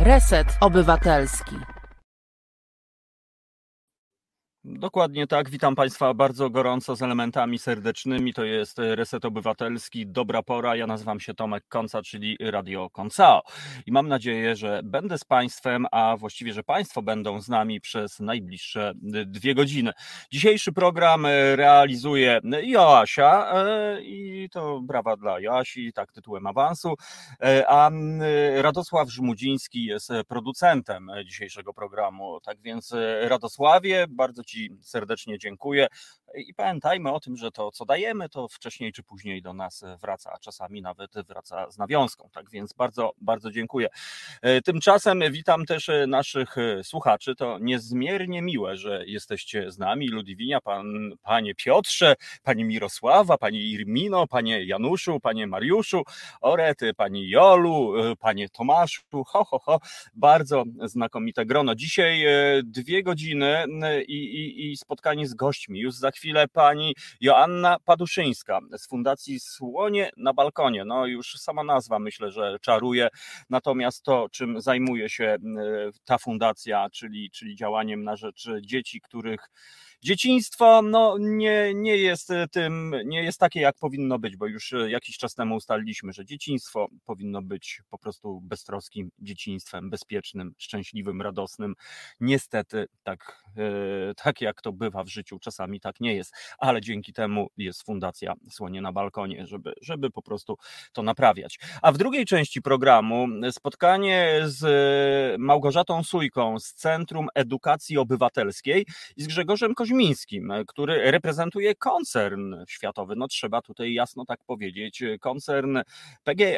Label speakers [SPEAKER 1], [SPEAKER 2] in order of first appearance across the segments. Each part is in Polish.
[SPEAKER 1] Reset Obywatelski.
[SPEAKER 2] Dokładnie tak. Witam Państwa bardzo gorąco z elementami serdecznymi. To jest Reset Obywatelski, dobra pora. Ja nazywam się Tomek Konca, czyli Radio Koncao. I mam nadzieję, że będę z Państwem, a właściwie, że Państwo będą z nami przez najbliższe 2 godziny. Dzisiejszy program realizuje Joasia i to brawa dla Joasi, tak tytułem awansu, a Radosław Żmudziński jest producentem dzisiejszego programu. Tak więc Radosławie, bardzo Ci serdecznie dziękuję i pamiętajmy o tym, że to co dajemy, to wcześniej czy później do nas wraca, a czasami nawet wraca z nawiązką. Tak więc bardzo, bardzo dziękuję. Tymczasem witam też naszych słuchaczy. To niezmiernie miłe, że jesteście z nami. Ludwinia, panie Piotrze, pani Mirosława, pani Irmino, panie Januszu, panie Mariuszu, Orety, pani Jolu, panie Tomaszu. Bardzo znakomite grono. Dzisiaj 2 godziny i spotkanie z gośćmi. Już za chwilę pani Joanna Paduszyńska z Fundacji Słonie na Balkonie. No już sama nazwa myślę, że czaruje. Natomiast to, czym zajmuje się ta fundacja, czyli działaniem na rzecz dzieci, których dzieciństwo nie jest takie, jak powinno być, bo już jakiś czas temu ustaliliśmy, że dzieciństwo powinno być po prostu beztroskim dzieciństwem, bezpiecznym, szczęśliwym, radosnym. Niestety tak jak to bywa w życiu, czasami tak nie jest, ale dzięki temu jest Fundacja Słonie na Balkonie, żeby po prostu to naprawiać. A w drugiej części programu spotkanie z Małgorzatą Sujką z Centrum Edukacji Obywatelskiej i z Grzegorzem Koźmińskim, który reprezentuje koncern światowy, no trzeba tutaj jasno tak powiedzieć, koncern PGE,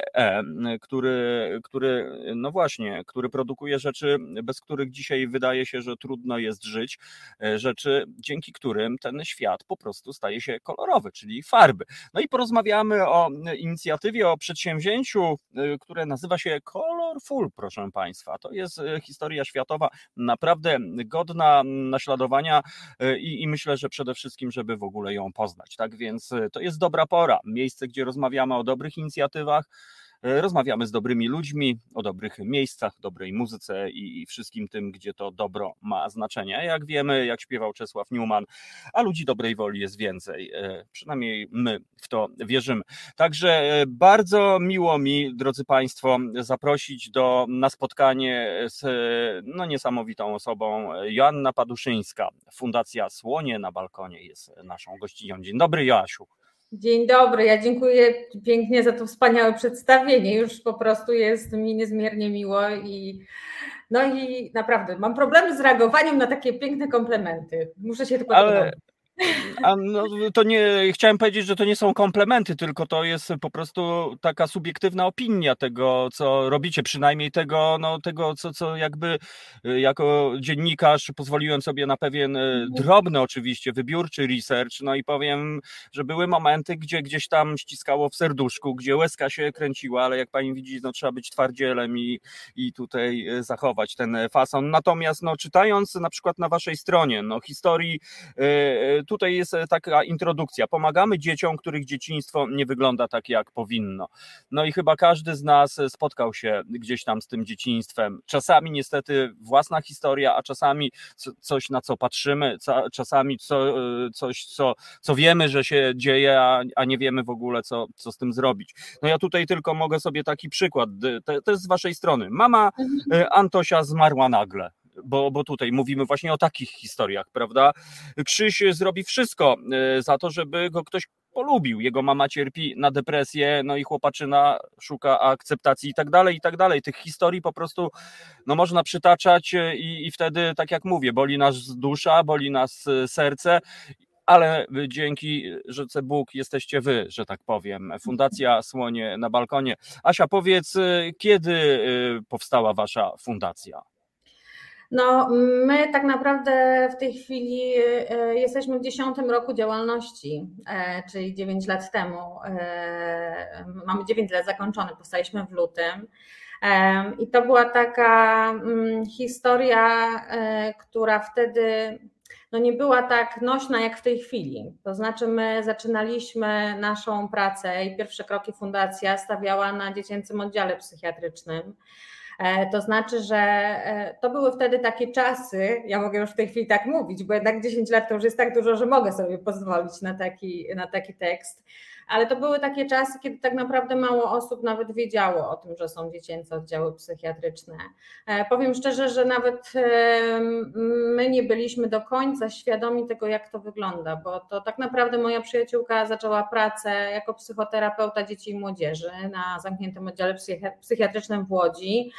[SPEAKER 2] który produkuje rzeczy, bez których dzisiaj wydaje się, że trudno jest żyć, rzeczy, dzięki którym ten świat po prostu staje się kolorowy, czyli farby. No i porozmawiamy o inicjatywie, o przedsięwzięciu, które nazywa się Colorful, proszę Państwa. To jest historia światowa naprawdę godna naśladowania i myślę, że przede wszystkim, żeby w ogóle ją poznać. Tak więc to jest dobra pora, miejsce, gdzie rozmawiamy o dobrych inicjatywach, rozmawiamy z dobrymi ludźmi, o dobrych miejscach, dobrej muzyce i wszystkim tym, gdzie to dobro ma znaczenie. Jak wiemy, jak śpiewał Czesław Neumann, a ludzi dobrej woli jest więcej. Przynajmniej my w to wierzymy. Także bardzo miło mi, drodzy Państwo, zaprosić na spotkanie z niesamowitą osobą. Joanna Paduszyńska, Fundacja Słonie na Balkonie jest naszą gościnią. Dzień dobry, Joasiu.
[SPEAKER 3] Dzień dobry, ja dziękuję pięknie za to wspaniałe przedstawienie, już po prostu jest mi niezmiernie miło i naprawdę mam problemy z reagowaniem na takie piękne komplementy, muszę się tylko podobać.
[SPEAKER 2] To nie, chciałem powiedzieć, że to nie są komplementy, tylko to jest po prostu taka subiektywna opinia tego, co robicie, przynajmniej tego, co jakby jako dziennikarz pozwoliłem sobie na pewien drobny oczywiście, wybiórczy research, no i powiem, że były momenty, gdzie gdzieś tam ściskało w serduszku, gdzie łezka się kręciła, ale jak pani widzi, trzeba być twardzielem i tutaj zachować ten fason. Natomiast czytając na przykład na waszej stronie, historii, tutaj jest taka introdukcja. Pomagamy dzieciom, których dzieciństwo nie wygląda tak, jak powinno. No i chyba każdy z nas spotkał się gdzieś tam z tym dzieciństwem. Czasami niestety własna historia, a czasami coś, na co patrzymy, czasami coś, co wiemy, że się dzieje, a nie wiemy w ogóle, co z tym zrobić. No ja tutaj tylko mogę sobie taki przykład, to jest z waszej strony. Mama Antosia zmarła nagle. Bo tutaj mówimy właśnie o takich historiach, prawda? Krzyś zrobi wszystko za to, żeby go ktoś polubił. Jego mama cierpi na depresję, no i chłopaczyna szuka akceptacji i tak dalej. Tych historii po prostu można przytaczać i wtedy, tak jak mówię, boli nas dusza, boli nas serce, ale dzięki rzece Bóg jesteście wy, że tak powiem. Fundacja Słonie na Balkonie. Asia, powiedz, kiedy powstała wasza fundacja?
[SPEAKER 3] My tak naprawdę w tej chwili jesteśmy w 10. roku działalności, czyli 9 lat temu. Mamy 9 lat zakończone, powstaliśmy w lutym. I to była taka historia, która wtedy nie była tak nośna jak w tej chwili. To znaczy my zaczynaliśmy naszą pracę i pierwsze kroki fundacja stawiała na dziecięcym oddziale psychiatrycznym. To znaczy, że to były wtedy takie czasy, ja mogę już w tej chwili tak mówić, bo jednak 10 lat to już jest tak dużo, że mogę sobie pozwolić na taki tekst, ale to były takie czasy, kiedy tak naprawdę mało osób nawet wiedziało o tym, że są dziecięce oddziały psychiatryczne. Powiem szczerze, że nawet my nie byliśmy do końca świadomi tego, jak to wygląda, bo to tak naprawdę moja przyjaciółka zaczęła pracę jako psychoterapeuta dzieci i młodzieży na zamkniętym oddziale psychiatrycznym w Łodzi.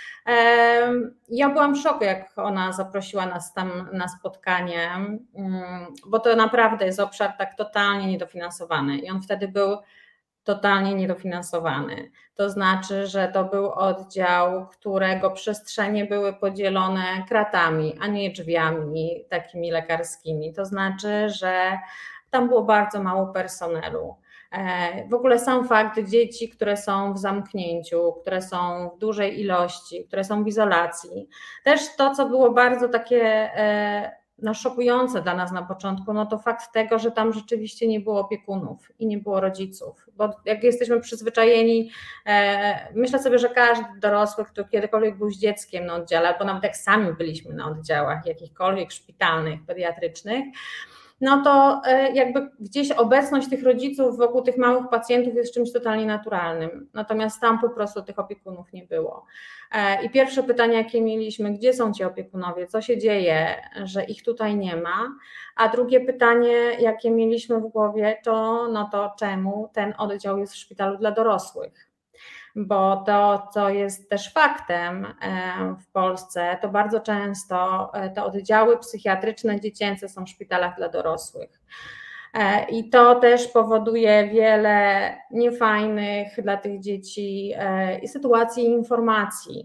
[SPEAKER 3] Ja byłam w szoku, jak ona zaprosiła nas tam na spotkanie, bo to naprawdę jest obszar tak totalnie niedofinansowany i on wtedy był totalnie niedofinansowany. To znaczy, że to był oddział, którego przestrzenie były podzielone kratami, a nie drzwiami takimi lekarskimi. To znaczy, że tam było bardzo mało personelu. W ogóle sam fakt dzieci, które są w zamknięciu, które są w dużej ilości, które są w izolacji. Też to, co było bardzo takie szokujące dla nas na początku, no to fakt tego, że tam rzeczywiście nie było opiekunów i nie było rodziców, bo jak jesteśmy przyzwyczajeni, myślę sobie, że każdy dorosły, który kiedykolwiek był z dzieckiem na oddziale, albo nawet jak sami byliśmy na oddziałach jakichkolwiek szpitalnych, pediatrycznych, no to jakby gdzieś obecność tych rodziców wokół tych małych pacjentów jest czymś totalnie naturalnym. Natomiast tam po prostu tych opiekunów nie było. I pierwsze pytanie, jakie mieliśmy, gdzie są ci opiekunowie, co się dzieje, że ich tutaj nie ma? A drugie pytanie, jakie mieliśmy w głowie, to czemu ten oddział jest w szpitalu dla dorosłych? Bo to, co jest też faktem w Polsce, to bardzo często te oddziały psychiatryczne dziecięce są w szpitalach dla dorosłych. I to też powoduje wiele niefajnych dla tych dzieci sytuacji i informacji.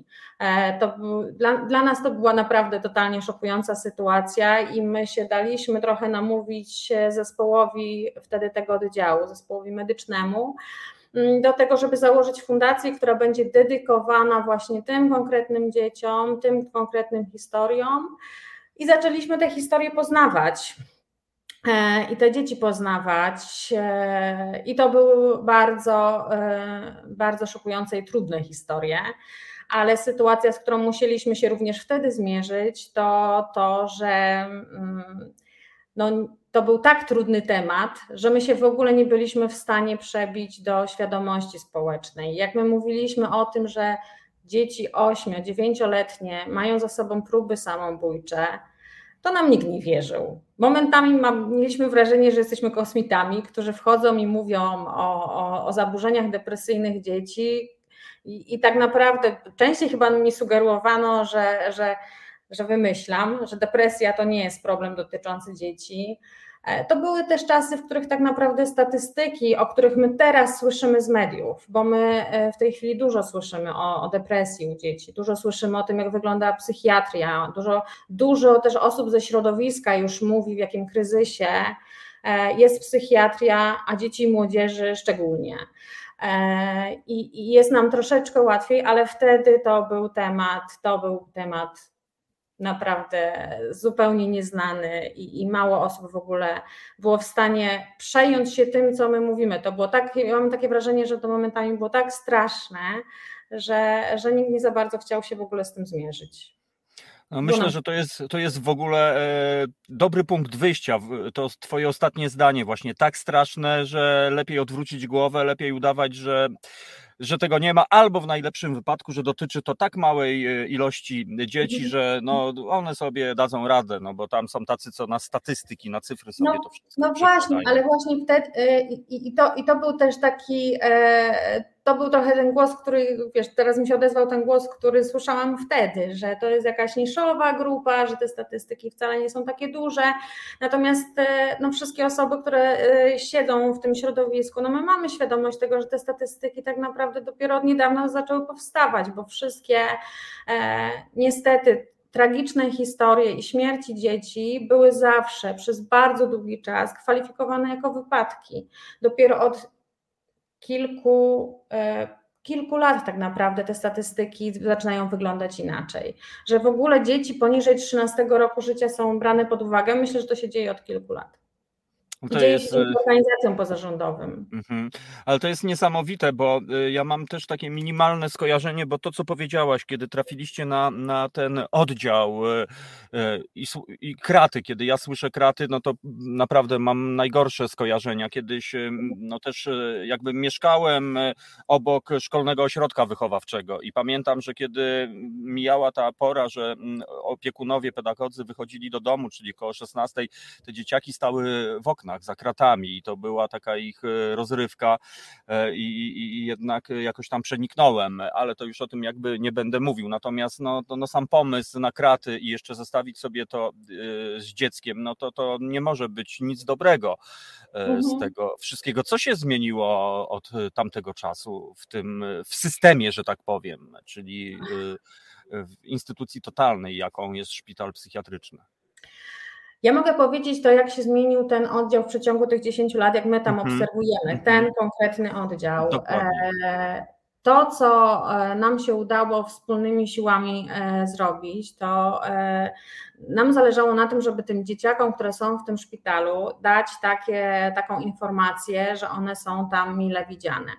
[SPEAKER 3] Dla nas to była naprawdę totalnie szokująca sytuacja i my się daliśmy trochę namówić zespołowi wtedy tego oddziału, zespołowi medycznemu, do tego, żeby założyć fundację, która będzie dedykowana właśnie tym konkretnym dzieciom, tym konkretnym historiom i zaczęliśmy te historie poznawać i te dzieci poznawać i to były bardzo, bardzo szokujące i trudne historie, ale sytuacja, z którą musieliśmy się również wtedy zmierzyć, to że to był tak trudny temat, że my się w ogóle nie byliśmy w stanie przebić do świadomości społecznej. Jak my mówiliśmy o tym, że dzieci 8-9-letnie mają za sobą próby samobójcze, to nam nikt nie wierzył. Momentami mieliśmy wrażenie, że jesteśmy kosmitami, którzy wchodzą i mówią o zaburzeniach depresyjnych dzieci i tak naprawdę częściej chyba mi sugerowano, że wymyślam, że depresja to nie jest problem dotyczący dzieci. To były też czasy, w których tak naprawdę statystyki, o których my teraz słyszymy z mediów, bo my w tej chwili dużo słyszymy o depresji u dzieci, dużo słyszymy o tym, jak wygląda psychiatria, dużo też osób ze środowiska już mówi, w jakim kryzysie jest psychiatria, a dzieci i młodzieży szczególnie. I jest nam troszeczkę łatwiej, ale wtedy to był temat naprawdę zupełnie nieznany i mało osób w ogóle było w stanie przejąć się tym, co my mówimy. To było tak, ja mam takie wrażenie, że to momentami było tak straszne, że nikt nie za bardzo chciał się w ogóle z tym zmierzyć.
[SPEAKER 2] No myślę, że to jest w ogóle dobry punkt wyjścia. To twoje ostatnie zdanie właśnie tak straszne, że lepiej odwrócić głowę, lepiej udawać, że tego nie ma, albo w najlepszym wypadku, że dotyczy to tak małej ilości dzieci, że no, one sobie dadzą radę, no bo tam są tacy, co na statystyki, na cyfry sobie to wszystko
[SPEAKER 3] No właśnie, ale właśnie wtedy i to był też taki, to był trochę ten głos, który, wiesz, teraz mi się odezwał ten głos, który słyszałam wtedy, że to jest jakaś niszowa grupa, że te statystyki wcale nie są takie duże, natomiast no, wszystkie osoby, które siedzą w tym środowisku, no my mamy świadomość tego, że te statystyki tak naprawdę dopiero od niedawna zaczęły powstawać, bo wszystkie niestety tragiczne historie i śmierci dzieci były zawsze przez bardzo długi czas kwalifikowane jako wypadki. Dopiero od kilku lat tak naprawdę te statystyki zaczynają wyglądać inaczej. Że w ogóle dzieci poniżej 13 roku życia są brane pod uwagę, myślę, że to się dzieje od kilku lat. I
[SPEAKER 2] To
[SPEAKER 3] dzieje się
[SPEAKER 2] jest.
[SPEAKER 3] dzięki organizacjom pozarządowym.
[SPEAKER 2] Ale to jest niesamowite, bo ja mam też takie minimalne skojarzenie, bo to, co powiedziałaś, kiedy trafiliście na ten oddział i kraty, kiedy ja słyszę kraty, no to naprawdę mam najgorsze skojarzenia. Kiedyś no też jakby mieszkałem obok szkolnego ośrodka wychowawczego i pamiętam, że kiedy mijała ta pora, że opiekunowie, pedagodzy wychodzili do domu, czyli koło 16, te dzieciaki stały w oknach za kratami i to była taka ich rozrywka i jednak jakoś tam przeniknąłem, ale to już o tym jakby nie będę mówił. Natomiast no sam pomysł na kraty i jeszcze zostawić sobie to z dzieckiem, no to nie może być nic dobrego z tego wszystkiego. Co się zmieniło od tamtego czasu w systemie, że tak powiem, czyli w instytucji totalnej, jaką jest szpital psychiatryczny?
[SPEAKER 3] Ja mogę powiedzieć to, jak się zmienił ten oddział w przeciągu tych 10 lat, jak my tam obserwujemy ten konkretny oddział.
[SPEAKER 2] Dokładnie.
[SPEAKER 3] To, co nam się udało wspólnymi siłami zrobić, to nam zależało na tym, żeby tym dzieciakom, które są w tym szpitalu, dać taką informację, że one są tam mile widziane,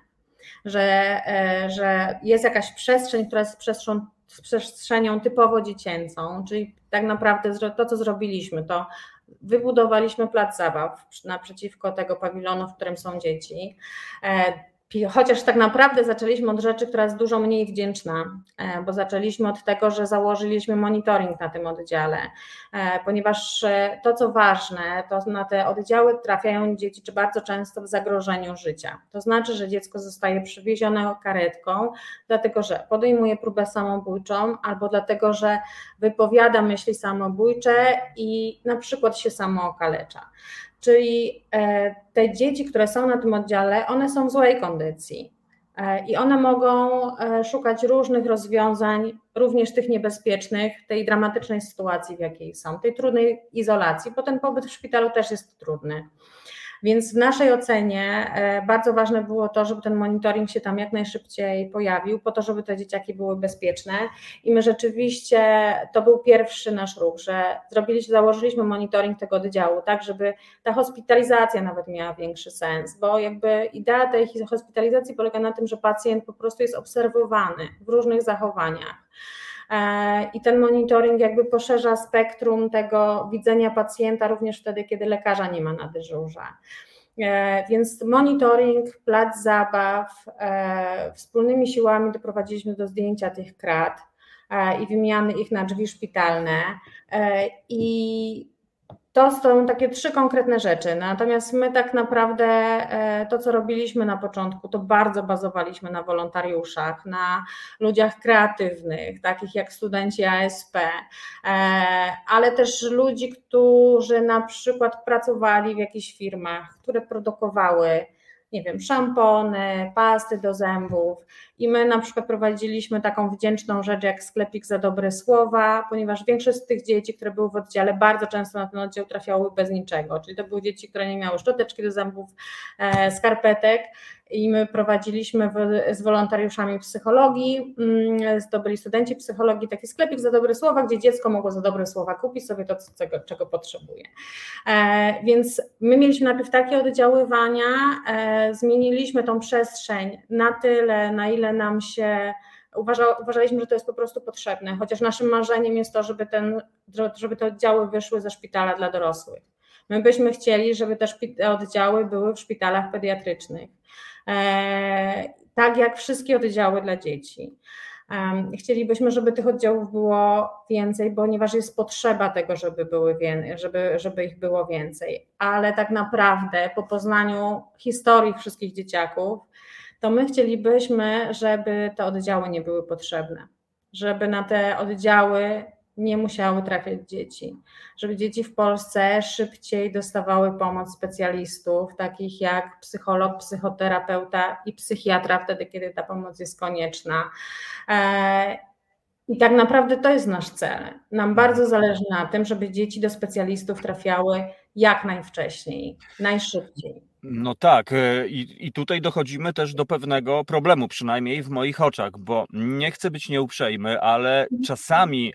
[SPEAKER 3] że jest jakaś przestrzeń, która jest przestrzenią typowo dziecięcą, czyli tak naprawdę to, co zrobiliśmy, to wybudowaliśmy plac zabaw naprzeciwko tego pawilonu, w którym są dzieci. Chociaż tak naprawdę zaczęliśmy od rzeczy, która jest dużo mniej wdzięczna, bo zaczęliśmy od tego, że założyliśmy monitoring na tym oddziale, ponieważ to, co ważne, to na te oddziały trafiają dzieci czy bardzo często w zagrożeniu życia. To znaczy, że dziecko zostaje przywiezione karetką, dlatego że podejmuje próbę samobójczą albo dlatego, że wypowiada myśli samobójcze i na przykład się samo okalecza. Czyli te dzieci, które są na tym oddziale, one są w złej kondycji i one mogą szukać różnych rozwiązań, również tych niebezpiecznych, tej dramatycznej sytuacji, w jakiej są, tej trudnej izolacji, bo ten pobyt w szpitalu też jest trudny. Więc w naszej ocenie bardzo ważne było to, żeby ten monitoring się tam jak najszybciej pojawił, po to, żeby te dzieciaki były bezpieczne i my rzeczywiście, to był pierwszy nasz ruch, że założyliśmy monitoring tego oddziału, tak żeby ta hospitalizacja nawet miała większy sens, bo jakby idea tej hospitalizacji polega na tym, że pacjent po prostu jest obserwowany w różnych zachowaniach. I ten monitoring jakby poszerza spektrum tego widzenia pacjenta również wtedy, kiedy lekarza nie ma na dyżurze. Więc monitoring, plac zabaw, wspólnymi siłami doprowadziliśmy do zdjęcia tych krat i wymiany ich na drzwi szpitalne i to są takie 3 konkretne rzeczy, natomiast my tak naprawdę to, co robiliśmy na początku, to bardzo bazowaliśmy na wolontariuszach, na ludziach kreatywnych, takich jak studenci ASP, ale też ludzi, którzy na przykład pracowali w jakichś firmach, które produkowały, nie wiem, szampony, pasty do zębów i my na przykład prowadziliśmy taką wdzięczną rzecz jak sklepik za dobre słowa, ponieważ większość z tych dzieci, które były w oddziale, bardzo często na ten oddział trafiały bez niczego, czyli to były dzieci, które nie miały szczoteczki do zębów, skarpetek i my prowadziliśmy z wolontariuszami psychologii, to byli studenci psychologii, taki sklepik za dobre słowa, gdzie dziecko mogło za dobre słowa kupić sobie to, czego potrzebuje. Więc my mieliśmy najpierw takie oddziaływania, zmieniliśmy tą przestrzeń na tyle, na ile nam się uważaliśmy, że to jest po prostu potrzebne, chociaż naszym marzeniem jest to, żeby te oddziały wyszły ze szpitala dla dorosłych. My byśmy chcieli, żeby te oddziały były w szpitalach pediatrycznych, tak jak wszystkie oddziały dla dzieci. Chcielibyśmy, żeby tych oddziałów było więcej, ponieważ jest potrzeba tego, żeby ich było więcej, ale tak naprawdę po poznaniu historii wszystkich dzieciaków, to my chcielibyśmy, żeby te oddziały nie były potrzebne, żeby na te oddziały nie musiały trafiać dzieci, żeby dzieci w Polsce szybciej dostawały pomoc specjalistów, takich jak psycholog, psychoterapeuta i psychiatra, wtedy, kiedy ta pomoc jest konieczna. I tak naprawdę to jest nasz cel. Nam bardzo zależy na tym, żeby dzieci do specjalistów trafiały jak najwcześniej, najszybciej.
[SPEAKER 2] No tak, i tutaj dochodzimy też do pewnego problemu, przynajmniej w moich oczach, bo nie chcę być nieuprzejmy, ale czasami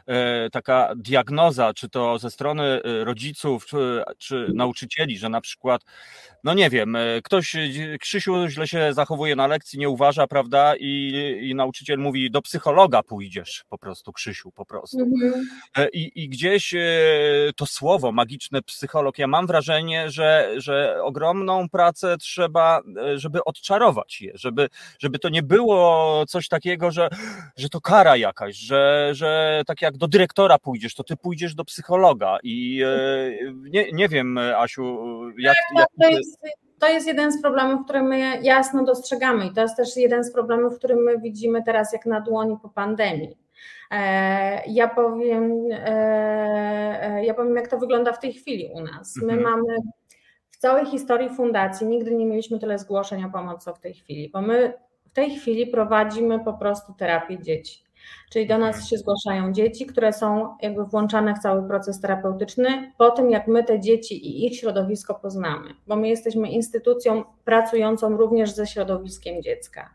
[SPEAKER 2] taka diagnoza, czy to ze strony rodziców, czy nauczycieli, że na przykład, no nie wiem, ktoś, Krzysiu źle się zachowuje na lekcji, nie uważa, prawda, i nauczyciel mówi, do psychologa pójdziesz po prostu, Krzysiu, po prostu. I gdzieś to słowo magiczne psycholog, ja mam wrażenie, że ogromną pracę trzeba, żeby odczarować je, żeby to nie było coś takiego, że to kara jakaś, że tak jak do dyrektora pójdziesz, to ty pójdziesz do psychologa i nie wiem, Asiu, jak
[SPEAKER 3] to jest jeden z problemów, który my jasno dostrzegamy i to jest też jeden z problemów, który my widzimy teraz jak na dłoni po pandemii. Ja powiem, jak to wygląda w tej chwili u nas. My mamy w całej historii fundacji, nigdy nie mieliśmy tyle zgłoszeń o pomoc co w tej chwili, bo my w tej chwili prowadzimy po prostu terapię dzieci. Czyli do nas się zgłaszają dzieci, które są jakby włączane w cały proces terapeutyczny po tym, jak my te dzieci i ich środowisko poznamy, bo my jesteśmy instytucją pracującą również ze środowiskiem dziecka.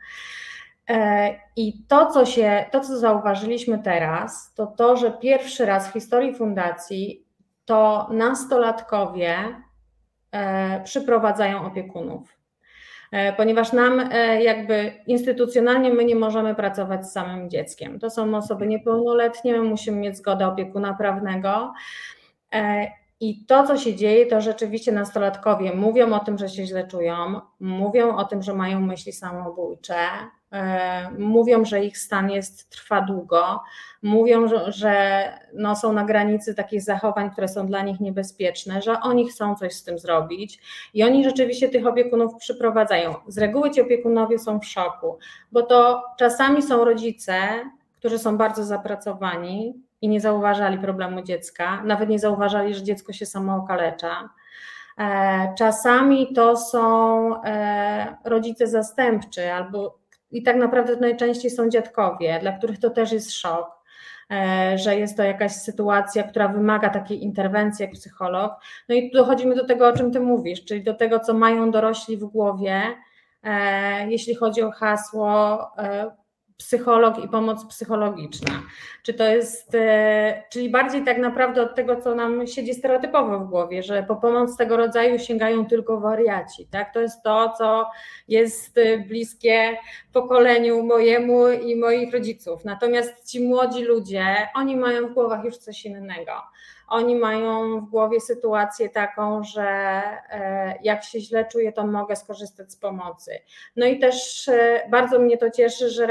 [SPEAKER 3] I to, co zauważyliśmy teraz, to, że pierwszy raz w historii fundacji to nastolatkowie przyprowadzają opiekunów. Ponieważ nam jakby instytucjonalnie my nie możemy pracować z samym dzieckiem. To są osoby niepełnoletnie, my musimy mieć zgodę opiekuna prawnego. I to, co się dzieje, to rzeczywiście nastolatkowie mówią o tym, że się źle czują, mówią o tym, że mają myśli samobójcze, mówią, że ich stan trwa długo, mówią, że no, są na granicy takich zachowań, które są dla nich niebezpieczne, że oni chcą coś z tym zrobić i oni rzeczywiście tych opiekunów przyprowadzają. Z reguły ci opiekunowie są w szoku, bo to czasami są rodzice, którzy są bardzo zapracowani i nie zauważali problemu dziecka, nawet nie zauważali, że dziecko się samo okalecza. Czasami to są rodzice zastępczy i tak naprawdę to najczęściej są dziadkowie, dla których to też jest szok, że jest to jakaś sytuacja, która wymaga takiej interwencji jak psycholog. No i tu dochodzimy do tego, o czym ty mówisz, czyli do tego, co mają dorośli w głowie, jeśli chodzi o hasło psycholog i pomoc psychologiczna. Czy to jest, czyli bardziej tak naprawdę od tego, co nam siedzi stereotypowo w głowie, że po pomoc tego rodzaju sięgają tylko wariaci, tak? To jest to, co jest bliskie pokoleniu mojemu i moich rodziców. Natomiast ci młodzi ludzie, oni mają w głowach już coś innego. Oni mają w głowie sytuację taką, że jak się źle czuję, to mogę skorzystać z pomocy. No i też bardzo mnie to cieszy, że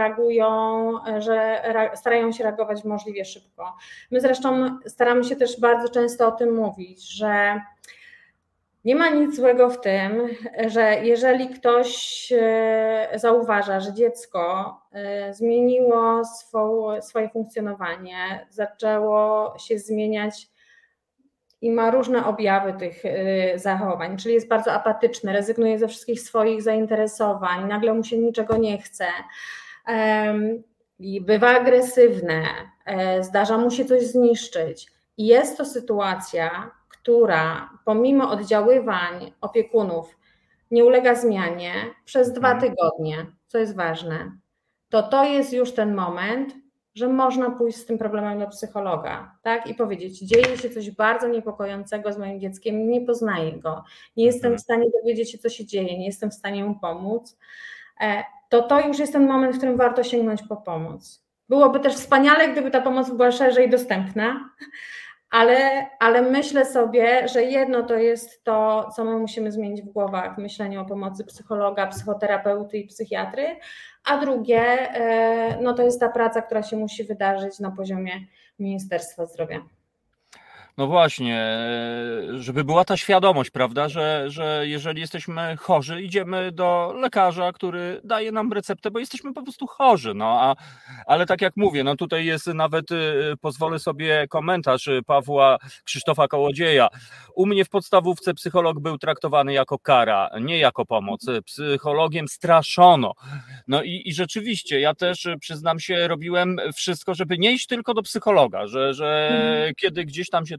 [SPEAKER 3] starają się reagować możliwie szybko. My zresztą staramy się też bardzo często o tym mówić, że nie ma nic złego w tym, że jeżeli ktoś zauważa, że dziecko zmieniło swoje funkcjonowanie, zaczęło się zmieniać i ma różne objawy tych zachowań, czyli jest bardzo apatyczny, rezygnuje ze wszystkich swoich zainteresowań, nagle mu się niczego nie chce i bywa agresywne, zdarza mu się coś zniszczyć. I jest to sytuacja, która pomimo oddziaływań opiekunów nie ulega zmianie przez 2 tygodnie, co jest ważne, to jest już ten moment, że można pójść z tym problemem do psychologa, tak? I powiedzieć, dzieje się coś bardzo niepokojącego z moim dzieckiem, nie poznaję go, nie jestem w stanie dowiedzieć się, co się dzieje, nie jestem w stanie mu pomóc, to już jest ten moment, w którym warto sięgnąć po pomoc. Byłoby też wspaniale, gdyby ta pomoc była szerzej dostępna, ale myślę sobie, że jedno to jest to, co my musimy zmienić w głowach, myślenie o pomocy psychologa, psychoterapeuty i psychiatry, a drugie, no to jest ta praca, która się musi wydarzyć na poziomie Ministerstwa Zdrowia.
[SPEAKER 2] No właśnie, żeby była ta świadomość, prawda, że jeżeli jesteśmy chorzy, idziemy do lekarza, który daje nam receptę, bo jesteśmy po prostu chorzy, no ale tak jak mówię, no tutaj jest nawet, pozwolę sobie komentarz Pawła Krzysztofa Kołodzieja. U mnie w podstawówce psycholog był traktowany jako kara, nie jako pomoc. Psychologiem straszono. No i rzeczywiście, ja też przyznam się, robiłem wszystko, żeby nie iść tylko do psychologa, że kiedy gdzieś tam się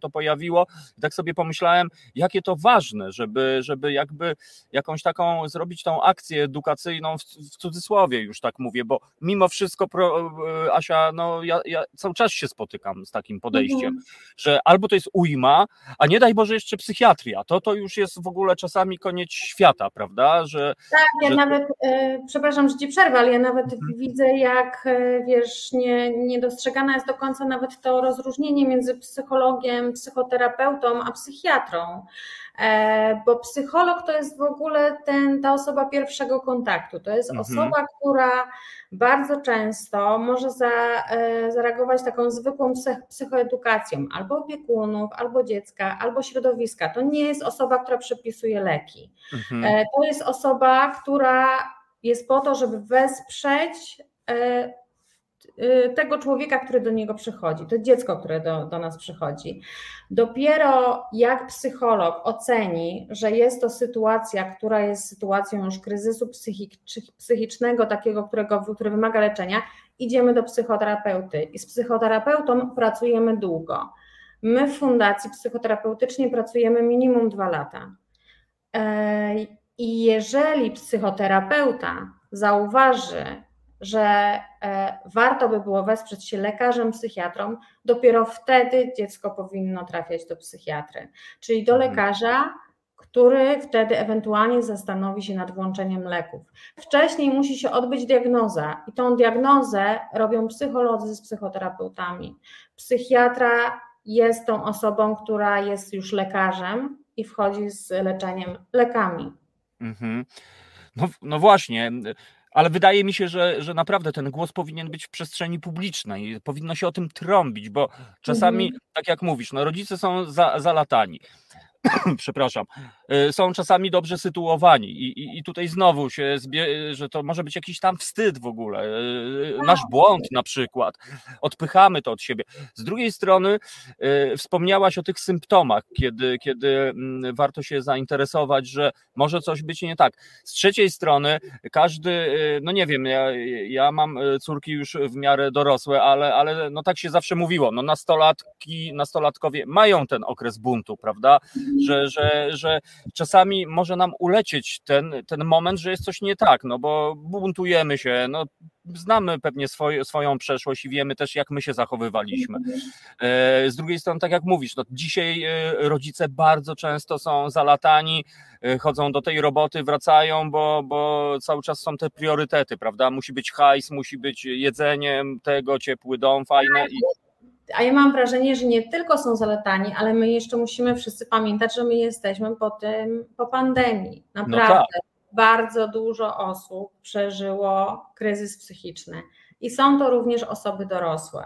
[SPEAKER 2] to pojawiło. I tak sobie pomyślałem, jakie to ważne, żeby jakby jakąś taką zrobić tą akcję edukacyjną w cudzysłowie już tak mówię, bo mimo wszystko Asia, no ja cały czas się spotykam z takim podejściem, że albo to jest ujma, a nie daj Boże jeszcze psychiatria, to już jest w ogóle czasami koniec świata, prawda?
[SPEAKER 3] Tak, ja nawet, przepraszam, że ci przerwę, ale ja nawet widzę, jak wiesz, nie dostrzegana jest do końca nawet to rozróżnienie między psychologiem, psychoterapeutą, a psychiatrą, bo psycholog to jest w ogóle ta osoba pierwszego kontaktu, to jest osoba, która bardzo często może zareagować taką zwykłą psychoedukacją albo opiekunów, albo dziecka, albo środowiska. To nie jest osoba, która przepisuje leki. To jest osoba, która jest po to, żeby wesprzeć tego człowieka, który do niego przychodzi, to dziecko, które do nas przychodzi. Dopiero jak psycholog oceni, że jest to sytuacja, która jest sytuacją już kryzysu psychicznego, takiego, który wymaga leczenia, idziemy do psychoterapeuty i z psychoterapeutą pracujemy długo. My w Fundacji psychoterapeutycznej pracujemy minimum 2 lata. I jeżeli psychoterapeuta zauważy, że warto by było wesprzeć się lekarzem, psychiatrą, dopiero wtedy dziecko powinno trafiać do psychiatry, czyli do lekarza, który wtedy ewentualnie zastanowi się nad włączeniem leków. Wcześniej musi się odbyć diagnoza i tą diagnozę robią psycholodzy z psychoterapeutami. Psychiatra jest tą osobą, która jest już lekarzem i wchodzi z leczeniem lekami.
[SPEAKER 2] No właśnie, ale wydaje mi się, że naprawdę ten głos powinien być w przestrzeni publicznej, powinno się o tym trąbić, bo czasami, tak jak mówisz, no rodzice są zalatani. Przepraszam, są czasami dobrze sytuowani i tutaj znowu się że to może być jakiś tam wstyd w ogóle, nasz błąd na przykład, odpychamy to od siebie. Z drugiej strony wspomniałaś o tych symptomach, kiedy warto się zainteresować, że może coś być nie tak. Z trzeciej strony każdy, no nie wiem, ja mam córki już w miarę dorosłe, ale no tak się zawsze mówiło, no nastolatkowie mają ten okres buntu, prawda? Że czasami może nam ulecieć ten moment, że jest coś nie tak, no bo buntujemy się, no znamy pewnie swoją przeszłość i wiemy też, jak my się zachowywaliśmy. Z drugiej strony, tak jak mówisz, no dzisiaj rodzice bardzo często są zalatani, chodzą do tej roboty, wracają, bo cały czas są te priorytety, prawda? Musi być hajs, musi być jedzenie, ciepły dom, fajne
[SPEAKER 3] A ja mam wrażenie, że nie tylko są zalatani, ale my jeszcze musimy wszyscy pamiętać, że my jesteśmy po pandemii. Naprawdę. No tak. Bardzo dużo osób przeżyło kryzys psychiczny i są to również osoby dorosłe.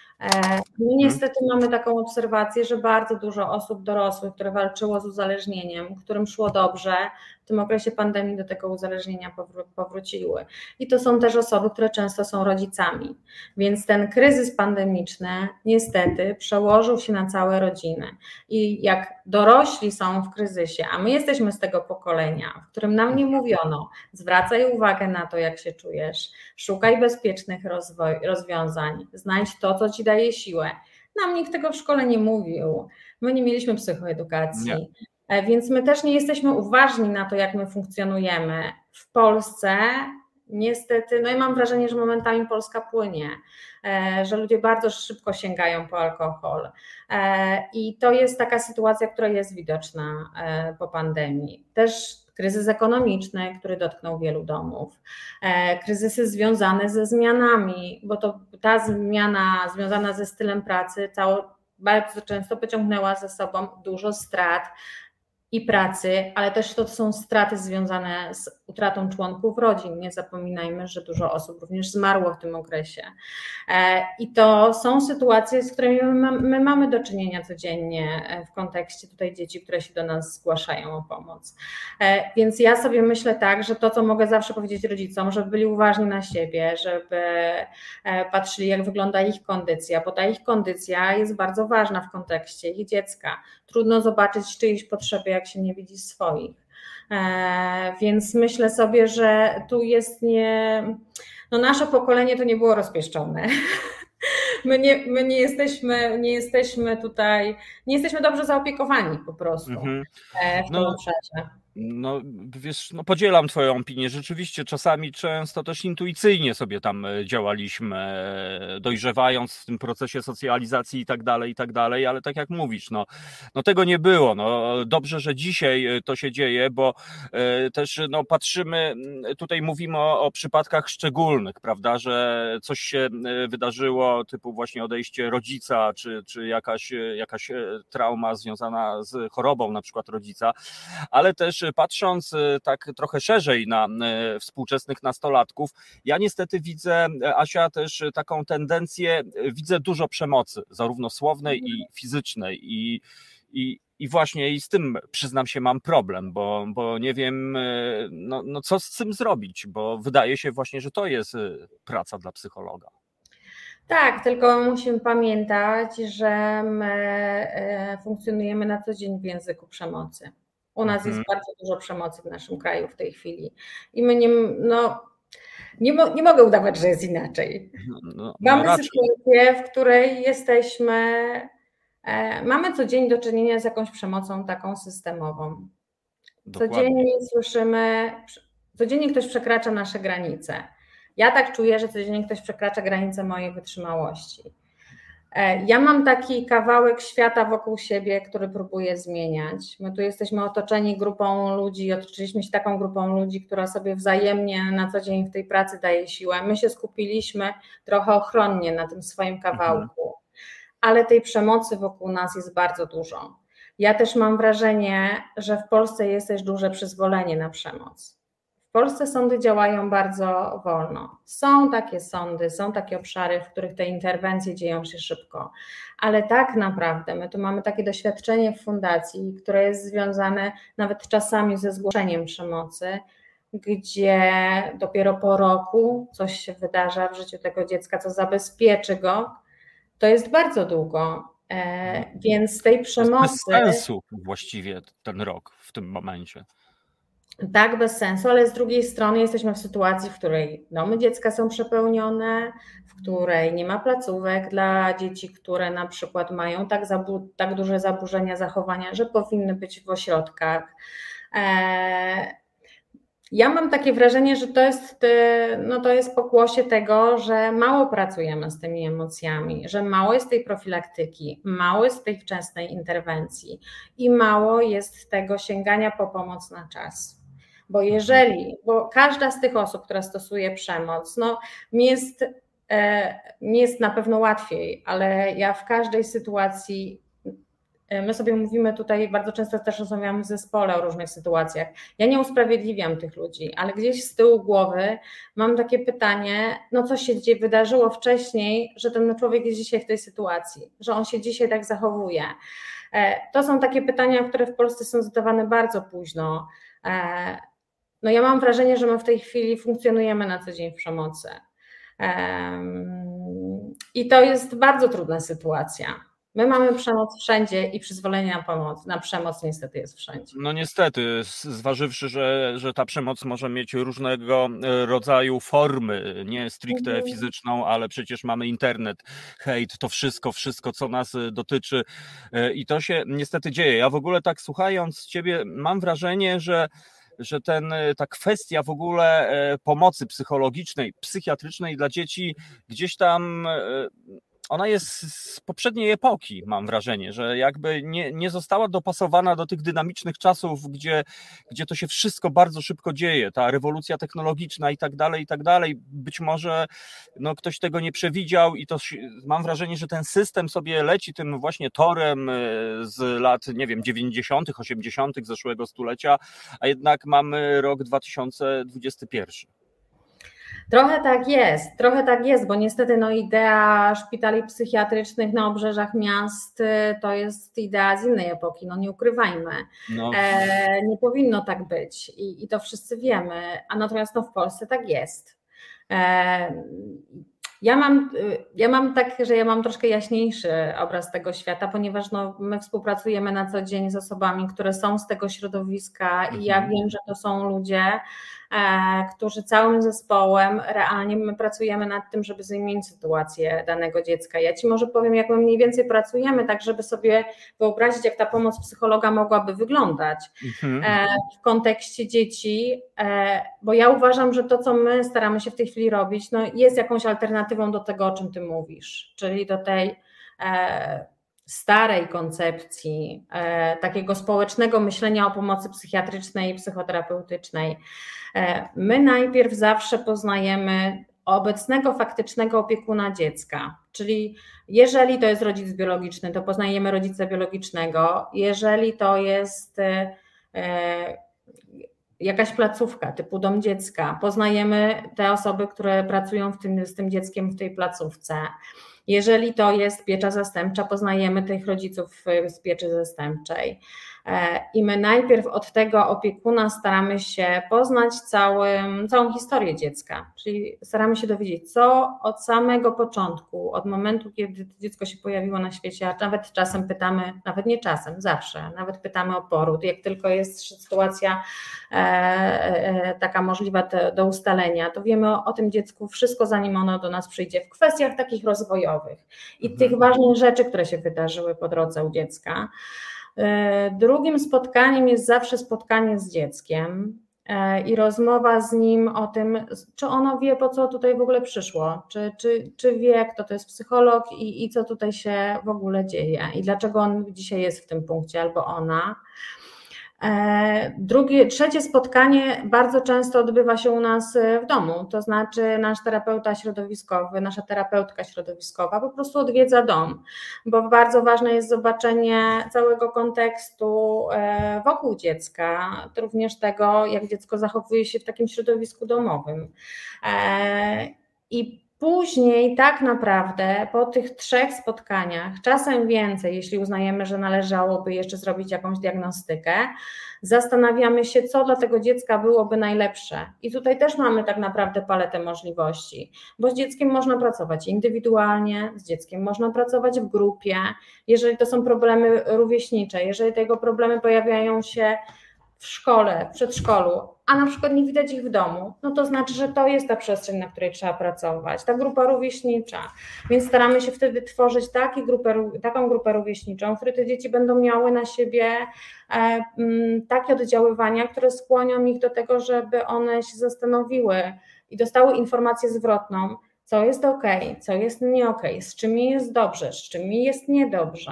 [SPEAKER 3] My niestety mamy taką obserwację, że bardzo dużo osób dorosłych, które walczyło z uzależnieniem, którym szło dobrze, w tym okresie pandemii do tego uzależnienia powróciły. I to są też osoby, które często są rodzicami. Więc ten kryzys pandemiczny niestety przełożył się na całe rodziny. I jak dorośli są w kryzysie, a my jesteśmy z tego pokolenia, w którym nam nie mówiono, zwracaj uwagę na to, jak się czujesz, szukaj bezpiecznych rozwiązań, znajdź to, co ci daje siłę. Nam nikt tego w szkole nie mówił. My nie mieliśmy psychoedukacji. Nie. Więc my też nie jesteśmy uważni na to, jak my funkcjonujemy. W Polsce niestety, no i mam wrażenie, że momentami Polska płynie, że ludzie bardzo szybko sięgają po alkohol i to jest taka sytuacja, która jest widoczna po pandemii. Też kryzys ekonomiczny, który dotknął wielu domów, kryzysy związane ze zmianami, bo to ta zmiana związana ze stylem pracy bardzo często pociągnęła ze sobą dużo strat i pracy, ale też to są straty związane z utratą członków rodzin. Nie zapominajmy, że dużo osób również zmarło w tym okresie. I to są sytuacje, z którymi my mamy do czynienia codziennie w kontekście tutaj dzieci, które się do nas zgłaszają o pomoc. Więc ja sobie myślę tak, że to, co mogę zawsze powiedzieć rodzicom, żeby byli uważni na siebie, żeby patrzyli, jak wygląda ich kondycja, bo ta ich kondycja jest bardzo ważna w kontekście ich dziecka. Trudno zobaczyć czyjeś potrzeby, jak się nie widzi swoich. Więc myślę sobie, że tu jest nasze pokolenie to nie było rozpieszczone. My nie jesteśmy tutaj, nie jesteśmy dobrze zaopiekowani po prostu w tym obszarze.
[SPEAKER 2] No wiesz, no podzielam twoją opinię. Rzeczywiście czasami często też intuicyjnie sobie tam działaliśmy, dojrzewając w tym procesie socjalizacji i tak dalej, ale tak jak mówisz, no tego nie było. No, dobrze, że dzisiaj to się dzieje, bo też no, patrzymy, tutaj mówimy o przypadkach szczególnych, prawda, że coś się wydarzyło, typu właśnie odejście rodzica, czy jakaś trauma związana z chorobą na przykład rodzica, ale też patrząc tak trochę szerzej na współczesnych nastolatków, ja niestety widzę, Asia, też taką tendencję, widzę dużo przemocy, zarówno słownej i fizycznej i właśnie i z tym, przyznam się, mam problem, bo nie wiem, no co z tym zrobić, bo wydaje się właśnie, że to jest praca dla psychologa.
[SPEAKER 3] Tak, tylko musimy pamiętać, że my funkcjonujemy na co dzień w języku przemocy. U nas jest bardzo dużo przemocy w naszym kraju w tej chwili i my nie mogę udawać, że jest inaczej. Mamy sytuację, w której mamy co dzień do czynienia z jakąś przemocą taką systemową. Codziennie słyszymy, codziennie ktoś przekracza nasze granice. Ja tak czuję, że codziennie ktoś przekracza granice mojej wytrzymałości. Ja mam taki kawałek świata wokół siebie, który próbuję zmieniać. My tu jesteśmy otoczeni grupą ludzi, otoczyliśmy się taką grupą ludzi, która sobie wzajemnie na co dzień w tej pracy daje siłę. My się skupiliśmy trochę ochronnie na tym swoim kawałku, ale tej przemocy wokół nas jest bardzo dużo. Ja też mam wrażenie, że w Polsce jest też duże przyzwolenie na przemoc. W Polsce sądy działają bardzo wolno. Są takie sądy, są takie obszary, w których te interwencje dzieją się szybko, ale tak naprawdę my tu mamy takie doświadczenie w fundacji, które jest związane nawet czasami ze zgłoszeniem przemocy, gdzie dopiero po roku coś się wydarza w życiu tego dziecka, co zabezpieczy go. To jest bardzo długo, więc tej przemocy...
[SPEAKER 2] Bez sensu właściwie ten rok w tym momencie.
[SPEAKER 3] Tak, bez sensu, ale z drugiej strony jesteśmy w sytuacji, w której domy dziecka są przepełnione, w której nie ma placówek dla dzieci, które na przykład mają tak duże zaburzenia zachowania, że powinny być w ośrodkach. Ja mam takie wrażenie, że to jest pokłosie tego, że mało pracujemy z tymi emocjami, że mało jest tej profilaktyki, mało jest tej wczesnej interwencji i mało jest tego sięgania po pomoc na czas. Bo każda z tych osób, która stosuje przemoc, mi jest na pewno łatwiej, ale ja w każdej sytuacji, my sobie mówimy tutaj, bardzo często też rozmawiamy w zespole o różnych sytuacjach. Ja nie usprawiedliwiam tych ludzi, ale gdzieś z tyłu głowy mam takie pytanie, co się wydarzyło wcześniej, że ten człowiek jest dzisiaj w tej sytuacji, że on się dzisiaj tak zachowuje. To są takie pytania, które w Polsce są zadawane bardzo późno. Ja mam wrażenie, że my w tej chwili funkcjonujemy na co dzień w przemocy. I to jest bardzo trudna sytuacja. My mamy przemoc wszędzie i przyzwolenie na przemoc niestety jest wszędzie.
[SPEAKER 2] No niestety, zważywszy, że ta przemoc może mieć różnego rodzaju formy, nie stricte fizyczną, ale przecież mamy internet, hejt, to wszystko, co nas dotyczy i to się niestety dzieje. Ja w ogóle tak słuchając ciebie mam wrażenie, że ta kwestia w ogóle pomocy psychologicznej, psychiatrycznej dla dzieci gdzieś tam ona jest z poprzedniej epoki, mam wrażenie, że jakby nie została dopasowana do tych dynamicznych czasów, gdzie to się wszystko bardzo szybko dzieje, ta rewolucja technologiczna i tak dalej. Być może ktoś tego nie przewidział i to mam wrażenie, że ten system sobie leci tym właśnie torem z lat, 90., 80. zeszłego stulecia, a jednak mamy rok 2021.
[SPEAKER 3] Trochę tak jest, bo niestety idea szpitali psychiatrycznych na obrzeżach miast to jest idea z innej epoki, nie ukrywajmy. Nie powinno tak być i to wszyscy wiemy, a natomiast w Polsce tak jest. Ja mam troszkę jaśniejszy obraz tego świata, ponieważ my współpracujemy na co dzień z osobami, które są z tego środowiska i ja wiem, że to są ludzie, którzy całym zespołem realnie my pracujemy nad tym, żeby zmienić sytuację danego dziecka. Ja Ci może powiem, jak my mniej więcej pracujemy, tak żeby sobie wyobrazić, jak ta pomoc psychologa mogłaby wyglądać w kontekście dzieci, bo ja uważam, że to, co my staramy się w tej chwili robić, no jest jakąś alternatywą do tego, o czym Ty mówisz, czyli do tej starej koncepcji takiego społecznego myślenia o pomocy psychiatrycznej i psychoterapeutycznej. My najpierw zawsze poznajemy obecnego faktycznego opiekuna dziecka, czyli jeżeli to jest rodzic biologiczny, to poznajemy rodzica biologicznego, jeżeli to jest jakaś placówka typu dom dziecka, poznajemy te osoby, które pracują z tym dzieckiem w tej placówce. Jeżeli to jest piecza zastępcza, poznajemy tych rodziców z pieczy zastępczej. I my najpierw od tego opiekuna staramy się poznać całą historię dziecka, czyli staramy się dowiedzieć, co od samego początku, od momentu, kiedy dziecko się pojawiło na świecie, a nawet czasem pytamy, nawet nie czasem, zawsze, nawet pytamy o poród, jak tylko jest sytuacja taka możliwa do ustalenia, to wiemy o tym dziecku wszystko, zanim ono do nas przyjdzie, w kwestiach takich rozwojowych i tych ważnych rzeczy, które się wydarzyły po drodze u dziecka. Drugim spotkaniem jest zawsze spotkanie z dzieckiem i rozmowa z nim o tym, czy ono wie, po co tutaj w ogóle przyszło, czy wie, kto to jest psycholog i co tutaj się w ogóle dzieje i dlaczego on dzisiaj jest w tym punkcie albo ona. Trzecie spotkanie bardzo często odbywa się u nas w domu, to znaczy nasz terapeuta środowiskowy, nasza terapeutka środowiskowa po prostu odwiedza dom, bo bardzo ważne jest zobaczenie całego kontekstu wokół dziecka, również tego, jak dziecko zachowuje się w takim środowisku domowym. I później tak naprawdę po tych 3 spotkaniach, czasem więcej, jeśli uznajemy, że należałoby jeszcze zrobić jakąś diagnostykę, zastanawiamy się, co dla tego dziecka byłoby najlepsze. I tutaj też mamy tak naprawdę paletę możliwości, bo z dzieckiem można pracować indywidualnie, z dzieckiem można pracować w grupie, jeżeli to są problemy rówieśnicze, jeżeli tego problemy pojawiają się w szkole, w przedszkolu, a na przykład nie widać ich w domu, no to znaczy, że to jest ta przestrzeń, na której trzeba pracować, ta grupa rówieśnicza, więc staramy się wtedy tworzyć taką grupę rówieśniczą, w której te dzieci będą miały na siebie takie oddziaływania, które skłonią ich do tego, żeby one się zastanowiły i dostały informację zwrotną, co jest okej, co jest nie okej, z czym mi jest dobrze, z czym mi jest niedobrze.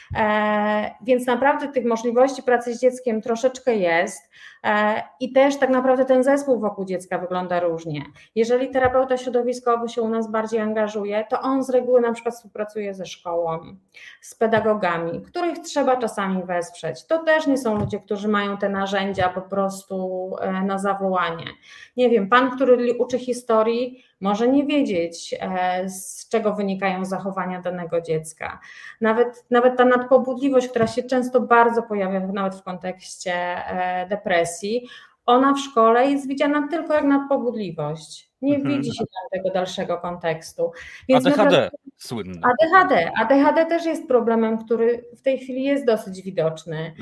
[SPEAKER 3] Więc naprawdę tych możliwości pracy z dzieckiem troszeczkę jest i też tak naprawdę ten zespół wokół dziecka wygląda różnie. Jeżeli terapeuta środowiskowy się u nas bardziej angażuje, to on z reguły na przykład współpracuje ze szkołą, z pedagogami, których trzeba czasami wesprzeć. To też nie są ludzie, którzy mają te narzędzia po prostu na zawołanie. Nie wiem, pan, który uczy historii, może nie wiedzieć, z czego wynikają zachowania danego dziecka. Nawet ta nadpobudliwość, która się często bardzo pojawia nawet w kontekście depresji, ona w szkole jest widziana tylko jak nadpobudliwość. Nie widzi się tam tego dalszego kontekstu.
[SPEAKER 2] Więc ADHD słynny.
[SPEAKER 3] ADHD też jest problemem, który w tej chwili jest dosyć widoczny.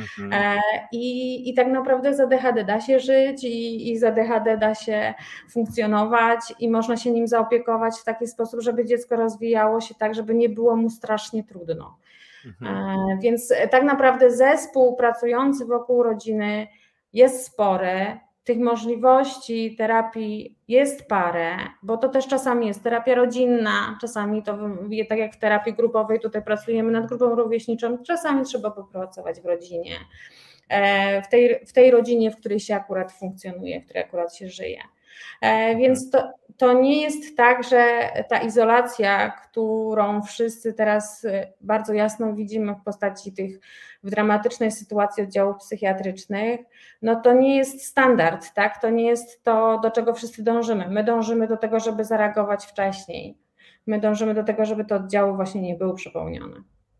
[SPEAKER 3] I tak naprawdę z ADHD da się żyć i z ADHD da się funkcjonować i można się nim zaopiekować w taki sposób, żeby dziecko rozwijało się tak, żeby nie było mu strasznie trudno. Więc tak naprawdę zespół pracujący wokół rodziny jest spory, tych możliwości terapii jest parę, bo to też czasami jest terapia rodzinna, czasami to tak jak w terapii grupowej, tutaj pracujemy nad grupą rówieśniczą, czasami trzeba popracować w rodzinie, w tej rodzinie, w której się akurat funkcjonuje, w której akurat się żyje. Więc to nie jest tak, że ta izolacja, którą wszyscy teraz bardzo jasno widzimy w postaci w dramatycznej sytuacji oddziałów psychiatrycznych, no to nie jest standard, tak? To nie jest to, do czego wszyscy dążymy. My dążymy do tego, żeby zareagować wcześniej. My dążymy do tego, żeby te oddziały właśnie nie były przepełnione.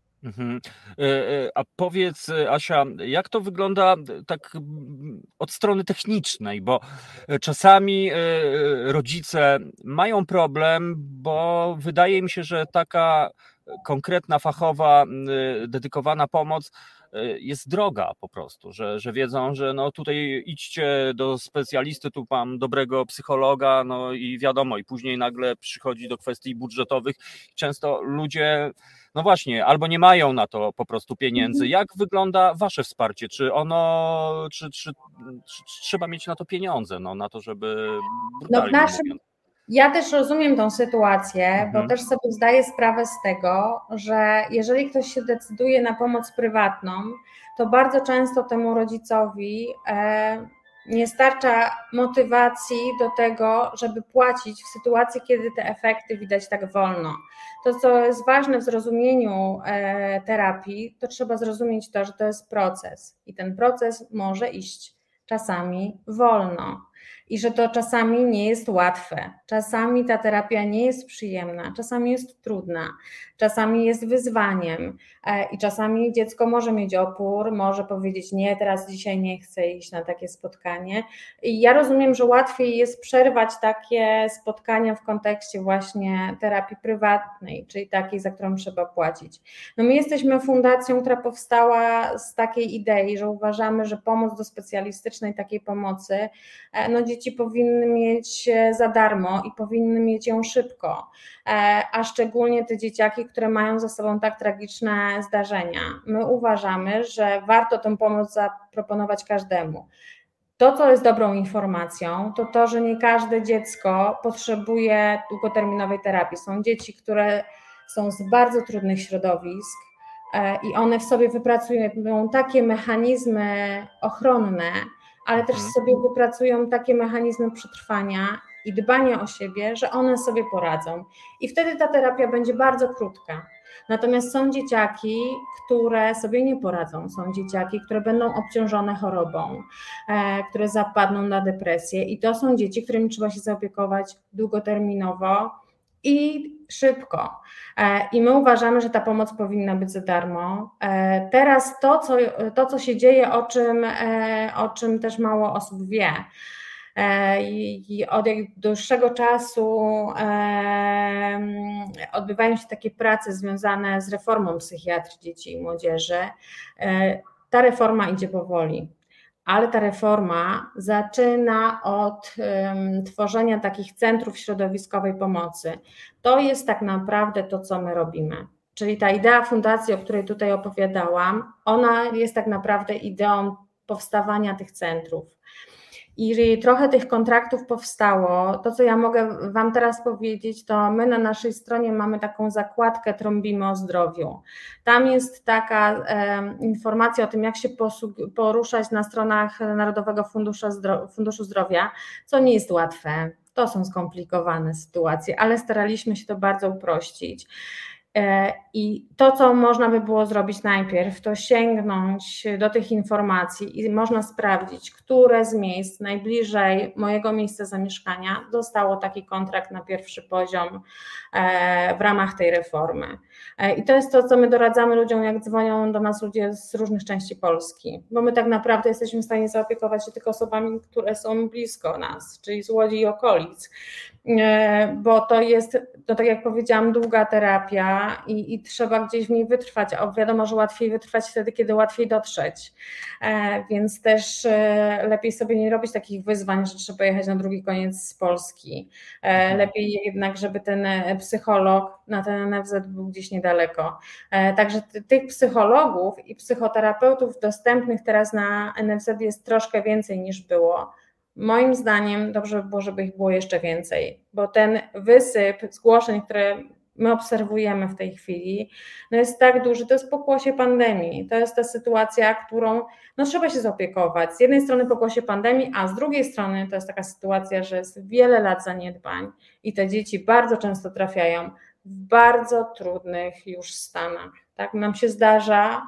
[SPEAKER 2] A powiedz, Asia, jak to wygląda tak od strony technicznej, bo czasami rodzice mają problem, bo wydaje mi się, że taka konkretna, fachowa, dedykowana pomoc jest droga po prostu, że wiedzą, że no tutaj idźcie do specjalisty, tu mam dobrego psychologa, no i wiadomo, i później nagle przychodzi do kwestii budżetowych. Często ludzie, no właśnie, albo nie mają na to po prostu pieniędzy. Jak wygląda wasze wsparcie? Czy trzeba mieć na to pieniądze, no na to, żeby brutalnie mówiąc?
[SPEAKER 3] Ja też rozumiem tą sytuację, bo też sobie zdaję sprawę z tego, że jeżeli ktoś się decyduje na pomoc prywatną, to bardzo często temu rodzicowi nie starcza motywacji do tego, żeby płacić w sytuacji, kiedy te efekty widać tak wolno. To, co jest ważne w zrozumieniu terapii, to trzeba zrozumieć to, że to jest proces i ten proces może iść czasami wolno. I że to czasami nie jest łatwe, czasami ta terapia nie jest przyjemna, czasami jest trudna, czasami jest wyzwaniem i czasami dziecko może mieć opór, może powiedzieć nie, teraz dzisiaj nie chcę iść na takie spotkanie. I ja rozumiem, że łatwiej jest przerwać takie spotkania w kontekście właśnie terapii prywatnej, czyli takiej, za którą trzeba płacić. No my jesteśmy fundacją, która powstała z takiej idei, że uważamy, że pomoc do specjalistycznej takiej pomocy, no dzieci powinny mieć za darmo i powinny mieć ją szybko, a szczególnie te dzieciaki, które mają za sobą tak tragiczne zdarzenia. My uważamy, że warto tę pomoc zaproponować każdemu. To, co jest dobrą informacją, to to, że nie każde dziecko potrzebuje długoterminowej terapii. Są dzieci, które są z bardzo trudnych środowisk i one w sobie wypracują takie mechanizmy ochronne, ale też sobie wypracują takie mechanizmy przetrwania i dbania o siebie, że one sobie poradzą. I wtedy ta terapia będzie bardzo krótka. Natomiast są dzieciaki, które sobie nie poradzą, są dzieciaki, które będą obciążone chorobą, które zapadną na depresję i to są dzieci, którymi trzeba się zaopiekować długoterminowo i szybko. I my uważamy, że ta pomoc powinna być za darmo. Teraz to, co się dzieje, o czym też mało osób wie, i od dłuższego czasu odbywają się takie prace związane z reformą psychiatrii dzieci i młodzieży. Ta reforma idzie powoli, ale ta reforma zaczyna od tworzenia takich centrów środowiskowej pomocy. To jest tak naprawdę to, co my robimy. Czyli ta idea fundacji, o której tutaj opowiadałam, ona jest tak naprawdę ideą powstawania tych centrów. I trochę tych kontraktów powstało. To, co ja mogę Wam teraz powiedzieć, to my na naszej stronie mamy taką zakładkę Trąbimy o zdrowiu. Tam jest taka informacja o tym, jak się poruszać na stronach Narodowego Funduszu Zdrowia, co nie jest łatwe. To są skomplikowane sytuacje, ale staraliśmy się to bardzo uprościć. I to, co można by było zrobić najpierw, to sięgnąć do tych informacji i można sprawdzić, które z miejsc najbliżej mojego miejsca zamieszkania dostało taki kontrakt na pierwszy poziom w ramach tej reformy. I to jest to, co my doradzamy ludziom, jak dzwonią do nas ludzie z różnych części Polski, bo my tak naprawdę jesteśmy w stanie zaopiekować się tylko osobami, które są blisko nas, czyli z Łodzi i okolic. Bo to jest, no tak jak powiedziałam, długa terapia i trzeba gdzieś w niej wytrwać, a wiadomo, że łatwiej wytrwać wtedy, kiedy łatwiej dotrzeć, więc też lepiej sobie nie robić takich wyzwań, że trzeba jechać na drugi koniec Polski, lepiej jednak, żeby ten psycholog na ten NFZ był gdzieś niedaleko, także tych psychologów i psychoterapeutów dostępnych teraz na NFZ jest troszkę więcej niż było. Moim zdaniem dobrze by było, żeby ich było jeszcze więcej, bo ten wysyp zgłoszeń, które my obserwujemy w tej chwili, no jest tak duży, to jest pokłosie pandemii, to jest ta sytuacja, którą no trzeba się zaopiekować. Z jednej strony pokłosie pandemii, a z drugiej strony to jest taka sytuacja, że jest wiele lat zaniedbań i te dzieci bardzo często trafiają w bardzo trudnych już stanach. Tak nam się zdarza,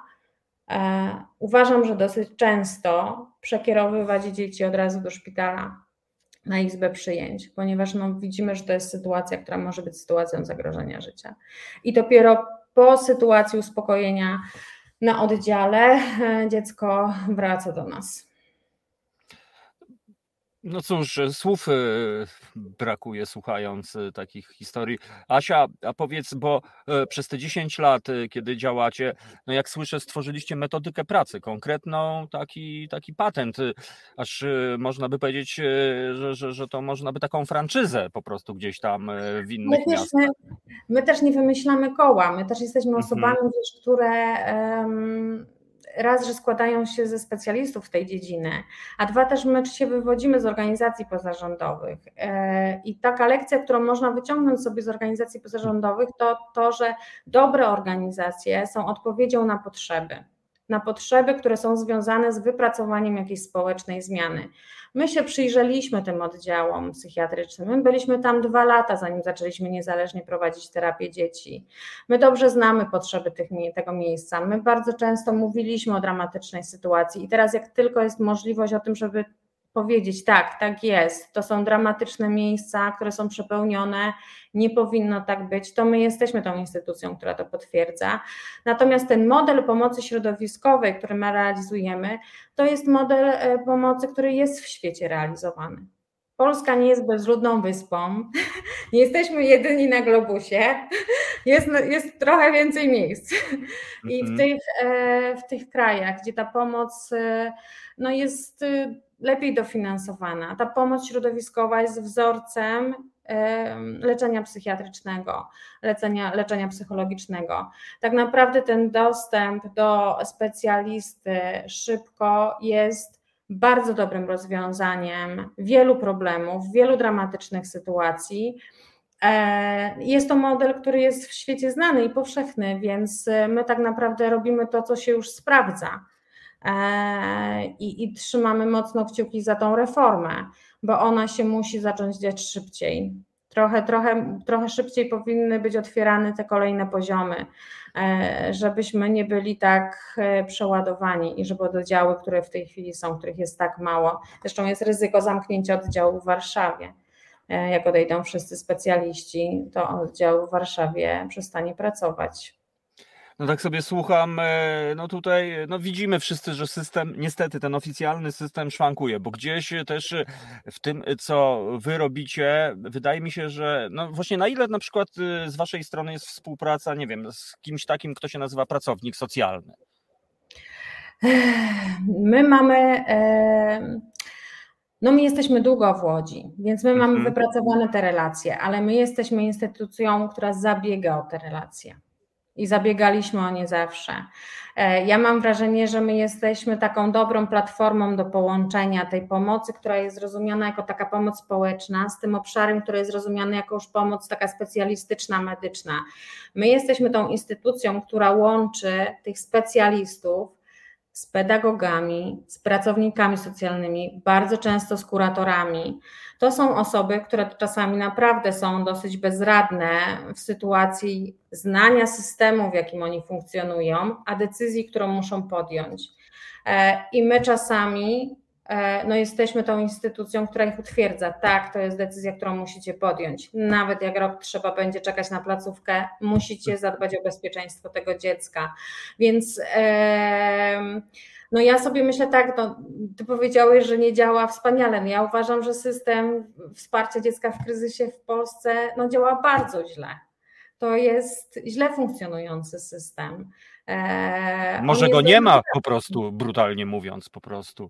[SPEAKER 3] uważam, że dosyć często przekierowywać dzieci od razu do szpitala na izbę przyjęć, ponieważ no, widzimy, że to jest sytuacja, która może być sytuacją zagrożenia życia. I dopiero po sytuacji uspokojenia na oddziale dziecko wraca do nas.
[SPEAKER 2] No cóż, słów brakuje słuchając takich historii. Asia, a powiedz, bo przez te 10 lat, kiedy działacie, no jak słyszę, stworzyliście metodykę pracy, konkretną, taki patent, aż można by powiedzieć, że to można by taką franczyzę po prostu gdzieś tam w
[SPEAKER 3] My
[SPEAKER 2] innych
[SPEAKER 3] też,
[SPEAKER 2] miastach.
[SPEAKER 3] my też nie wymyślamy koła, my też jesteśmy
[SPEAKER 2] Mhm,
[SPEAKER 3] osobami, wiesz, które raz, że składają się ze specjalistów w tej dziedziny, a dwa też my się wywodzimy z organizacji pozarządowych. I taka lekcja, którą można wyciągnąć sobie z organizacji pozarządowych, to to, że dobre organizacje są odpowiedzią na potrzeby, które są związane z wypracowaniem jakiejś społecznej zmiany. My się przyjrzeliśmy tym oddziałom psychiatrycznym. My byliśmy tam 2 lata, zanim zaczęliśmy niezależnie prowadzić terapię dzieci. My dobrze znamy potrzeby tego miejsca. My bardzo często mówiliśmy o dramatycznej sytuacji i teraz jak tylko jest możliwość o tym, żeby powiedzieć tak, tak jest, to są dramatyczne miejsca, które są przepełnione, nie powinno tak być, to my jesteśmy tą instytucją, która to potwierdza. Natomiast ten model pomocy środowiskowej, który my realizujemy, to jest model pomocy, który jest w świecie realizowany. Polska nie jest bezludną wyspą, nie jesteśmy jedyni na globusie, jest trochę więcej miejsc. I
[SPEAKER 2] mhm.
[SPEAKER 3] w tych krajach, gdzie ta pomoc no jest lepiej dofinansowana, ta pomoc środowiskowa jest wzorcem leczenia psychiatrycznego, leczenia psychologicznego. Tak naprawdę ten dostęp do specjalisty szybko jest bardzo dobrym rozwiązaniem wielu problemów, wielu dramatycznych sytuacji. Jest to model, który jest w świecie znany i powszechny, więc my tak naprawdę robimy to, co się już sprawdza. I trzymamy mocno kciuki za tą reformę, bo ona się musi zacząć dziać szybciej. Trochę szybciej powinny być otwierane te kolejne poziomy, żebyśmy nie byli tak przeładowani i żeby oddziały, które w tej chwili są, których jest tak mało, zresztą jest ryzyko zamknięcia oddziału w Warszawie. Jak odejdą wszyscy specjaliści, to oddział w Warszawie przestanie pracować.
[SPEAKER 2] No tak sobie słucham, no tutaj no widzimy wszyscy, że system, niestety ten oficjalny system szwankuje, bo gdzieś też w tym, co wy robicie, wydaje mi się, że no właśnie na ile na przykład z waszej strony jest współpraca, nie wiem, z kimś takim, kto się nazywa pracownik socjalny.
[SPEAKER 3] My mamy, no my jesteśmy długo w Łodzi, więc my mamy
[SPEAKER 2] Mhm.
[SPEAKER 3] wypracowane te relacje, ale my jesteśmy instytucją, która zabiega o te relacje i zabiegaliśmy o nie zawsze. Ja mam wrażenie, że my jesteśmy taką dobrą platformą do połączenia tej pomocy, która jest rozumiana jako taka pomoc społeczna, z tym obszarem, który jest rozumiany jako już pomoc taka specjalistyczna, medyczna. My jesteśmy tą instytucją, która łączy tych specjalistów z pedagogami, z pracownikami socjalnymi, bardzo często z kuratorami. To są osoby, które czasami naprawdę są dosyć bezradne w sytuacji znania systemu, w jakim oni funkcjonują, a decyzji, którą muszą podjąć. I my czasami no jesteśmy tą instytucją, która ich utwierdza. Tak, to jest decyzja, którą musicie podjąć. Nawet jak rok trzeba będzie czekać na placówkę, musicie zadbać o bezpieczeństwo tego dziecka. Więc no ja sobie myślę tak, no, ty powiedziałeś, że nie działa wspaniale. No ja uważam, że system wsparcia dziecka w kryzysie w Polsce no, działa bardzo źle. To jest źle funkcjonujący system. On
[SPEAKER 2] Może go
[SPEAKER 3] jest
[SPEAKER 2] nie ma po prostu, brutalnie mówiąc, po prostu.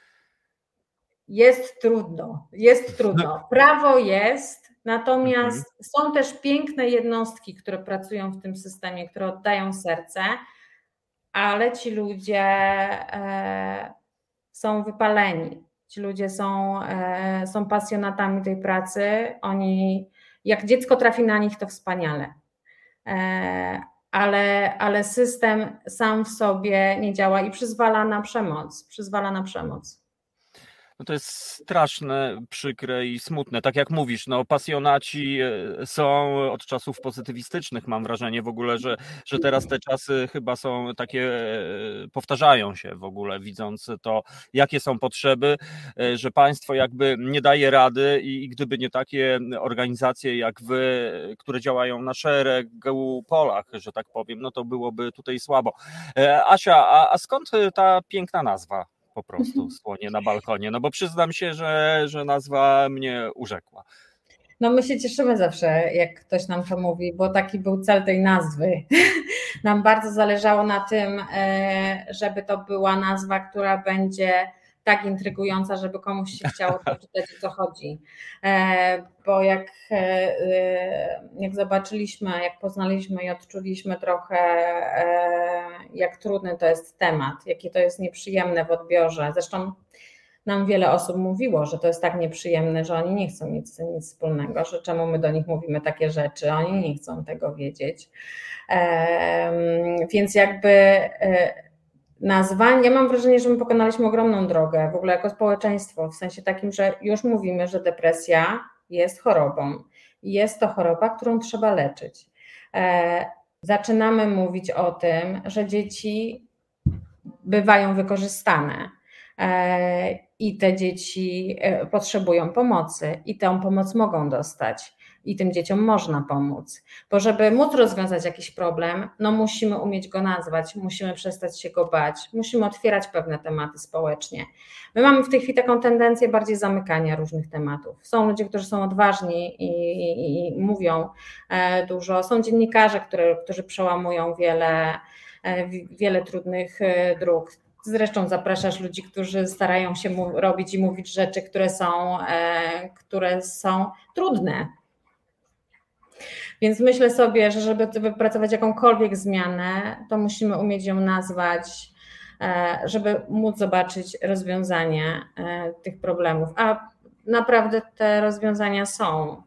[SPEAKER 3] Jest trudno, jest trudno. Prawo jest,
[SPEAKER 2] Mhm.
[SPEAKER 3] natomiast są też piękne jednostki, które pracują w tym systemie, które oddają serce, ale ci ludzie są wypaleni. Ci ludzie są pasjonatami tej pracy. Oni, jak dziecko trafi na nich, to wspaniale. Ale system sam w sobie nie działa i przyzwala na przemoc.
[SPEAKER 2] No to jest straszne, przykre i smutne. Tak jak mówisz, no pasjonaci są od czasów pozytywistycznych, mam wrażenie w ogóle, że teraz te czasy chyba są takie, powtarzają się w ogóle, widząc to, jakie są potrzeby, że państwo jakby nie daje rady i gdyby nie takie organizacje jak wy, które działają na szeregu polach, że tak powiem, no to byłoby tutaj słabo. Asia, a skąd ta piękna nazwa? po prostu słonie na balkonie, no bo przyznam się, że nazwa mnie urzekła.
[SPEAKER 3] No my się cieszymy zawsze, jak ktoś nam to mówi, bo taki był cel tej nazwy. Nam bardzo zależało na tym, żeby to była nazwa, która będzie tak intrygująca, żeby komuś się chciało przeczytać, o co chodzi. Bo jak zobaczyliśmy, jak poznaliśmy i odczuliśmy trochę, jak trudny to jest temat, jakie to jest nieprzyjemne w odbiorze. Zresztą nam wiele osób mówiło, że to jest tak nieprzyjemne, że oni nie chcą mieć z tym nic wspólnego, że czemu my do nich mówimy takie rzeczy, oni nie chcą tego wiedzieć. Więc jakby nazwa, ja mam wrażenie, że my pokonaliśmy ogromną drogę w ogóle jako społeczeństwo, w sensie takim, że już mówimy, że depresja jest chorobą. Jest to choroba, którą trzeba leczyć. Zaczynamy mówić o tym, że dzieci bywają wykorzystane i te dzieci potrzebują pomocy i tę pomoc mogą dostać i tym dzieciom można pomóc, bo żeby móc rozwiązać jakiś problem, no musimy umieć go nazwać, musimy przestać się go bać, musimy otwierać pewne tematy społecznie. My mamy w tej chwili taką tendencję bardziej zamykania różnych tematów. Są ludzie, którzy są odważni i mówią dużo, są dziennikarze, którzy przełamują wiele trudnych dróg. Zresztą zapraszasz ludzi, którzy starają się robić i mówić rzeczy, które są trudne. Więc myślę sobie, że żeby wypracować jakąkolwiek zmianę, to musimy umieć ją nazwać, żeby móc zobaczyć rozwiązanie tych problemów. A naprawdę te rozwiązania są.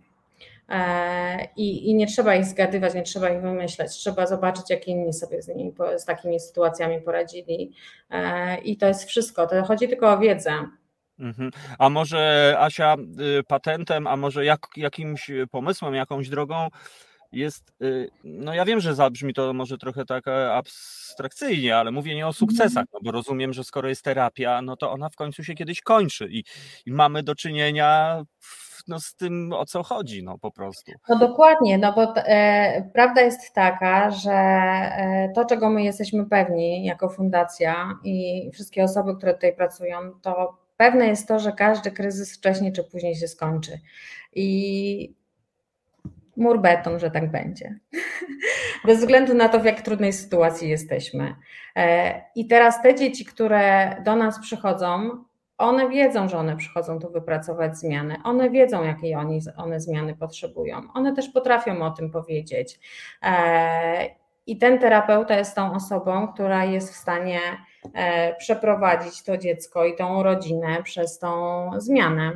[SPEAKER 3] I nie trzeba ich zgadywać, nie trzeba ich wymyślać, trzeba zobaczyć, jak inni sobie z takimi sytuacjami poradzili i to jest wszystko, to chodzi tylko o wiedzę.
[SPEAKER 2] A może, Asia, patentem, a może jakimś pomysłem, jakąś drogą jest, no ja wiem, że zabrzmi to może trochę tak abstrakcyjnie, ale mówienie o sukcesach, no bo rozumiem, że skoro jest terapia, no to ona w końcu się kiedyś kończy i mamy do czynienia z tym, o co chodzi, no po prostu.
[SPEAKER 3] No dokładnie, no bo prawda jest taka, że to, czego my jesteśmy pewni jako fundacja i wszystkie osoby, które tutaj pracują, to pewne jest to, że każdy kryzys wcześniej czy później się skończy i mur beton, że tak będzie. Bez względu na to, w jak trudnej sytuacji jesteśmy. I teraz te dzieci, które do nas przychodzą, one wiedzą, że one przychodzą tu wypracować zmiany. One wiedzą, jakiej one zmiany potrzebują. One też potrafią o tym powiedzieć. I ten terapeuta jest tą osobą, która jest w stanie przeprowadzić to dziecko i tą rodzinę przez tą zmianę.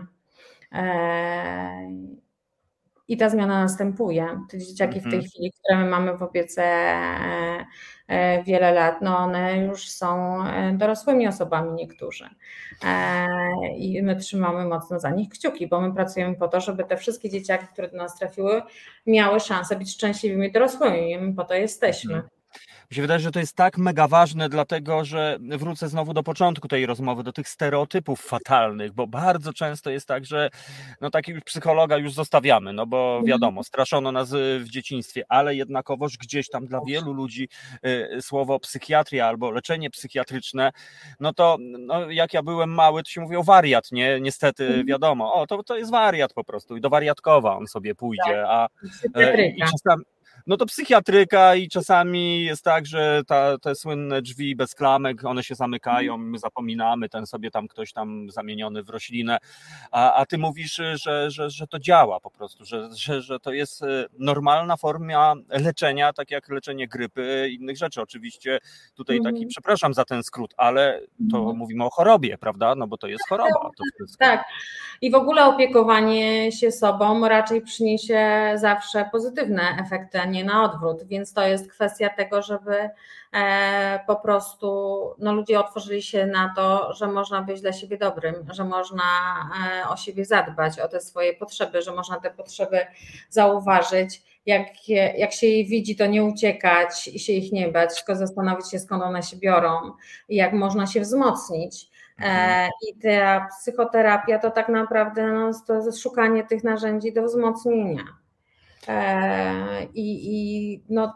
[SPEAKER 3] I ta zmiana następuje. Te dzieciaki w tej chwili, które my mamy w opiece wiele lat, no one już są dorosłymi osobami niektórzy. I my trzymamy mocno za nich kciuki, bo my pracujemy po to, żeby te wszystkie dzieciaki, które do nas trafiły, miały szansę być szczęśliwymi dorosłymi. I my po to jesteśmy.
[SPEAKER 2] Mi się wydaje, że to jest tak mega ważne, dlatego że wrócę znowu do początku tej rozmowy, do tych stereotypów fatalnych, bo bardzo często jest tak, że no takiego psychologa już zostawiamy, no bo wiadomo, straszono nas w dzieciństwie, ale jednakowoż gdzieś tam dla wielu ludzi słowo psychiatria albo leczenie psychiatryczne, no to jak ja byłem mały, to się mówiło wariat, nie? Niestety wiadomo, to jest wariat po prostu i do wariatkowa on sobie pójdzie, i czasami no to psychiatryka i czasami jest tak, że te słynne drzwi bez klamek, one się zamykają, my zapominamy, ten sobie tam ktoś tam zamieniony w roślinę, a ty mówisz, że to działa po prostu, że to jest normalna forma leczenia, tak jak leczenie grypy i innych rzeczy. Oczywiście tutaj taki, przepraszam za ten skrót, ale to mówimy o chorobie, prawda? No bo to jest choroba. To wszystko.
[SPEAKER 3] Tak. I w ogóle opiekowanie się sobą raczej przyniesie zawsze pozytywne efekty, a nie na odwrót, więc to jest kwestia tego, żeby po prostu ludzie otworzyli się na to, że można być dla siebie dobrym, że można o siebie zadbać, o te swoje potrzeby, że można te potrzeby zauważyć. Jak się je widzi, to nie uciekać i się ich nie bać, tylko zastanowić się, skąd one się biorą i jak można się wzmocnić. I ta psychoterapia to tak naprawdę to jest szukanie tych narzędzi do wzmocnienia.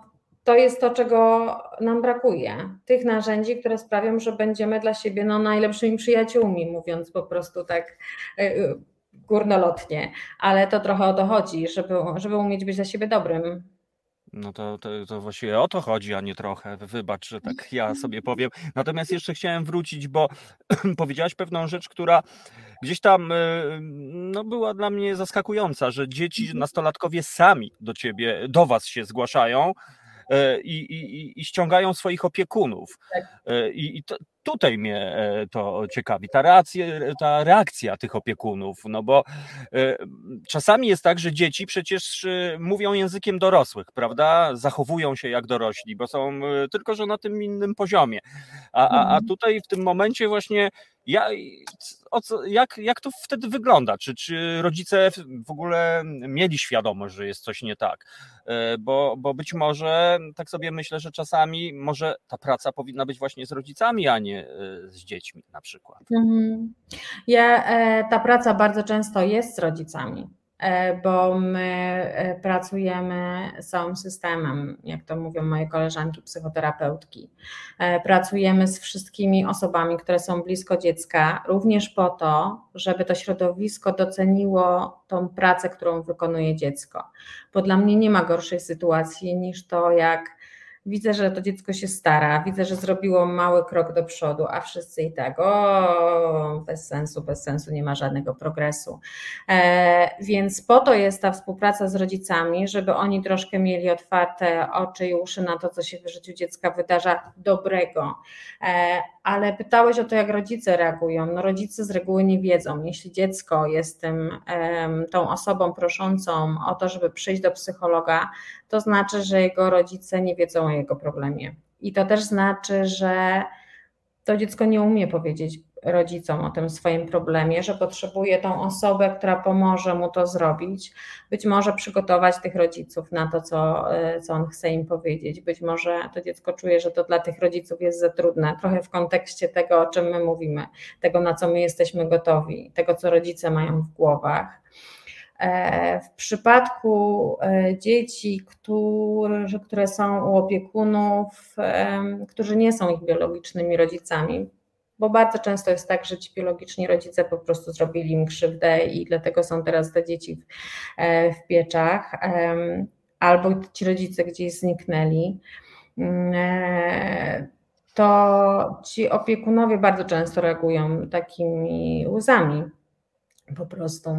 [SPEAKER 3] to jest to, czego nam brakuje. Tych narzędzi, które sprawią, że będziemy dla siebie najlepszymi przyjaciółmi, mówiąc po prostu tak górnolotnie. Ale to trochę o to chodzi, żeby umieć być dla siebie dobrym.
[SPEAKER 2] No to właściwie o to chodzi, a nie trochę. Wybacz, że tak ja sobie powiem. Natomiast jeszcze chciałem wrócić, bo powiedziałaś pewną rzecz, która gdzieś tam no, była dla mnie zaskakująca, że dzieci, nastolatkowie sami do was się zgłaszają i ściągają swoich opiekunów. I tutaj mnie to ciekawi, ta reakcja tych opiekunów, no bo czasami jest tak, że dzieci przecież mówią językiem dorosłych, prawda? Zachowują się jak dorośli, bo są tylko, że na tym innym poziomie. A tutaj w tym momencie właśnie jak to wtedy wygląda? Czy rodzice w ogóle mieli świadomość, że jest coś nie tak? Bo być może, tak sobie myślę, że czasami może ta praca powinna być właśnie z rodzicami, a nie z dziećmi na przykład.
[SPEAKER 3] Ta praca bardzo często jest z rodzicami, bo my pracujemy z całym systemem, jak to mówią moje koleżanki psychoterapeutki. Pracujemy z wszystkimi osobami, które są blisko dziecka, również po to, żeby to środowisko doceniło tą pracę, którą wykonuje dziecko. Bo dla mnie nie ma gorszej sytuacji niż to, jak widzę, że to dziecko się stara, widzę, że zrobiło mały krok do przodu, a wszyscy i tak, bez sensu, nie ma żadnego progresu. Więc po to jest ta współpraca z rodzicami, żeby oni troszkę mieli otwarte oczy i uszy na to, co się w życiu dziecka wydarza dobrego. Ale pytałeś o to, jak rodzice reagują. No rodzice z reguły nie wiedzą. Jeśli dziecko jest tą osobą proszącą o to, żeby przyjść do psychologa, to znaczy, że jego rodzice nie wiedzą o jego problemie. I to też znaczy, że to dziecko nie umie powiedzieć rodzicom o tym swoim problemie, że potrzebuje tą osobę, która pomoże mu to zrobić. Być może przygotować tych rodziców na to, co on chce im powiedzieć. Być może to dziecko czuje, że to dla tych rodziców jest za trudne, trochę w kontekście tego, o czym my mówimy, tego, na co my jesteśmy gotowi, tego, co rodzice mają w głowach. W przypadku dzieci, które są u opiekunów, którzy nie są ich biologicznymi rodzicami, bo bardzo często jest tak, że ci biologiczni rodzice po prostu zrobili im krzywdę i dlatego są teraz te dzieci w pieczach, albo ci rodzice gdzieś zniknęli, to ci opiekunowie bardzo często reagują takimi łzami po prostu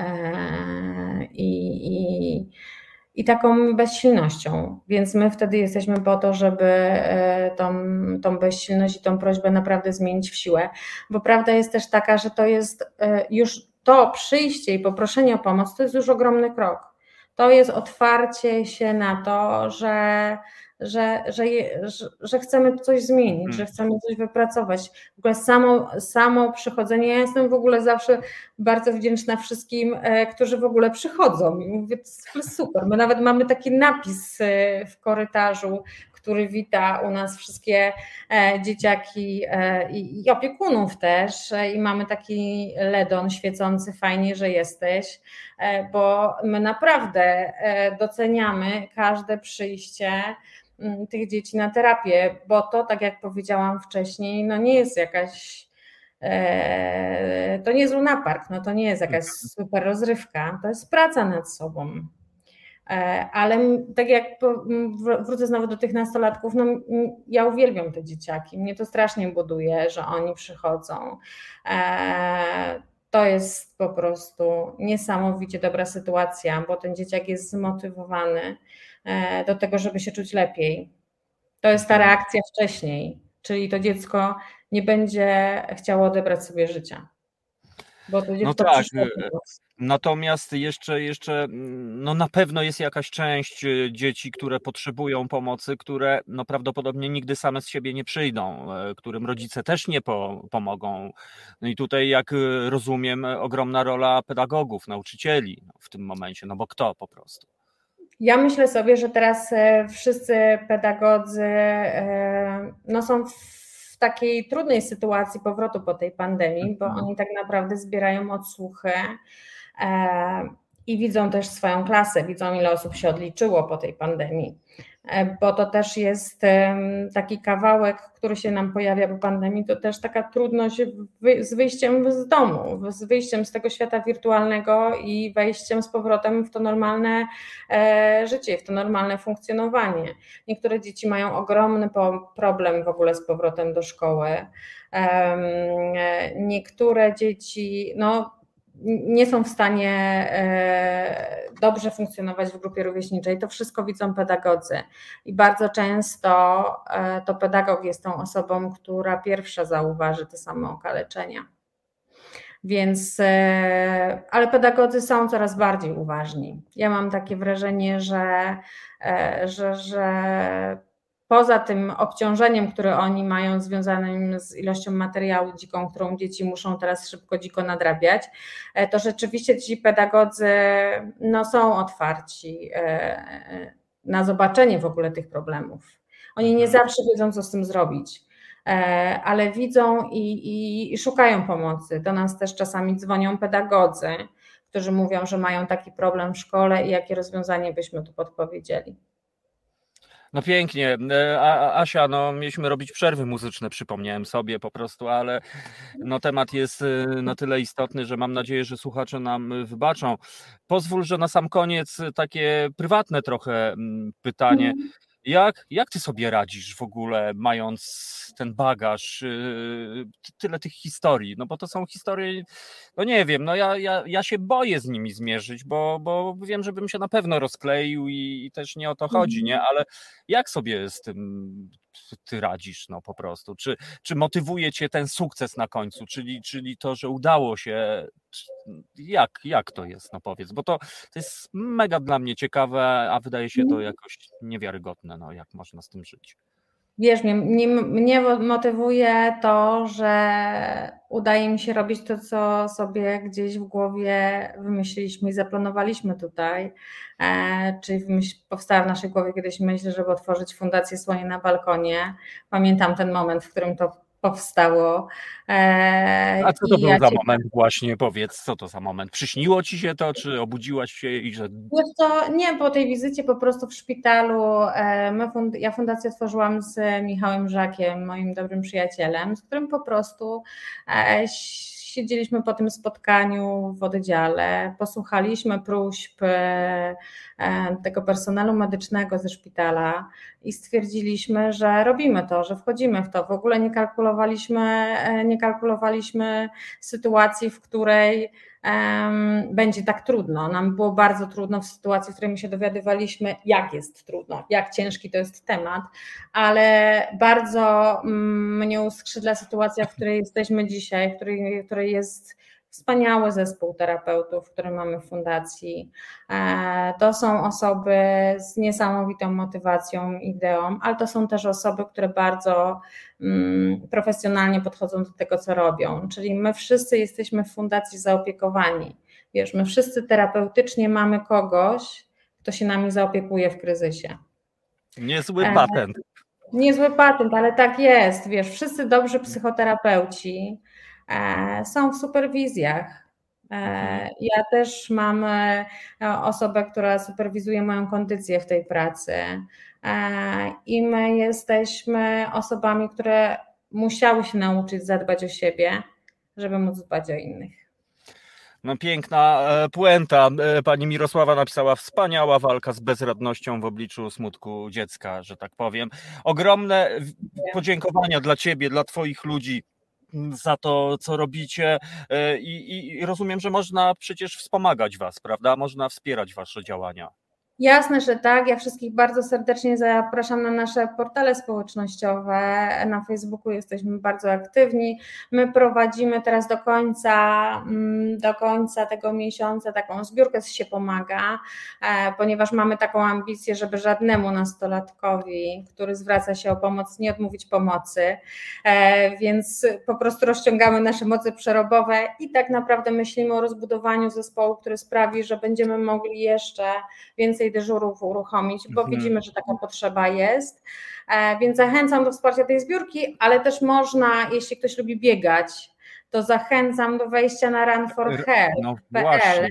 [SPEAKER 3] i taką bezsilnością, więc my wtedy jesteśmy po to, żeby tą bezsilność i tą prośbę naprawdę zmienić w siłę, bo prawda jest też taka, że to jest już to przyjście i poproszenie o pomoc, to jest już ogromny krok. To jest otwarcie się na to, że chcemy coś zmienić, że chcemy coś wypracować. W ogóle samo przychodzenie, ja jestem w ogóle zawsze bardzo wdzięczna wszystkim, którzy w ogóle przychodzą i mówię, to jest super. My nawet mamy taki napis w korytarzu, który wita u nas wszystkie dzieciaki i opiekunów też i mamy taki ledon świecący, fajnie, że jesteś, bo my naprawdę doceniamy każde przyjście tych dzieci na terapię, bo to, tak jak powiedziałam wcześniej, no nie jest jakaś, to nie jest lunapark, no to nie jest jakaś super rozrywka, to jest praca nad sobą. Ale tak jak wrócę znowu do tych nastolatków, no ja uwielbiam te dzieciaki, mnie to strasznie buduje, że oni przychodzą. To jest po prostu niesamowicie dobra sytuacja, bo ten dzieciak jest zmotywowany do tego, żeby się czuć lepiej. To jest ta reakcja wcześniej, czyli to dziecko nie będzie chciało odebrać sobie życia. Bo to dziecko przyszło.
[SPEAKER 2] Natomiast jeszcze no na pewno jest jakaś część dzieci, które potrzebują pomocy, które no prawdopodobnie nigdy same z siebie nie przyjdą, którym rodzice też nie pomogą. No i tutaj, jak rozumiem, ogromna rola pedagogów, nauczycieli w tym momencie, no bo kto po prostu?
[SPEAKER 3] Ja myślę sobie, że teraz wszyscy pedagodzy no są w takiej trudnej sytuacji powrotu po tej pandemii, bo oni tak naprawdę zbierają odsłuchy i widzą też swoją klasę, widzą ile osób się odliczyło po tej pandemii, bo to też jest taki kawałek, który się nam pojawia po pandemii, to też taka trudność z wyjściem z domu, z wyjściem z tego świata wirtualnego i wejściem z powrotem w to normalne życie, w to normalne funkcjonowanie. Niektóre dzieci mają ogromny problem w ogóle z powrotem do szkoły. Niektóre dzieci nie są w stanie dobrze funkcjonować w grupie rówieśniczej. To wszystko widzą pedagodzy i bardzo często to pedagog jest tą osobą, która pierwsza zauważy te samookaleczenia. Więc, ale pedagodzy są coraz bardziej uważni. Ja mam takie wrażenie, że poza tym obciążeniem, które oni mają związanym z ilością materiału dziką, którą dzieci muszą teraz szybko, dziko nadrabiać, to rzeczywiście ci pedagodzy są otwarci na zobaczenie w ogóle tych problemów. Oni nie zawsze wiedzą, co z tym zrobić, ale widzą i szukają pomocy. Do nas też czasami dzwonią pedagodzy, którzy mówią, że mają taki problem w szkole i jakie rozwiązanie byśmy tu podpowiedzieli.
[SPEAKER 2] No pięknie. Asia, mieliśmy robić przerwy muzyczne, przypomniałem sobie po prostu, ale temat jest na tyle istotny, że mam nadzieję, że słuchacze nam wybaczą. Pozwól, że na sam koniec takie prywatne trochę pytanie. Jak ty sobie radzisz w ogóle, mając ten bagaż, tyle tych historii? No bo to są historie, nie wiem, ja się boję z nimi zmierzyć, bo wiem, że bym się na pewno rozkleił i też nie o to chodzi, nie? Ale jak sobie z tym ty radzisz, po prostu? Czy motywuje cię ten sukces na końcu, czyli to, że udało się? Jak to jest, powiedz, bo to jest mega dla mnie ciekawe, a wydaje się to jakoś niewiarygodne, jak można z tym żyć.
[SPEAKER 3] Wiesz, mnie motywuje to, że udaje mi się robić to, co sobie gdzieś w głowie wymyśliliśmy i zaplanowaliśmy tutaj, czyli powstała w naszej głowie kiedyś myśl, żeby otworzyć Fundację Słonie na Balkonie. Pamiętam ten moment, w którym to powstało.
[SPEAKER 2] A co to był za moment właśnie, powiedz, co to za moment? Przyśniło ci się to, czy obudziłaś się i że...
[SPEAKER 3] Wiesz co, nie, po tej wizycie po prostu w szpitalu, ja fundację otworzyłam z Michałem Żakiem, moim dobrym przyjacielem, z którym po prostu siedzieliśmy po tym spotkaniu w oddziale, posłuchaliśmy próśb tego personelu medycznego ze szpitala i stwierdziliśmy, że robimy to, że wchodzimy w to. W ogóle nie kalkulowaliśmy sytuacji, w której będzie tak trudno. Nam było bardzo trudno w sytuacji, w której my się dowiadywaliśmy, jak jest trudno, jak ciężki to jest temat, ale bardzo mnie uskrzydla sytuacja, w której jesteśmy dzisiaj, w której jest wspaniały zespół terapeutów, który mamy w fundacji. To są osoby z niesamowitą motywacją, ideą, ale to są też osoby, które bardzo profesjonalnie podchodzą do tego, co robią. Czyli my wszyscy jesteśmy w fundacji zaopiekowani. Wiesz, my wszyscy terapeutycznie mamy kogoś, kto się nami zaopiekuje w kryzysie.
[SPEAKER 2] Niezły patent.
[SPEAKER 3] Niezły patent, ale tak jest. Wiesz, wszyscy dobrzy psychoterapeuci są w superwizjach. Ja też mam osobę, która superwizuje moją kondycję w tej pracy i my jesteśmy osobami, które musiały się nauczyć zadbać o siebie, żeby móc dbać o innych.
[SPEAKER 2] Piękna puenta. Pani Mirosława napisała: wspaniała walka z bezradnością w obliczu smutku dziecka, że tak powiem. Ogromne podziękowania dla ciebie, dla twoich ludzi za to, co robicie i rozumiem, że można przecież wspomagać was, prawda? Można wspierać wasze działania.
[SPEAKER 3] Jasne, że tak. Ja wszystkich bardzo serdecznie zapraszam na nasze portale społecznościowe. Na Facebooku jesteśmy bardzo aktywni. My prowadzimy teraz do końca tego miesiąca taką zbiórkę z Się Pomaga, ponieważ mamy taką ambicję, żeby żadnemu nastolatkowi, który zwraca się o pomoc, nie odmówić pomocy. Więc po prostu rozciągamy nasze moce przerobowe i tak naprawdę myślimy o rozbudowaniu zespołu, który sprawi, że będziemy mogli jeszcze więcej dyżurów uruchomić, bo widzimy, że taka potrzeba jest, więc zachęcam do wsparcia tej zbiórki, ale też można, jeśli ktoś lubi biegać, to zachęcam do wejścia na runforhealth.pl.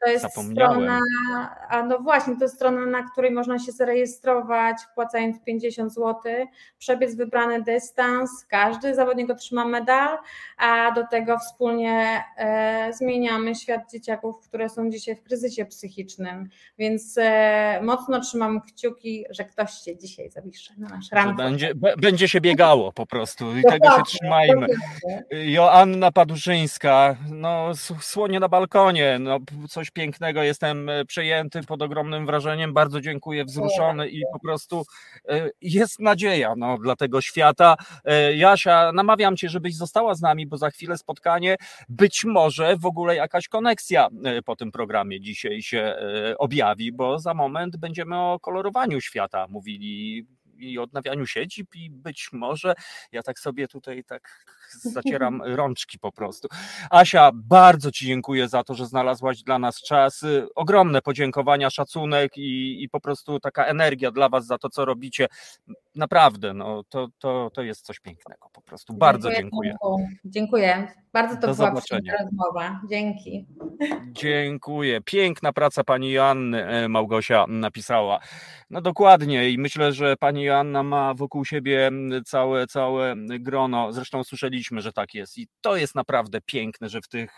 [SPEAKER 3] To jest
[SPEAKER 2] Zapomniałem.
[SPEAKER 3] strona, a no właśnie, to jest strona, na której można się zarejestrować, wpłacając 50 zł, przebiec wybrany dystans, każdy zawodnik otrzyma medal, a do tego wspólnie zmieniamy świat dzieciaków, które są dzisiaj w kryzysie psychicznym, więc mocno trzymam kciuki, że ktoś się dzisiaj zapisze na nasz run.
[SPEAKER 2] Będzie się biegało po prostu i tego się trzymajmy. Joanna Paduszyńska, no słonie na balkonie, no coś pięknego, jestem przejęty pod ogromnym wrażeniem, bardzo dziękuję, wzruszony i po prostu jest nadzieja dla tego świata. Jasia, namawiam Cię, żebyś została z nami, bo za chwilę spotkanie, być może w ogóle jakaś koneksja po tym programie dzisiaj się objawi, bo za moment będziemy o kolorowaniu świata mówili i odnawianiu siedzib i być może ja tak sobie tutaj tak zacieram rączki po prostu. Asia, bardzo Ci dziękuję za to, że znalazłaś dla nas czas. Ogromne podziękowania, szacunek i po prostu taka energia dla Was za to, co robicie. Naprawdę, to jest coś pięknego po prostu. Bardzo dziękuję.
[SPEAKER 3] Dziękuję. Bardzo to była
[SPEAKER 2] przyjemna
[SPEAKER 3] rozmowa. Dzięki.
[SPEAKER 2] Dziękuję. Piękna praca pani Joanny, Małgosia napisała. No dokładnie i myślę, że pani Joanna ma wokół siebie całe grono. Zresztą słyszeliśmy, że tak jest i to jest naprawdę piękne, że w tych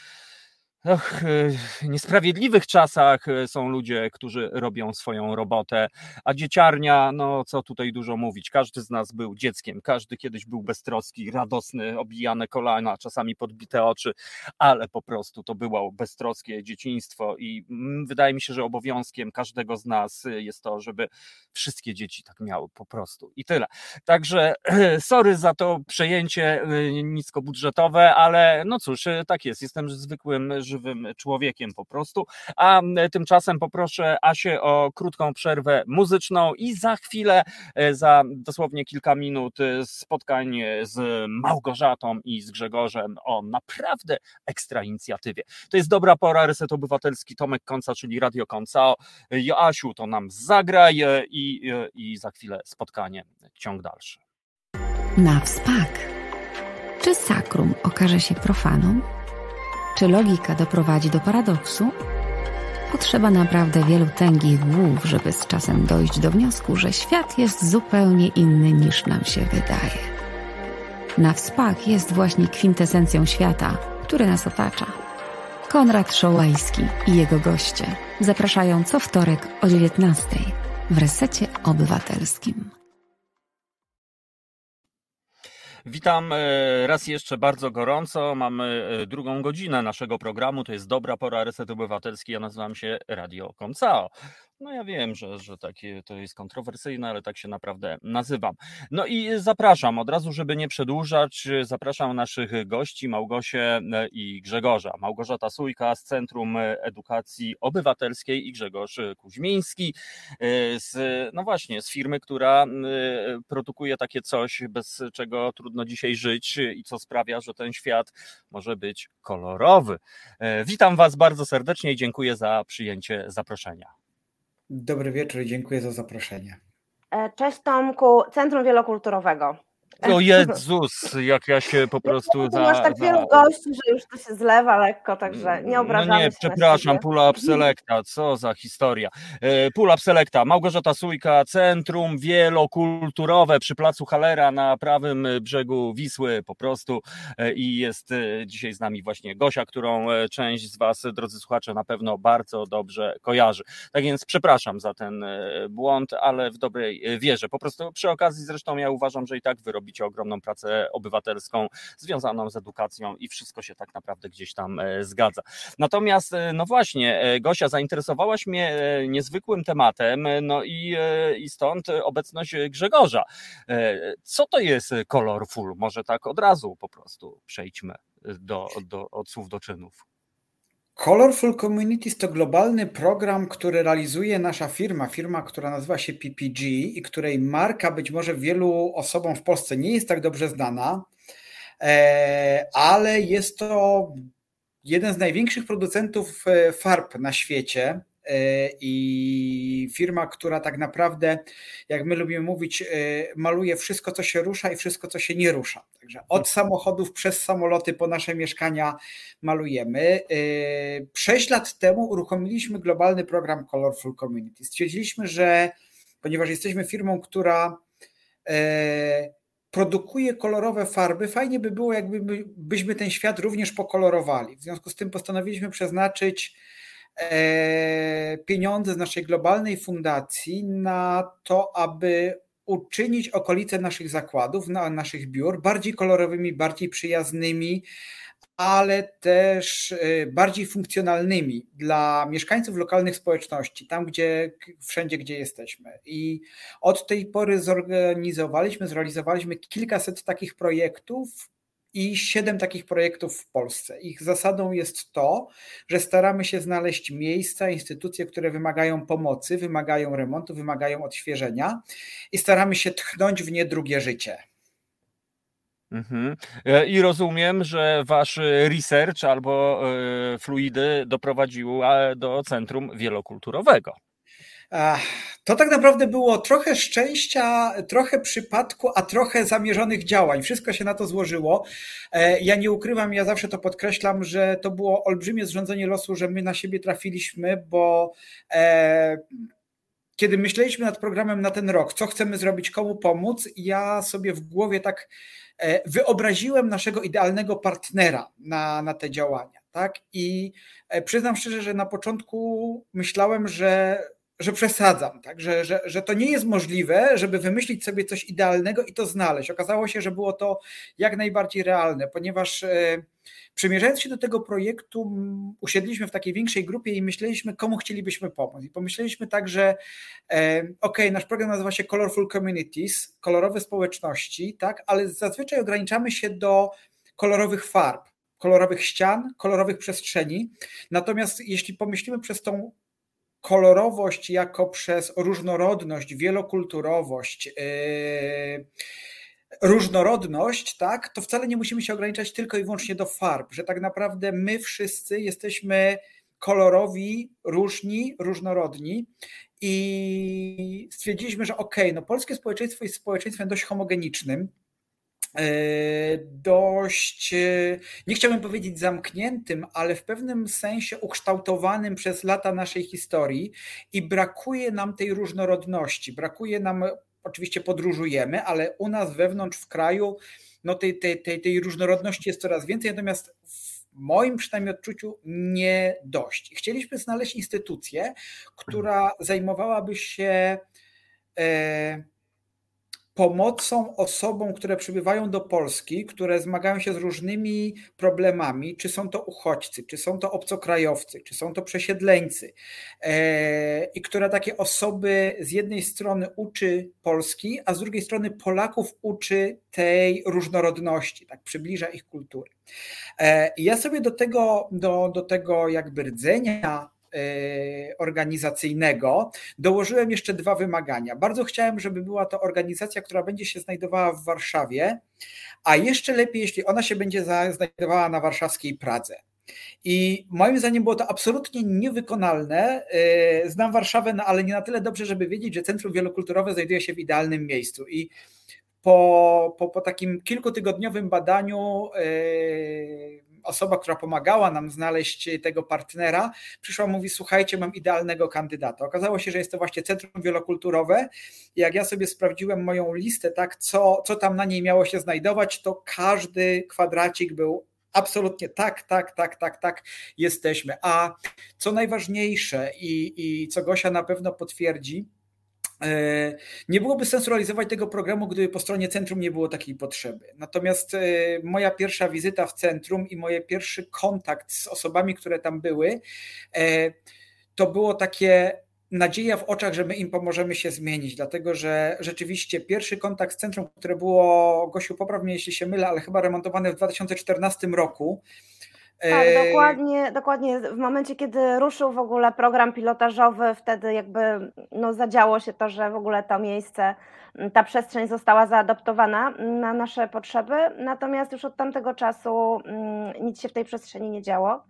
[SPEAKER 2] niesprawiedliwych czasach są ludzie, którzy robią swoją robotę, a dzieciarnia, no co tutaj dużo mówić, każdy z nas był dzieckiem, każdy kiedyś był beztroski, radosny, obijane kolana, czasami podbite oczy, ale po prostu to było beztroskie dzieciństwo i wydaje mi się, że obowiązkiem każdego z nas jest to, żeby wszystkie dzieci tak miały po prostu i tyle. Także sorry za to przejęcie niskobudżetowe, ale no cóż, tak jest, jestem zwykłym, żywym człowiekiem po prostu, a tymczasem poproszę Asię o krótką przerwę muzyczną i za chwilę, za dosłownie kilka minut spotkań z Małgorzatą i z Grzegorzem o naprawdę ekstra inicjatywie. To jest dobra pora, Reset Obywatelski, Tomek Konca, czyli Radio Koncao. Joasiu, to nam zagraj i za chwilę spotkanie, ciąg dalszy.
[SPEAKER 4] Na wspak. Czy sakrum okaże się profaną? Czy logika doprowadzi do paradoksu? Potrzeba naprawdę wielu tęgich głów, żeby z czasem dojść do wniosku, że świat jest zupełnie inny niż nam się wydaje. Na wspak jest właśnie kwintesencją świata, który nas otacza. Konrad Szołajski i jego goście zapraszają co wtorek o 19:00 w Resecie Obywatelskim.
[SPEAKER 2] Witam raz jeszcze bardzo gorąco. Mamy drugą godzinę naszego programu. To jest dobra pora, Reset Obywatelski. Ja nazywam się Radio Koncao. No ja wiem, że takie to jest kontrowersyjne, ale tak się naprawdę nazywam. No i zapraszam od razu, żeby nie przedłużać, zapraszam naszych gości, Małgosię i Grzegorza. Małgorzata Sójka z Centrum Edukacji Obywatelskiej i Grzegorz Kuźmiński z firmy, która produkuje takie coś, bez czego trudno dzisiaj żyć i co sprawia, że ten świat może być kolorowy. Witam Was bardzo serdecznie i dziękuję za przyjęcie zaproszenia.
[SPEAKER 5] Dobry wieczór i dziękuję za zaproszenie.
[SPEAKER 6] Cześć Tomku, Centrum Wielokulturowego.
[SPEAKER 2] O Jezus, jak ja się po prostu...
[SPEAKER 6] Masz tak wielu gości, że już to się zlewa lekko, także nie obrażamy się.
[SPEAKER 2] Przepraszam, Pull-up Selecta, co za historia. Pull-up Selecta, Małgorzata Sójka, Centrum Wielokulturowe przy Placu Hallera na prawym brzegu Wisły po prostu i jest dzisiaj z nami właśnie Gosia, którą część z Was, drodzy słuchacze, na pewno bardzo dobrze kojarzy. Tak więc przepraszam za ten błąd, ale w dobrej wierze. Po prostu przy okazji zresztą ja uważam, że i tak wy robicie ogromną pracę obywatelską związaną z edukacją i wszystko się tak naprawdę gdzieś tam zgadza. Natomiast no właśnie, Gosia, zainteresowałaś mnie niezwykłym tematem, no i stąd obecność Grzegorza. Co to jest Colorful? Może tak od razu po prostu przejdźmy od słów do czynów.
[SPEAKER 5] Colorful Communities to globalny program, który realizuje nasza firma, która nazywa się PPG i której marka być może wielu osobom w Polsce nie jest tak dobrze znana, ale jest to jeden z największych producentów farb na świecie. i firma, która tak naprawdę, jak my lubimy mówić, maluje wszystko, co się rusza i wszystko, co się nie rusza. Także od samochodów przez samoloty po nasze mieszkania malujemy. 6 lat temu uruchomiliśmy globalny program Colorful Community. Stwierdziliśmy, że ponieważ jesteśmy firmą, która produkuje kolorowe farby, fajnie by było, jakbyśmy ten świat również pokolorowali. W związku z tym postanowiliśmy przeznaczyć pieniądze z naszej globalnej fundacji na to, aby uczynić okolice naszych zakładów, naszych biur bardziej kolorowymi, bardziej przyjaznymi, ale też bardziej funkcjonalnymi dla mieszkańców lokalnych społeczności, tam wszędzie, gdzie jesteśmy. I od tej pory zrealizowaliśmy kilkaset takich projektów i 7 takich projektów w Polsce. Ich zasadą jest to, że staramy się znaleźć miejsca, instytucje, które wymagają pomocy, wymagają remontu, wymagają odświeżenia i staramy się tchnąć w nie drugie życie.
[SPEAKER 2] I rozumiem, że wasz research albo fluidy doprowadziły do Centrum Wielokulturowego.
[SPEAKER 5] To tak naprawdę było trochę szczęścia, trochę przypadku, a trochę zamierzonych działań. Wszystko się na to złożyło. Ja nie ukrywam, ja zawsze to podkreślam, że to było olbrzymie zrządzenie losu, że my na siebie trafiliśmy, bo kiedy myśleliśmy nad programem na ten rok, co chcemy zrobić, komu pomóc, ja sobie w głowie tak wyobraziłem naszego idealnego partnera na te działania. Tak? I przyznam szczerze, że na początku myślałem, że przesadzam, tak? Że to nie jest możliwe, żeby wymyślić sobie coś idealnego i to znaleźć. Okazało się, że było to jak najbardziej realne, ponieważ przymierzając się do tego projektu, usiedliśmy w takiej większej grupie i myśleliśmy, komu chcielibyśmy pomóc. I pomyśleliśmy tak, że nasz program nazywa się Colorful Communities, kolorowe społeczności, tak? Ale zazwyczaj ograniczamy się do kolorowych farb, kolorowych ścian, kolorowych przestrzeni. Natomiast jeśli pomyślimy przez tą kolorowość jako przez różnorodność, wielokulturowość, różnorodność, tak, to wcale nie musimy się ograniczać tylko i wyłącznie do farb, że tak naprawdę my wszyscy jesteśmy kolorowi, różni, różnorodni i stwierdziliśmy, że polskie społeczeństwo jest społeczeństwem dość homogenicznym, dość, nie chciałbym powiedzieć zamkniętym, ale w pewnym sensie ukształtowanym przez lata naszej historii i brakuje nam tej różnorodności, brakuje nam, oczywiście podróżujemy, ale u nas wewnątrz w kraju tej różnorodności jest coraz więcej, natomiast w moim przynajmniej odczuciu nie dość. Chcieliśmy znaleźć instytucję, która zajmowałaby się pomocą osobom, które przybywają do Polski, które zmagają się z różnymi problemami, czy są to uchodźcy, czy są to obcokrajowcy, czy są to przesiedleńcy i która takie osoby z jednej strony uczy Polski, a z drugiej strony Polaków uczy tej różnorodności, tak przybliża ich kultury. I ja sobie do tego jakby rdzenia organizacyjnego dołożyłem jeszcze 2 wymagania. Bardzo chciałem, żeby była to organizacja, która będzie się znajdowała w Warszawie, a jeszcze lepiej, jeśli ona się będzie znajdowała na warszawskiej Pradze. I moim zdaniem było to absolutnie niewykonalne. Znam Warszawę, ale nie na tyle dobrze, żeby wiedzieć, że Centrum Wielokulturowe znajduje się w idealnym miejscu. I po takim kilkutygodniowym badaniu osoba, która pomagała nam znaleźć tego partnera, przyszła, mówi: słuchajcie, mam idealnego kandydata. Okazało się, że jest to właśnie Centrum Wielokulturowe. Jak ja sobie sprawdziłem moją listę, tak, co tam na niej miało się znajdować, to każdy kwadracik był absolutnie tak, jesteśmy. A co najważniejsze i co Gosia na pewno potwierdzi, nie byłoby sensu realizować tego programu, gdyby po stronie centrum nie było takiej potrzeby. Natomiast moja pierwsza wizyta w centrum i mój pierwszy kontakt z osobami, które tam były, to było takie nadzieja w oczach, że my im pomożemy się zmienić, dlatego że rzeczywiście pierwszy kontakt z centrum, które było, Gosiu, popraw mnie jeśli się mylę, ale chyba remontowane w 2014 roku.
[SPEAKER 6] Tak, dokładnie. W momencie, kiedy ruszył w ogóle program pilotażowy, wtedy jakby zadziało się to, że w ogóle to miejsce, ta przestrzeń została zaadoptowana na nasze potrzeby, natomiast już od tamtego czasu nic się w tej przestrzeni nie działo.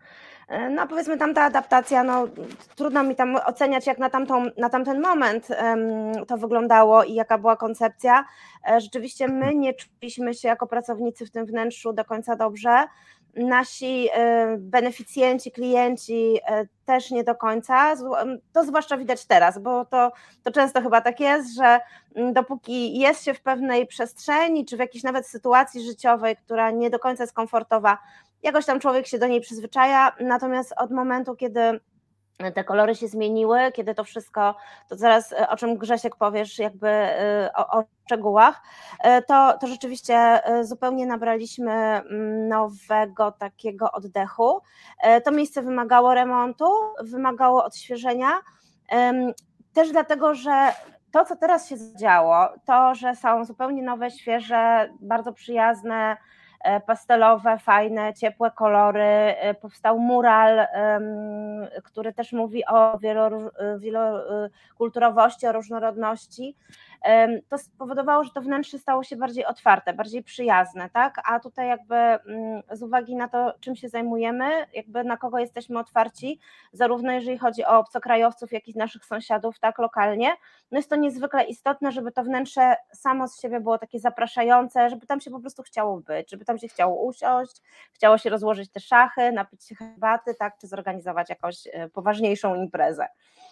[SPEAKER 6] No powiedzmy tamta adaptacja, no trudno mi tam oceniać jak na tamten moment to wyglądało i jaka była koncepcja. Rzeczywiście my nie czuliśmy się jako pracownicy w tym wnętrzu do końca dobrze. Nasi beneficjenci, klienci też nie do końca, to zwłaszcza widać teraz, bo to często chyba tak jest, że dopóki jest się w pewnej przestrzeni, czy w jakiejś nawet sytuacji życiowej, która nie do końca jest komfortowa, jakoś tam człowiek się do niej przyzwyczaja, natomiast od momentu, kiedy te kolory się zmieniły, kiedy to wszystko, to zaraz o czym Grzesiek powiesz, jakby o szczegółach, to rzeczywiście zupełnie nabraliśmy nowego takiego oddechu. To miejsce wymagało remontu, wymagało odświeżenia, też dlatego, że to, co teraz się działo, to, że są zupełnie nowe, świeże, bardzo przyjazne, pastelowe, fajne, ciepłe kolory, powstał mural, który też mówi o wielokulturowości, o różnorodności. To spowodowało, że to wnętrze stało się bardziej otwarte, bardziej przyjazne, tak? A tutaj jakby z uwagi na to, czym się zajmujemy, jakby na kogo jesteśmy otwarci, zarówno jeżeli chodzi o obcokrajowców, jak i naszych sąsiadów, tak, lokalnie, no jest to niezwykle istotne, żeby to wnętrze samo z siebie było takie zapraszające, żeby tam się po prostu chciało być, żeby tam się chciało usiąść, chciało się rozłożyć te szachy, napić się herbaty, tak, czy zorganizować jakąś poważniejszą imprezę.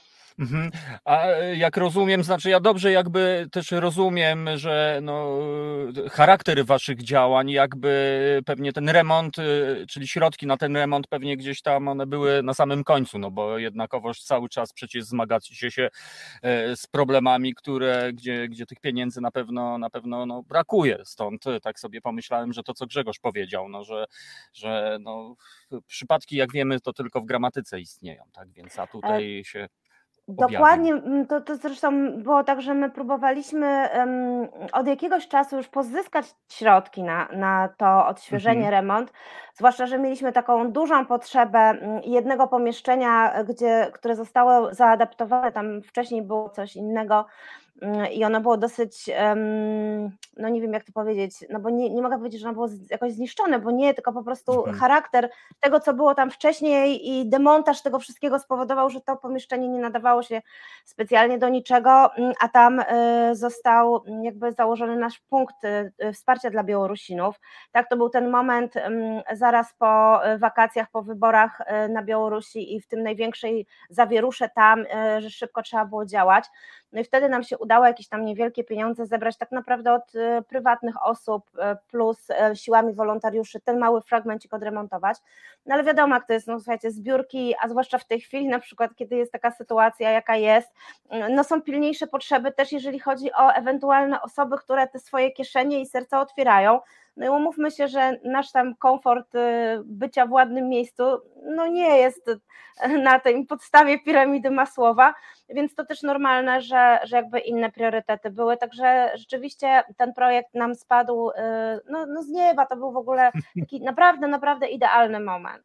[SPEAKER 2] A jak rozumiem, znaczy ja dobrze jakby też rozumiem, że no, charakter waszych działań, jakby pewnie ten remont, czyli środki na ten remont pewnie gdzieś tam one były na samym końcu, no bo jednakowoż cały czas przecież zmagacie się z problemami, gdzie tych pieniędzy na pewno no, brakuje, stąd tak sobie pomyślałem, że to co Grzegorz powiedział, no, że no, przypadki jak wiemy to tylko w gramatyce istnieją, tak, więc a tutaj się
[SPEAKER 6] Dokładnie, to zresztą było tak, że my próbowaliśmy od jakiegoś czasu już pozyskać środki na to odświeżenie, remont, zwłaszcza, że mieliśmy taką dużą potrzebę jednego pomieszczenia, które zostało zaadaptowane, tam wcześniej było coś innego i ono było dosyć, no nie wiem jak to powiedzieć, no bo nie mogę powiedzieć, że ono było jakoś zniszczone, bo nie, tylko po prostu charakter tego, co było tam wcześniej i demontaż tego wszystkiego spowodował, że to pomieszczenie nie nadawało się specjalnie do niczego, a tam został jakby założony nasz punkt wsparcia dla Białorusinów. Tak, to był ten moment zaraz po wakacjach, po wyborach na Białorusi i w tym największej zawierusze tam, że szybko trzeba było działać. No i wtedy nam się udało jakieś tam niewielkie pieniądze zebrać tak naprawdę od prywatnych osób plus siłami wolontariuszy ten mały fragmencik odremontować. No ale wiadomo jak to jest, no słuchajcie, zbiórki, a zwłaszcza w tej chwili na przykład, kiedy jest taka sytuacja jaka jest, no są pilniejsze potrzeby też jeżeli chodzi o ewentualne osoby, które te swoje kieszenie i serca otwierają. No i umówmy się, że nasz tam komfort bycia w ładnym miejscu no nie jest na tej podstawie piramidy Masłowa, więc to też normalne, że jakby inne priorytety były, także rzeczywiście ten projekt nam spadł no z nieba, to był w ogóle taki naprawdę idealny moment.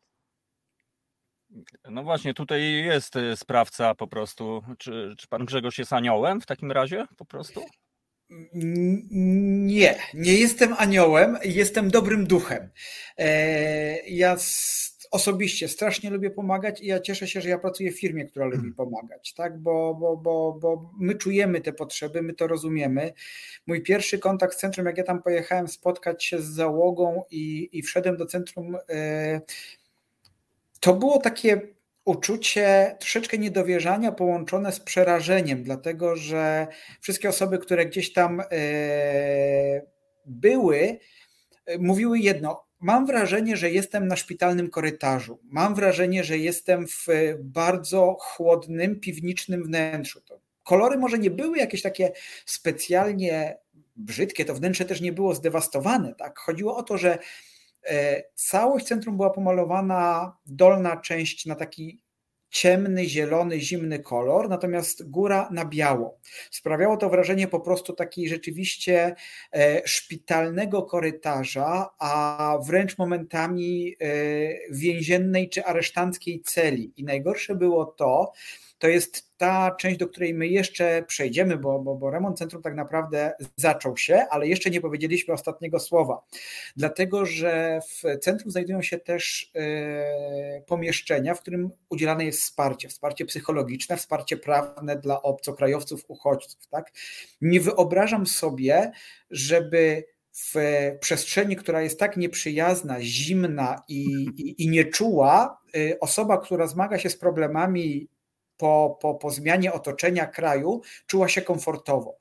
[SPEAKER 2] No właśnie, tutaj jest sprawca po prostu. Czy pan Grzegorz jest aniołem w takim razie po prostu?
[SPEAKER 5] Nie jestem aniołem, jestem dobrym duchem. Ja osobiście strasznie lubię pomagać i ja cieszę się, że ja pracuję w firmie, która lubi pomagać, tak? Bo my czujemy te potrzeby, my to rozumiemy. Mój pierwszy kontakt z centrum, jak ja tam pojechałem spotkać się z załogą i wszedłem do centrum, to było takie uczucie troszeczkę niedowierzania połączone z przerażeniem, dlatego że wszystkie osoby, które gdzieś tam były, mówiły jedno: mam wrażenie, że jestem na szpitalnym korytarzu, mam wrażenie, że jestem w bardzo chłodnym, piwniczym wnętrzu. To kolory może nie były jakieś takie specjalnie brzydkie, to wnętrze też nie było zdewastowane. Tak? Chodziło o to, że całość centrum była pomalowana, dolna część na taki ciemny, zielony, zimny kolor, natomiast góra na biało. Sprawiało to wrażenie po prostu takiej rzeczywiście szpitalnego korytarza, a wręcz momentami więziennej czy aresztanckiej celi. I najgorsze było to jest ta część, do której my jeszcze przejdziemy, bo remont centrum tak naprawdę zaczął się, ale jeszcze nie powiedzieliśmy ostatniego słowa, dlatego że w centrum znajdują się też pomieszczenia, w którym udzielane jest wsparcie psychologiczne, wsparcie prawne dla obcokrajowców, uchodźców. Tak? Nie wyobrażam sobie, żeby w przestrzeni, która jest tak nieprzyjazna, zimna i nieczuła, osoba, która zmaga się z problemami po zmianie otoczenia kraju, czuła się komfortowo.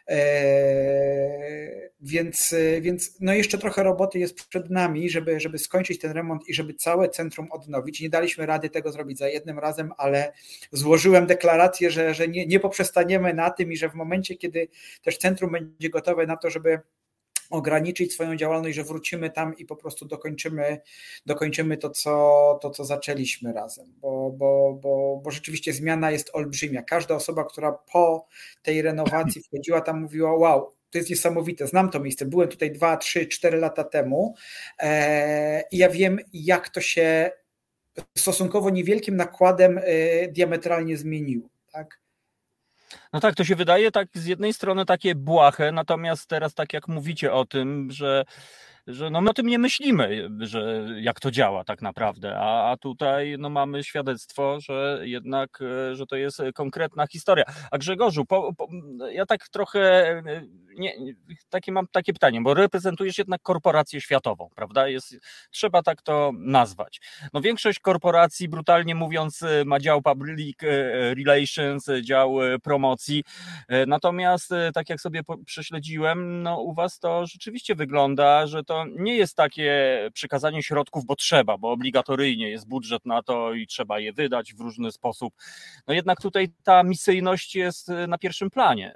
[SPEAKER 5] Więc no jeszcze trochę roboty jest przed nami, żeby skończyć ten remont i żeby całe centrum odnowić. Nie daliśmy rady tego zrobić za jednym razem, ale złożyłem deklarację, że nie poprzestaniemy na tym i że w momencie, kiedy też centrum będzie gotowe na to, żeby ograniczyć swoją działalność, że wrócimy tam i po prostu dokończymy to, co zaczęliśmy razem, bo rzeczywiście zmiana jest olbrzymia. Każda osoba, która po tej renowacji wchodziła tam, mówiła: wow, to jest niesamowite, znam to miejsce, byłem tutaj 2, 3, 4 lata temu i ja wiem, jak to się stosunkowo niewielkim nakładem diametralnie zmieniło, tak?
[SPEAKER 2] No tak, to się wydaje tak z jednej strony takie błahe, natomiast teraz tak jak mówicie o tym, że no my o tym nie myślimy, że jak to działa tak naprawdę, a tutaj no mamy świadectwo, że jednak, że to jest konkretna historia. A Grzegorzu, ja tak trochę, mam takie pytanie, bo reprezentujesz jednak korporację światową, prawda? Trzeba tak to nazwać. No większość korporacji, brutalnie mówiąc, ma dział public relations, dział promocji, natomiast tak jak sobie prześledziłem, no u was to rzeczywiście wygląda, że to nie jest takie przekazanie środków, bo trzeba, bo obligatoryjnie jest budżet na to i trzeba je wydać w różny sposób. No jednak tutaj ta misyjność jest na pierwszym planie.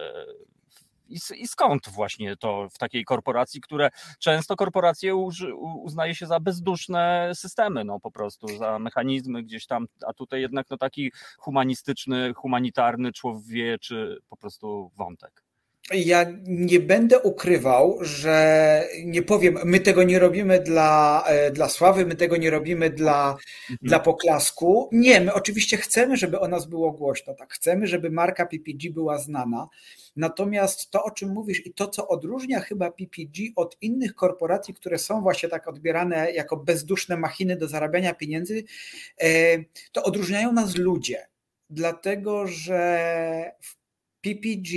[SPEAKER 2] I skąd właśnie to w takiej korporacji, które często korporacje uznaje się za bezduszne systemy, no po prostu za mechanizmy gdzieś tam, a tutaj jednak no taki humanistyczny, humanitarny, człowieczy po prostu wątek.
[SPEAKER 5] Ja nie będę ukrywał, że nie powiem, my tego nie robimy dla sławy, my tego nie robimy dla poklasku. Nie, my oczywiście chcemy, żeby o nas było głośno, tak, chcemy, żeby marka PPG była znana. Natomiast to, o czym mówisz i to, co odróżnia chyba PPG od innych korporacji, które są właśnie tak odbierane jako bezduszne machiny do zarabiania pieniędzy, to odróżniają nas ludzie. Dlatego, że w PPG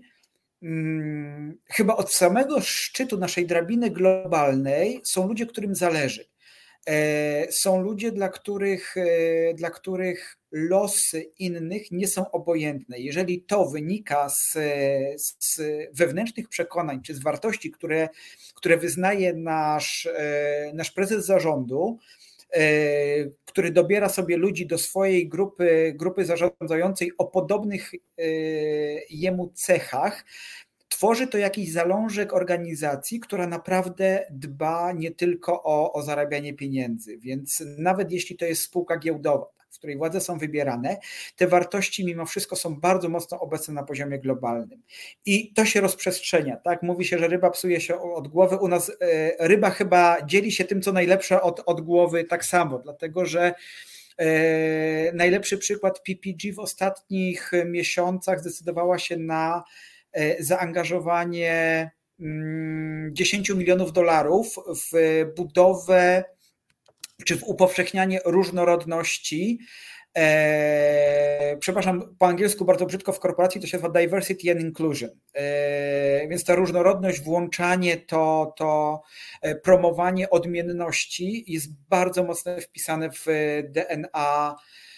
[SPEAKER 5] chyba od samego szczytu naszej drabiny globalnej są ludzie, którym zależy. Są ludzie, dla których losy innych nie są obojętne. Jeżeli to wynika z wewnętrznych przekonań czy z wartości, które wyznaje nasz prezes zarządu, który dobiera sobie ludzi do swojej grupy zarządzającej o podobnych jemu cechach, tworzy to jakiś zalążek organizacji, która naprawdę dba nie tylko o zarabianie pieniędzy. Więc nawet jeśli to jest spółka giełdowa, w której władze są wybierane, te wartości mimo wszystko są bardzo mocno obecne na poziomie globalnym. I to się rozprzestrzenia. Tak? Mówi się, że ryba psuje się od głowy. U nas ryba chyba dzieli się tym, co najlepsze od głowy tak samo, dlatego że najlepszy przykład PPG w ostatnich miesiącach zdecydowała się na zaangażowanie $10 milionów w budowę czy w upowszechnianie różnorodności. Przepraszam, po angielsku bardzo brzydko w korporacji to się nazywa diversity and inclusion. Więc ta różnorodność, włączanie, to promowanie odmienności jest bardzo mocno wpisane w DNA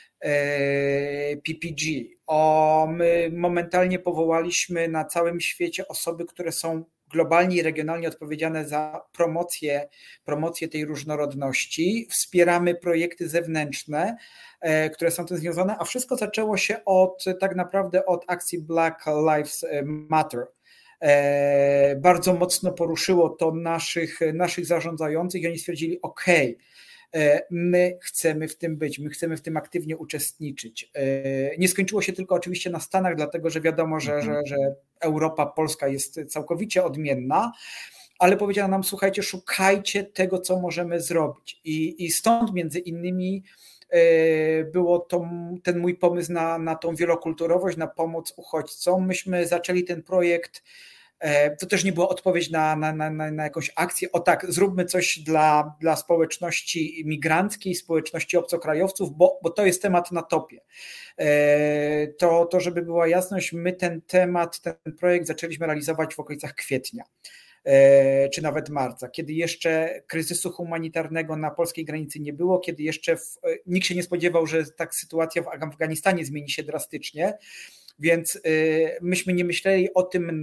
[SPEAKER 5] PPG. My momentalnie powołaliśmy na całym świecie osoby, które są globalnie i regionalnie odpowiedzialne za promocję tej różnorodności. Wspieramy projekty zewnętrzne, które są tym związane, a wszystko zaczęło się tak naprawdę od akcji Black Lives Matter. Bardzo mocno poruszyło to naszych zarządzających i oni stwierdzili: okej, my chcemy w tym być, my chcemy w tym aktywnie uczestniczyć. Nie skończyło się tylko oczywiście na Stanach, dlatego że wiadomo, że Europa, Polska jest całkowicie odmienna, ale powiedziano nam: słuchajcie, szukajcie tego, co możemy zrobić. I stąd między innymi było ten mój pomysł na tą wielokulturowość, na pomoc uchodźcom. Myśmy zaczęli ten projekt. To też nie była odpowiedź na jakąś akcję. O tak, zróbmy coś dla społeczności migranckiej, społeczności obcokrajowców, bo to jest temat na topie. To, żeby była jasność, my ten projekt zaczęliśmy realizować w okolicach kwietnia, czy nawet marca, kiedy jeszcze kryzysu humanitarnego na polskiej granicy nie było, kiedy jeszcze nikt się nie spodziewał, że tak sytuacja w Afganistanie zmieni się drastycznie, więc myśmy nie myśleli o tym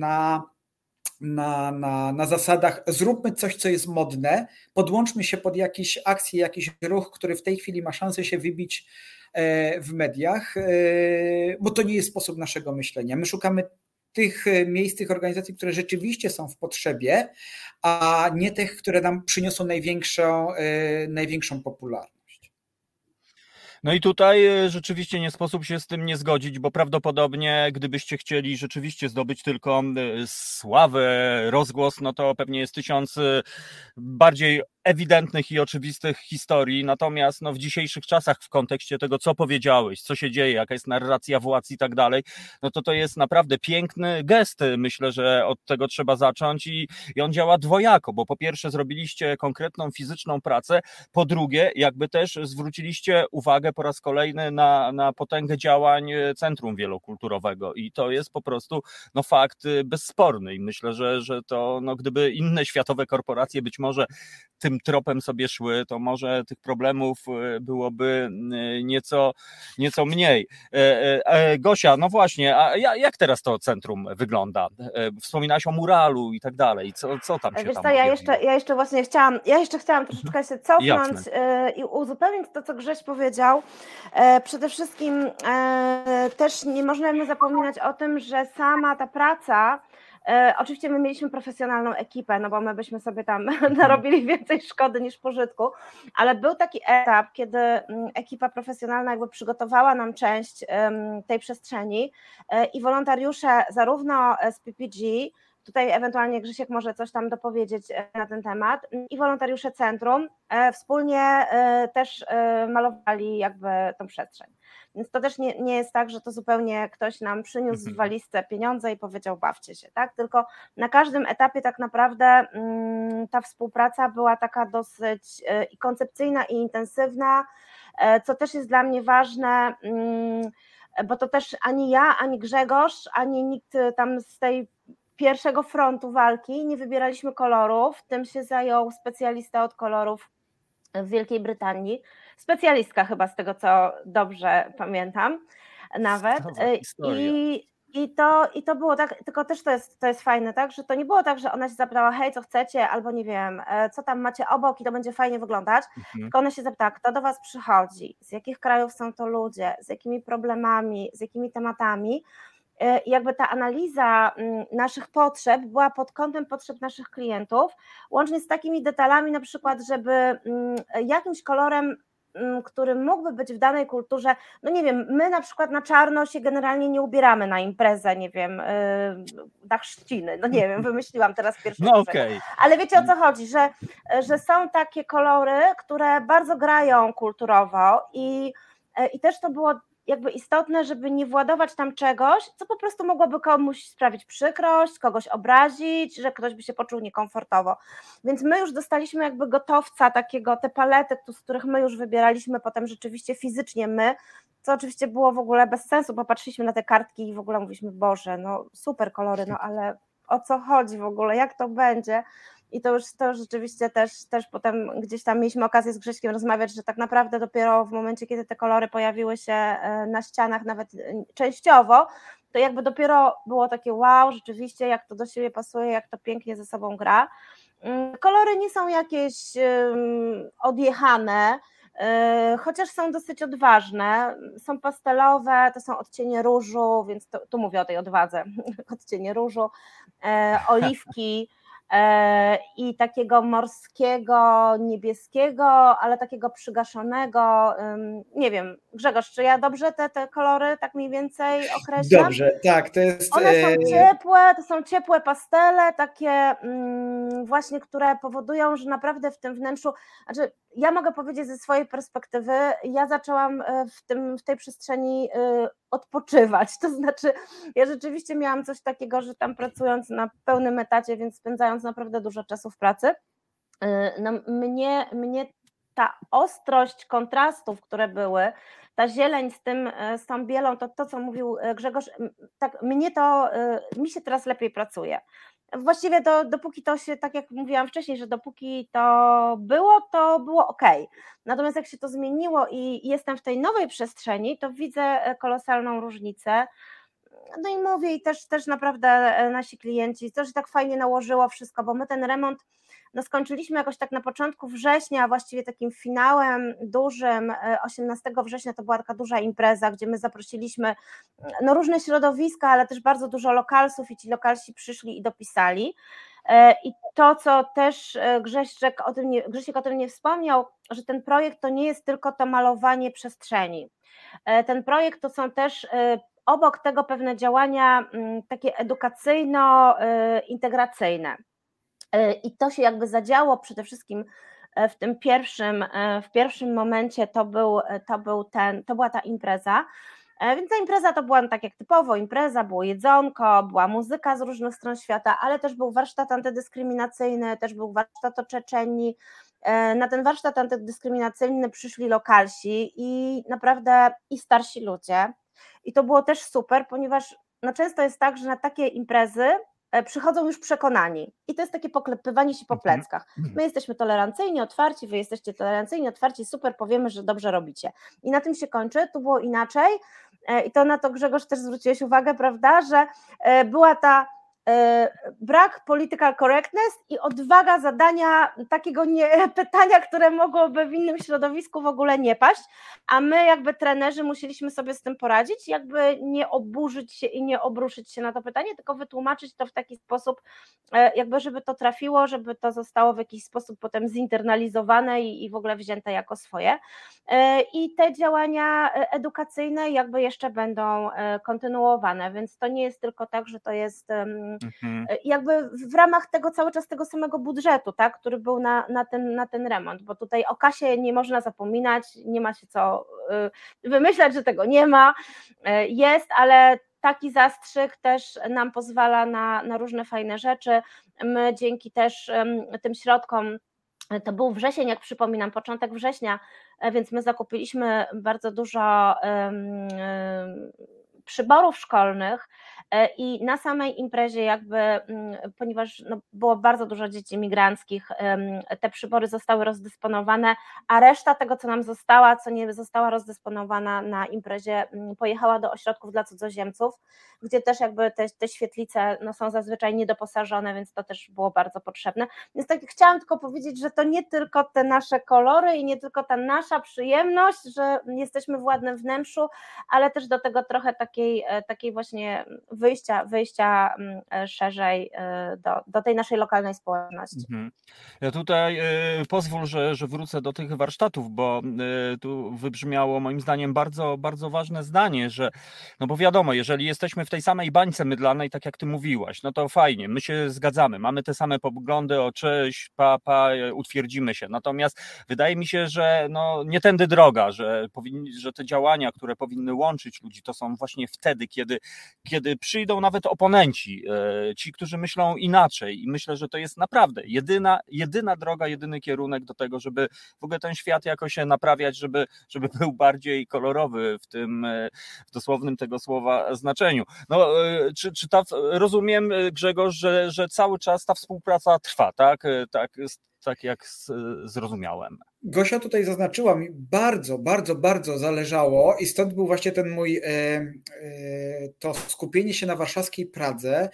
[SPEAKER 5] na zasadach zróbmy coś, co jest modne, podłączmy się pod jakieś akcje, jakiś ruch, który w tej chwili ma szansę się wybić w mediach, bo to nie jest sposób naszego myślenia. My szukamy tych miejsc, tych organizacji, które rzeczywiście są w potrzebie, a nie tych, które nam przyniosą największą popularność.
[SPEAKER 2] No i tutaj rzeczywiście nie sposób się z tym nie zgodzić, bo prawdopodobnie gdybyście chcieli rzeczywiście zdobyć tylko sławę, rozgłos, no to pewnie jest 1000 bardziej ewidentnych i oczywistych historii, natomiast w dzisiejszych czasach w kontekście tego, co powiedziałeś, co się dzieje, jaka jest narracja władz i tak dalej, no to jest naprawdę piękny gest. Myślę, że od tego trzeba zacząć i on działa dwojako, bo po pierwsze zrobiliście konkretną fizyczną pracę, po drugie jakby też zwróciliście uwagę po raz kolejny na potęgę działań Centrum Wielokulturowego i to jest po prostu fakt bezsporny i myślę, że to gdyby inne światowe korporacje być może tym tropem sobie szły, to może tych problemów byłoby nieco mniej. Gosia, no właśnie, a jak teraz to centrum wygląda? Wspominałaś o muralu i tak dalej. Co tam się
[SPEAKER 6] Wiesz
[SPEAKER 2] tam
[SPEAKER 6] co, ja jeszcze właśnie chciałam troszeczkę się cofnąć i uzupełnić to, co Grześ powiedział. Przede wszystkim też nie możemy zapominać o tym, że sama ta praca, oczywiście my mieliśmy profesjonalną ekipę, no bo my byśmy sobie tam narobili więcej szkody niż pożytku, ale był taki etap, kiedy ekipa profesjonalna jakby przygotowała nam część tej przestrzeni i wolontariusze zarówno z PPG, tutaj ewentualnie Grzesiek może coś tam dopowiedzieć na ten temat, i wolontariusze centrum wspólnie też malowali jakby tą przestrzeń. Więc to też nie jest tak, że to zupełnie ktoś nam przyniósł w walizce pieniądze i powiedział bawcie się, tak? Tylko na każdym etapie tak naprawdę ta współpraca była taka dosyć i koncepcyjna i intensywna, co też jest dla mnie ważne, bo to też ani ja, ani Grzegorz, ani nikt tam z tej pierwszego frontu walki nie wybieraliśmy kolorów, tym się zajął specjalista od kolorów w Wielkiej Brytanii, specjalistka chyba z tego, co dobrze pamiętam nawet. I to było tak, tylko też to jest fajne, tak, że to nie było tak, że ona się zapytała, hej, co chcecie, albo nie wiem, co tam macie obok i to będzie fajnie wyglądać, tylko ona się zapytała, kto do was przychodzi, z jakich krajów są to ludzie, z jakimi problemami, z jakimi tematami. I jakby ta analiza naszych potrzeb była pod kątem potrzeb naszych klientów, łącznie z takimi detalami, na przykład, żeby jakimś kolorem, który mógłby być w danej kulturze, no nie wiem, my na przykład na czarno się generalnie nie ubieramy na imprezę, nie wiem, na chrzciny, no nie wiem, wymyśliłam teraz pierwszy przykład. Ale wiecie, o co chodzi, że są takie kolory, które bardzo grają kulturowo i też to było jakby istotne, żeby nie władować tam czegoś, co po prostu mogłoby komuś sprawić przykrość, kogoś obrazić, że ktoś by się poczuł niekomfortowo. Więc my już dostaliśmy jakby gotowca takiego, te palety, z których my już wybieraliśmy potem rzeczywiście fizycznie my, co oczywiście było w ogóle bez sensu, bo patrzyliśmy na te kartki i w ogóle mówiliśmy, Boże, no super kolory, no ale o co chodzi w ogóle, jak to będzie? I to już rzeczywiście też potem gdzieś tam mieliśmy okazję z Grześkiem rozmawiać, że tak naprawdę dopiero w momencie, kiedy te kolory pojawiły się na ścianach, nawet częściowo, to jakby dopiero było takie wow, rzeczywiście jak to do siebie pasuje, jak to pięknie ze sobą gra. Kolory nie są jakieś odjechane, chociaż są dosyć odważne, są pastelowe, to są odcienie różu, więc tu mówię o tej odwadze, odcienie różu, oliwki, i takiego morskiego, niebieskiego, ale takiego przygaszonego, nie wiem, Grzegorz, czy ja dobrze te kolory tak mniej więcej określam?
[SPEAKER 5] Dobrze, tak, to jest...
[SPEAKER 6] One są ciepłe, to są ciepłe pastele, takie właśnie, które powodują, że naprawdę w tym wnętrzu, znaczy ja mogę powiedzieć ze swojej perspektywy, ja zaczęłam w tej przestrzeni odpoczywać, to znaczy ja rzeczywiście miałam coś takiego, że tam pracując na pełnym etacie, więc spędzając naprawdę dużo czasu w pracy, no mnie ta ostrość kontrastów, które były, ta zieleń z tą bielą, to co mówił Grzegorz, tak mi się teraz lepiej pracuje. Właściwie dopóki to się, tak jak mówiłam wcześniej, że dopóki to było ok. Natomiast jak się to zmieniło i jestem w tej nowej przestrzeni, to widzę kolosalną różnicę. No i mówię, i też naprawdę nasi klienci, to się tak fajnie nałożyło wszystko, bo my ten remont skończyliśmy jakoś tak na początku września, a właściwie takim finałem dużym, 18 września to była taka duża impreza, gdzie my zaprosiliśmy różne środowiska, ale też bardzo dużo lokalsów i ci lokalsi przyszli i dopisali. I to, co też Grzesiek o tym nie wspomniał, że ten projekt to nie jest tylko to malowanie przestrzeni. Ten projekt to są też obok tego pewne działania takie edukacyjno-integracyjne. I to się jakby zadziało przede wszystkim w tym pierwszym momencie to była ta impreza. Więc ta impreza to była tak jak typowo impreza, było jedzonko, była muzyka z różnych stron świata, ale też był warsztat antydyskryminacyjny, też był warsztat o Czeczenii. Na ten warsztat antydyskryminacyjny przyszli lokalsi i naprawdę i starsi ludzie. I to było też super, ponieważ często jest tak, że na takie imprezy przychodzą już przekonani i to jest takie poklepywanie się po pleckach. My jesteśmy tolerancyjni, otwarci, wy jesteście tolerancyjni, otwarci, super, powiemy, że dobrze robicie. I na tym się kończy, tu było inaczej i to na to Grzegorz też zwróciłeś uwagę, prawda, że była ta brak political correctness i odwaga zadania takiego pytania, które mogłoby w innym środowisku w ogóle nie paść, a my jakby trenerzy musieliśmy sobie z tym poradzić, jakby nie oburzyć się i nie obruszyć się na to pytanie, tylko wytłumaczyć to w taki sposób, jakby żeby to trafiło, żeby to zostało w jakiś sposób potem zinternalizowane i w ogóle wzięte jako swoje. I te działania edukacyjne jakby jeszcze będą kontynuowane, więc to nie jest tylko tak, że to jest jakby w ramach tego cały czas tego samego budżetu, tak, który był na ten remont, bo tutaj o kasie nie można zapominać, nie ma się co wymyślać, że tego nie ma, jest, ale taki zastrzyk też nam pozwala na różne fajne rzeczy. My dzięki też tym środkom, to był wrzesień, jak przypominam, początek września, więc my zakupiliśmy bardzo dużo przyborów szkolnych i na samej imprezie jakby, ponieważ było bardzo dużo dzieci migranckich, te przybory zostały rozdysponowane, a reszta tego, co nam została, co nie została rozdysponowana na imprezie, pojechała do ośrodków dla cudzoziemców, gdzie też jakby te świetlice są zazwyczaj niedoposażone, więc to też było bardzo potrzebne. Więc tak chciałam tylko powiedzieć, że to nie tylko te nasze kolory i nie tylko ta nasza przyjemność, że jesteśmy w ładnym wnętrzu, ale też do tego trochę takiej właśnie wyjścia szerzej do tej naszej lokalnej społeczności.
[SPEAKER 2] Ja tutaj pozwól, że wrócę do tych warsztatów, bo tu wybrzmiało moim zdaniem bardzo, bardzo ważne zdanie, że no bo wiadomo, jeżeli jesteśmy w tej samej bańce mydlanej, tak jak ty mówiłaś, no to fajnie, my się zgadzamy, mamy te same poglądy, o cześć, utwierdzimy się, natomiast wydaje mi się, że no nie tędy droga, że te działania, które powinny łączyć ludzi, to są właśnie wtedy, kiedy przyjdą nawet oponenci, ci, którzy myślą inaczej i myślę, że to jest naprawdę jedyna droga, jedyny kierunek do tego, żeby w ogóle ten świat jakoś naprawiać, żeby był bardziej kolorowy w tym w dosłownym tego słowa znaczeniu. No, rozumiem, Grzegorz, że cały czas ta współpraca trwa, tak? Tak jak zrozumiałem.
[SPEAKER 5] Gosia tutaj zaznaczyła, mi bardzo, bardzo, bardzo zależało i stąd był właśnie ten mój to skupienie się na warszawskiej Pradze.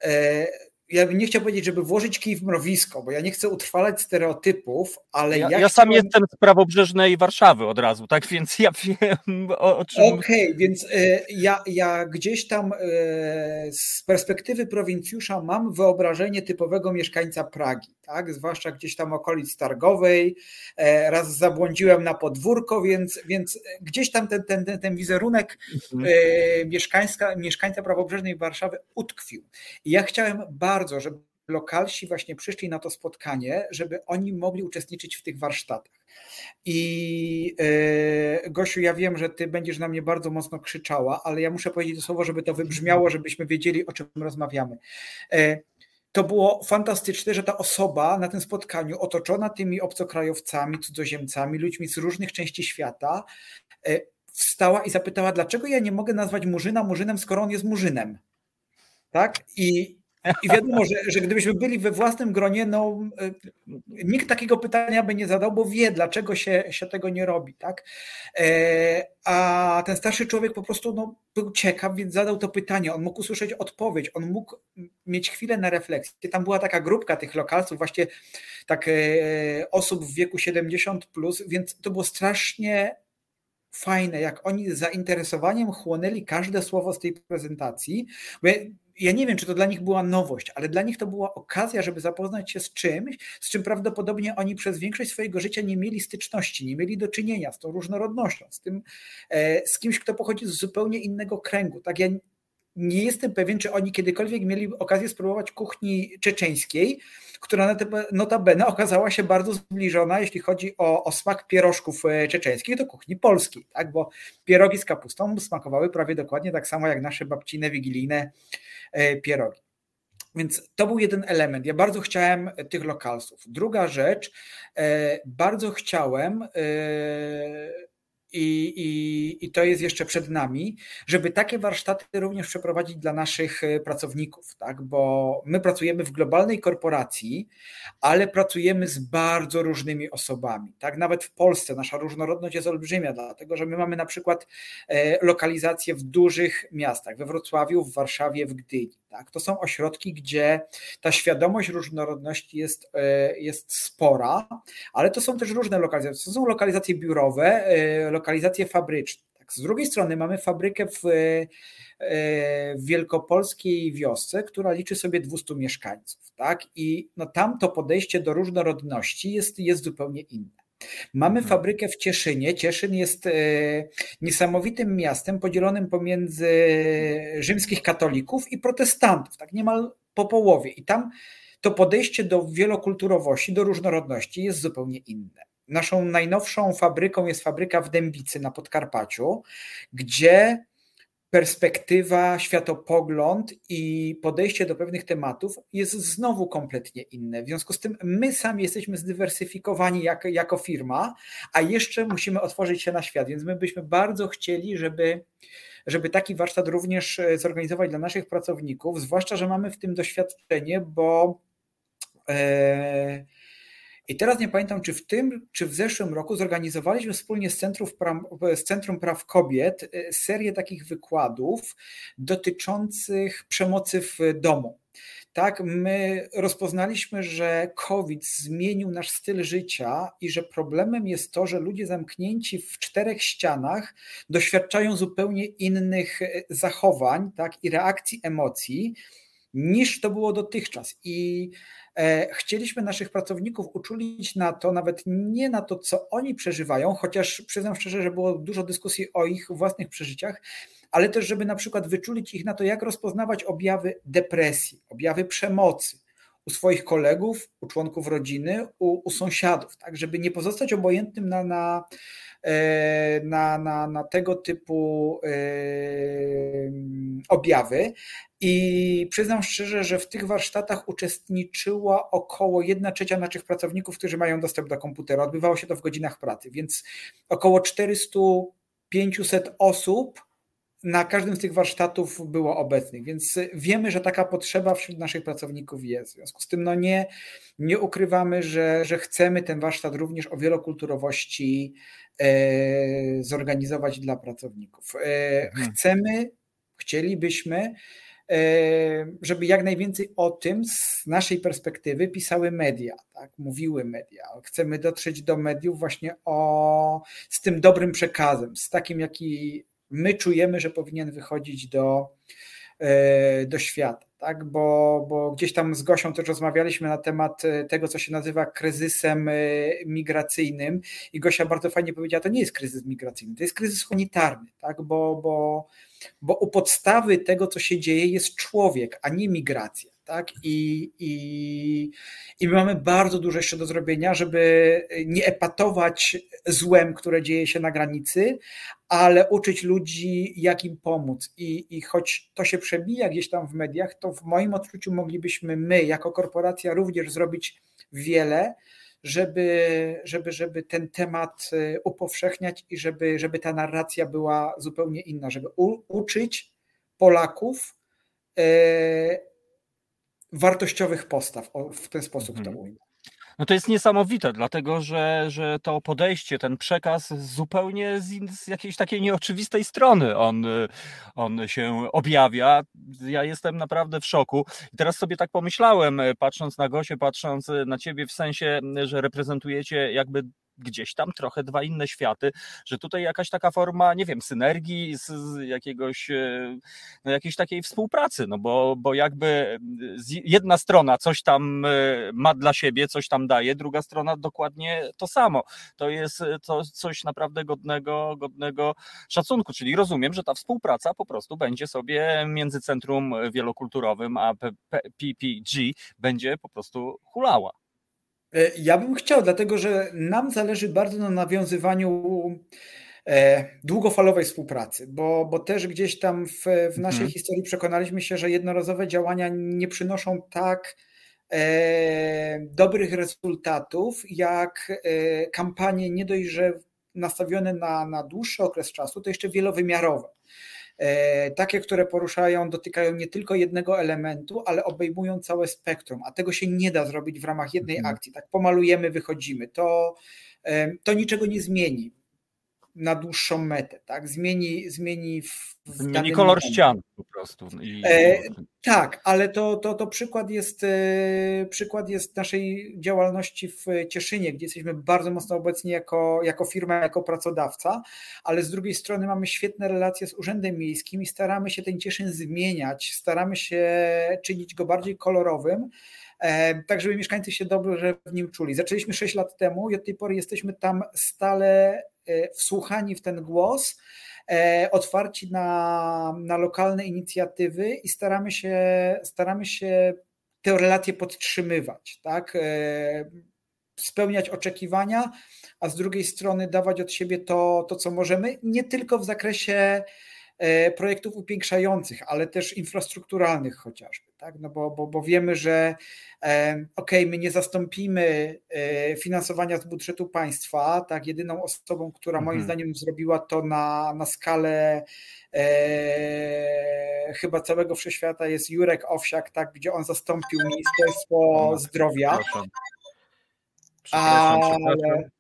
[SPEAKER 5] Ja bym nie chciał powiedzieć, żeby włożyć kij w mrowisko, bo ja nie chcę utrwalać stereotypów, ale
[SPEAKER 2] ja sam jestem z prawobrzeżnej Warszawy od razu, tak więc ja wiem o czym...
[SPEAKER 5] Okej, więc ja gdzieś tam z perspektywy prowincjusza mam wyobrażenie typowego mieszkańca Pragi, tak? Zwłaszcza gdzieś tam okolic Targowej, raz zabłądziłem na podwórko, więc gdzieś tam ten wizerunek mieszkańca prawobrzeżnej Warszawy utkwił. I ja chciałem bardzo, żeby lokalsi właśnie przyszli na to spotkanie, żeby oni mogli uczestniczyć w tych warsztatach. I Gosiu, ja wiem, że ty będziesz na mnie bardzo mocno krzyczała, ale ja muszę powiedzieć to słowo, żeby to wybrzmiało, żebyśmy wiedzieli, o czym rozmawiamy. To było fantastyczne, że ta osoba na tym spotkaniu, otoczona tymi obcokrajowcami, cudzoziemcami, ludźmi z różnych części świata, wstała i zapytała, dlaczego ja nie mogę nazwać Murzyna Murzynem, skoro on jest Murzynem. Tak? I wiadomo, że gdybyśmy byli we własnym gronie, no nikt takiego pytania by nie zadał, bo wie, dlaczego się tego nie robi. Tak? A ten starszy człowiek po prostu był ciekaw, więc zadał to pytanie. On mógł usłyszeć odpowiedź, on mógł mieć chwilę na refleksję. Tam była taka grupka tych lokalców, właśnie tak osób w wieku 70+, więc to było strasznie fajne, jak oni z zainteresowaniem chłonęli każde słowo z tej prezentacji. Bo ja nie wiem, czy to dla nich była nowość, ale dla nich to była okazja, żeby zapoznać się z czymś, z czym prawdopodobnie oni przez większość swojego życia nie mieli styczności, nie mieli do czynienia z tą różnorodnością, z tym, z kimś, kto pochodzi z zupełnie innego kręgu. Tak, ja nie jestem pewien, czy oni kiedykolwiek mieli okazję spróbować kuchni czeczeńskiej, która notabene okazała się bardzo zbliżona, jeśli chodzi o smak pierożków czeczeńskich, do kuchni polskiej, tak? Bo pierogi z kapustą smakowały prawie dokładnie tak samo jak nasze babcine wigilijne pierogi. Więc to był jeden element. Ja bardzo chciałem tych lokalsów. Druga rzecz, bardzo chciałem, i to jest jeszcze przed nami, żeby takie warsztaty również przeprowadzić dla naszych pracowników, tak? Bo my pracujemy w globalnej korporacji, ale pracujemy z bardzo różnymi osobami. Tak? Nawet w Polsce nasza różnorodność jest olbrzymia, dlatego że my mamy na przykład lokalizacje w dużych miastach, we Wrocławiu, w Warszawie, w Gdyni. Tak? To są ośrodki, gdzie ta świadomość różnorodności jest spora, ale to są też różne lokalizacje. To są lokalizacje biurowe, lokalizacje fabryczne. Tak? Z drugiej strony mamy fabrykę w wielkopolskiej wiosce, która liczy sobie 200 mieszkańców. Tak? I tam to podejście do różnorodności jest zupełnie inne. Mamy fabrykę w Cieszynie. Cieszyn jest niesamowitym miastem podzielonym pomiędzy rzymskich katolików i protestantów, tak niemal po połowie. I tam to podejście do wielokulturowości, do różnorodności jest zupełnie inne. Naszą najnowszą fabryką jest fabryka w Dębicy na Podkarpaciu, gdzie perspektywa, światopogląd i podejście do pewnych tematów jest znowu kompletnie inne. W związku z tym my sami jesteśmy zdywersyfikowani jako firma, a jeszcze musimy otworzyć się na świat, więc my byśmy bardzo chcieli, żeby taki warsztat również zorganizować dla naszych pracowników, zwłaszcza, że mamy w tym doświadczenie, bo i teraz nie pamiętam, czy w tym, czy w zeszłym roku zorganizowaliśmy wspólnie z Centrum Praw Kobiet serię takich wykładów dotyczących przemocy w domu. Tak, my rozpoznaliśmy, że COVID zmienił nasz styl życia i że problemem jest to, że ludzie zamknięci w 4 ścianach doświadczają zupełnie innych zachowań, tak, i reakcji emocji, niż to było dotychczas. I chcieliśmy naszych pracowników uczulić na to, nawet nie na to, co oni przeżywają, chociaż przyznam szczerze, że było dużo dyskusji o ich własnych przeżyciach, ale też, żeby na przykład wyczulić ich na to, jak rozpoznawać objawy depresji, objawy przemocy u swoich kolegów, u członków rodziny, u sąsiadów, tak, żeby nie pozostać obojętnym na tego typu objawy. I przyznam szczerze, że w tych warsztatach uczestniczyła około 1/3 naszych pracowników, którzy mają dostęp do komputera. Odbywało się to w godzinach pracy, więc około 400-500 osób na każdym z tych warsztatów było obecnych, więc wiemy, że taka potrzeba wśród naszych pracowników jest. W związku z tym nie ukrywamy, że chcemy ten warsztat również o wielokulturowości zorganizować dla pracowników. Chcielibyśmy, żeby jak najwięcej o tym z naszej perspektywy pisały media, tak? Mówiły media. Chcemy dotrzeć do mediów właśnie z tym dobrym przekazem, z takim, jaki my czujemy, że powinien wychodzić do świata, tak? Bo gdzieś tam z Gosią też rozmawialiśmy na temat tego, co się nazywa kryzysem migracyjnym i Gosia bardzo fajnie powiedziała, to nie jest kryzys migracyjny, to jest kryzys humanitarny, tak? Bo u podstawy tego, co się dzieje, jest człowiek, a nie migracja. tak? I my mamy bardzo dużo jeszcze do zrobienia, żeby nie epatować złem, które dzieje się na granicy, ale uczyć ludzi, jak im pomóc. I choć to się przebija gdzieś tam w mediach, to w moim odczuciu moglibyśmy my, jako korporacja, również zrobić wiele, żeby ten temat upowszechniać i żeby ta narracja była zupełnie inna, żeby uczyć Polaków wartościowych postaw. W ten sposób to ujmę.
[SPEAKER 2] No to jest niesamowite, dlatego że to podejście, ten przekaz zupełnie z jakiejś takiej nieoczywistej strony on się objawia. Ja jestem naprawdę w szoku. I teraz sobie tak pomyślałem, patrząc na Gosię, patrząc na ciebie, w sensie, że reprezentujecie jakby gdzieś tam trochę dwa inne światy, że tutaj jakaś taka forma, nie wiem, synergii z jakiegoś, no jakiejś takiej współpracy, no bo jakby jedna strona coś tam ma dla siebie, coś tam daje, druga strona dokładnie to samo. To jest to coś naprawdę godnego szacunku, czyli rozumiem, że ta współpraca po prostu będzie sobie między Centrum Wielokulturowym a PPG będzie po prostu hulała.
[SPEAKER 5] Ja bym chciał, dlatego że nam zależy bardzo na nawiązywaniu długofalowej współpracy, bo też gdzieś tam w naszej historii przekonaliśmy się, że jednorazowe działania nie przynoszą tak dobrych rezultatów, jak kampanie nie dość, że nastawione na dłuższy okres czasu, to jeszcze wielowymiarowe. Takie, które dotykają nie tylko jednego elementu, ale obejmują całe spektrum, a tego się nie da zrobić w ramach jednej akcji. Tak pomalujemy, wychodzimy. To niczego nie zmieni na dłuższą metę, tak? Zmieni
[SPEAKER 2] zmieni kolor ścian po prostu.
[SPEAKER 5] Tak, ale to przykład jest naszej działalności w Cieszynie, gdzie jesteśmy bardzo mocno obecni jako firma, jako pracodawca, ale z drugiej strony mamy świetne relacje z Urzędem Miejskim i staramy się ten Cieszyn zmieniać, staramy się czynić go bardziej kolorowym, tak żeby mieszkańcy się dobrze w nim czuli. Zaczęliśmy 6 lat temu i od tej pory jesteśmy tam stale wsłuchani w ten głos, otwarci na lokalne inicjatywy i staramy się tę relację podtrzymywać, tak? Spełniać oczekiwania, a z drugiej strony dawać od siebie to, co możemy, nie tylko w zakresie projektów upiększających, ale też infrastrukturalnych chociażby, tak? No bo wiemy, że my nie zastąpimy finansowania z budżetu państwa, tak? Jedyną osobą, która moim zdaniem zrobiła to na skalę chyba całego wszechświata jest Jurek Owsiak, tak? Gdzie on zastąpił Ministerstwo Zdrowia.
[SPEAKER 2] Przepraszam.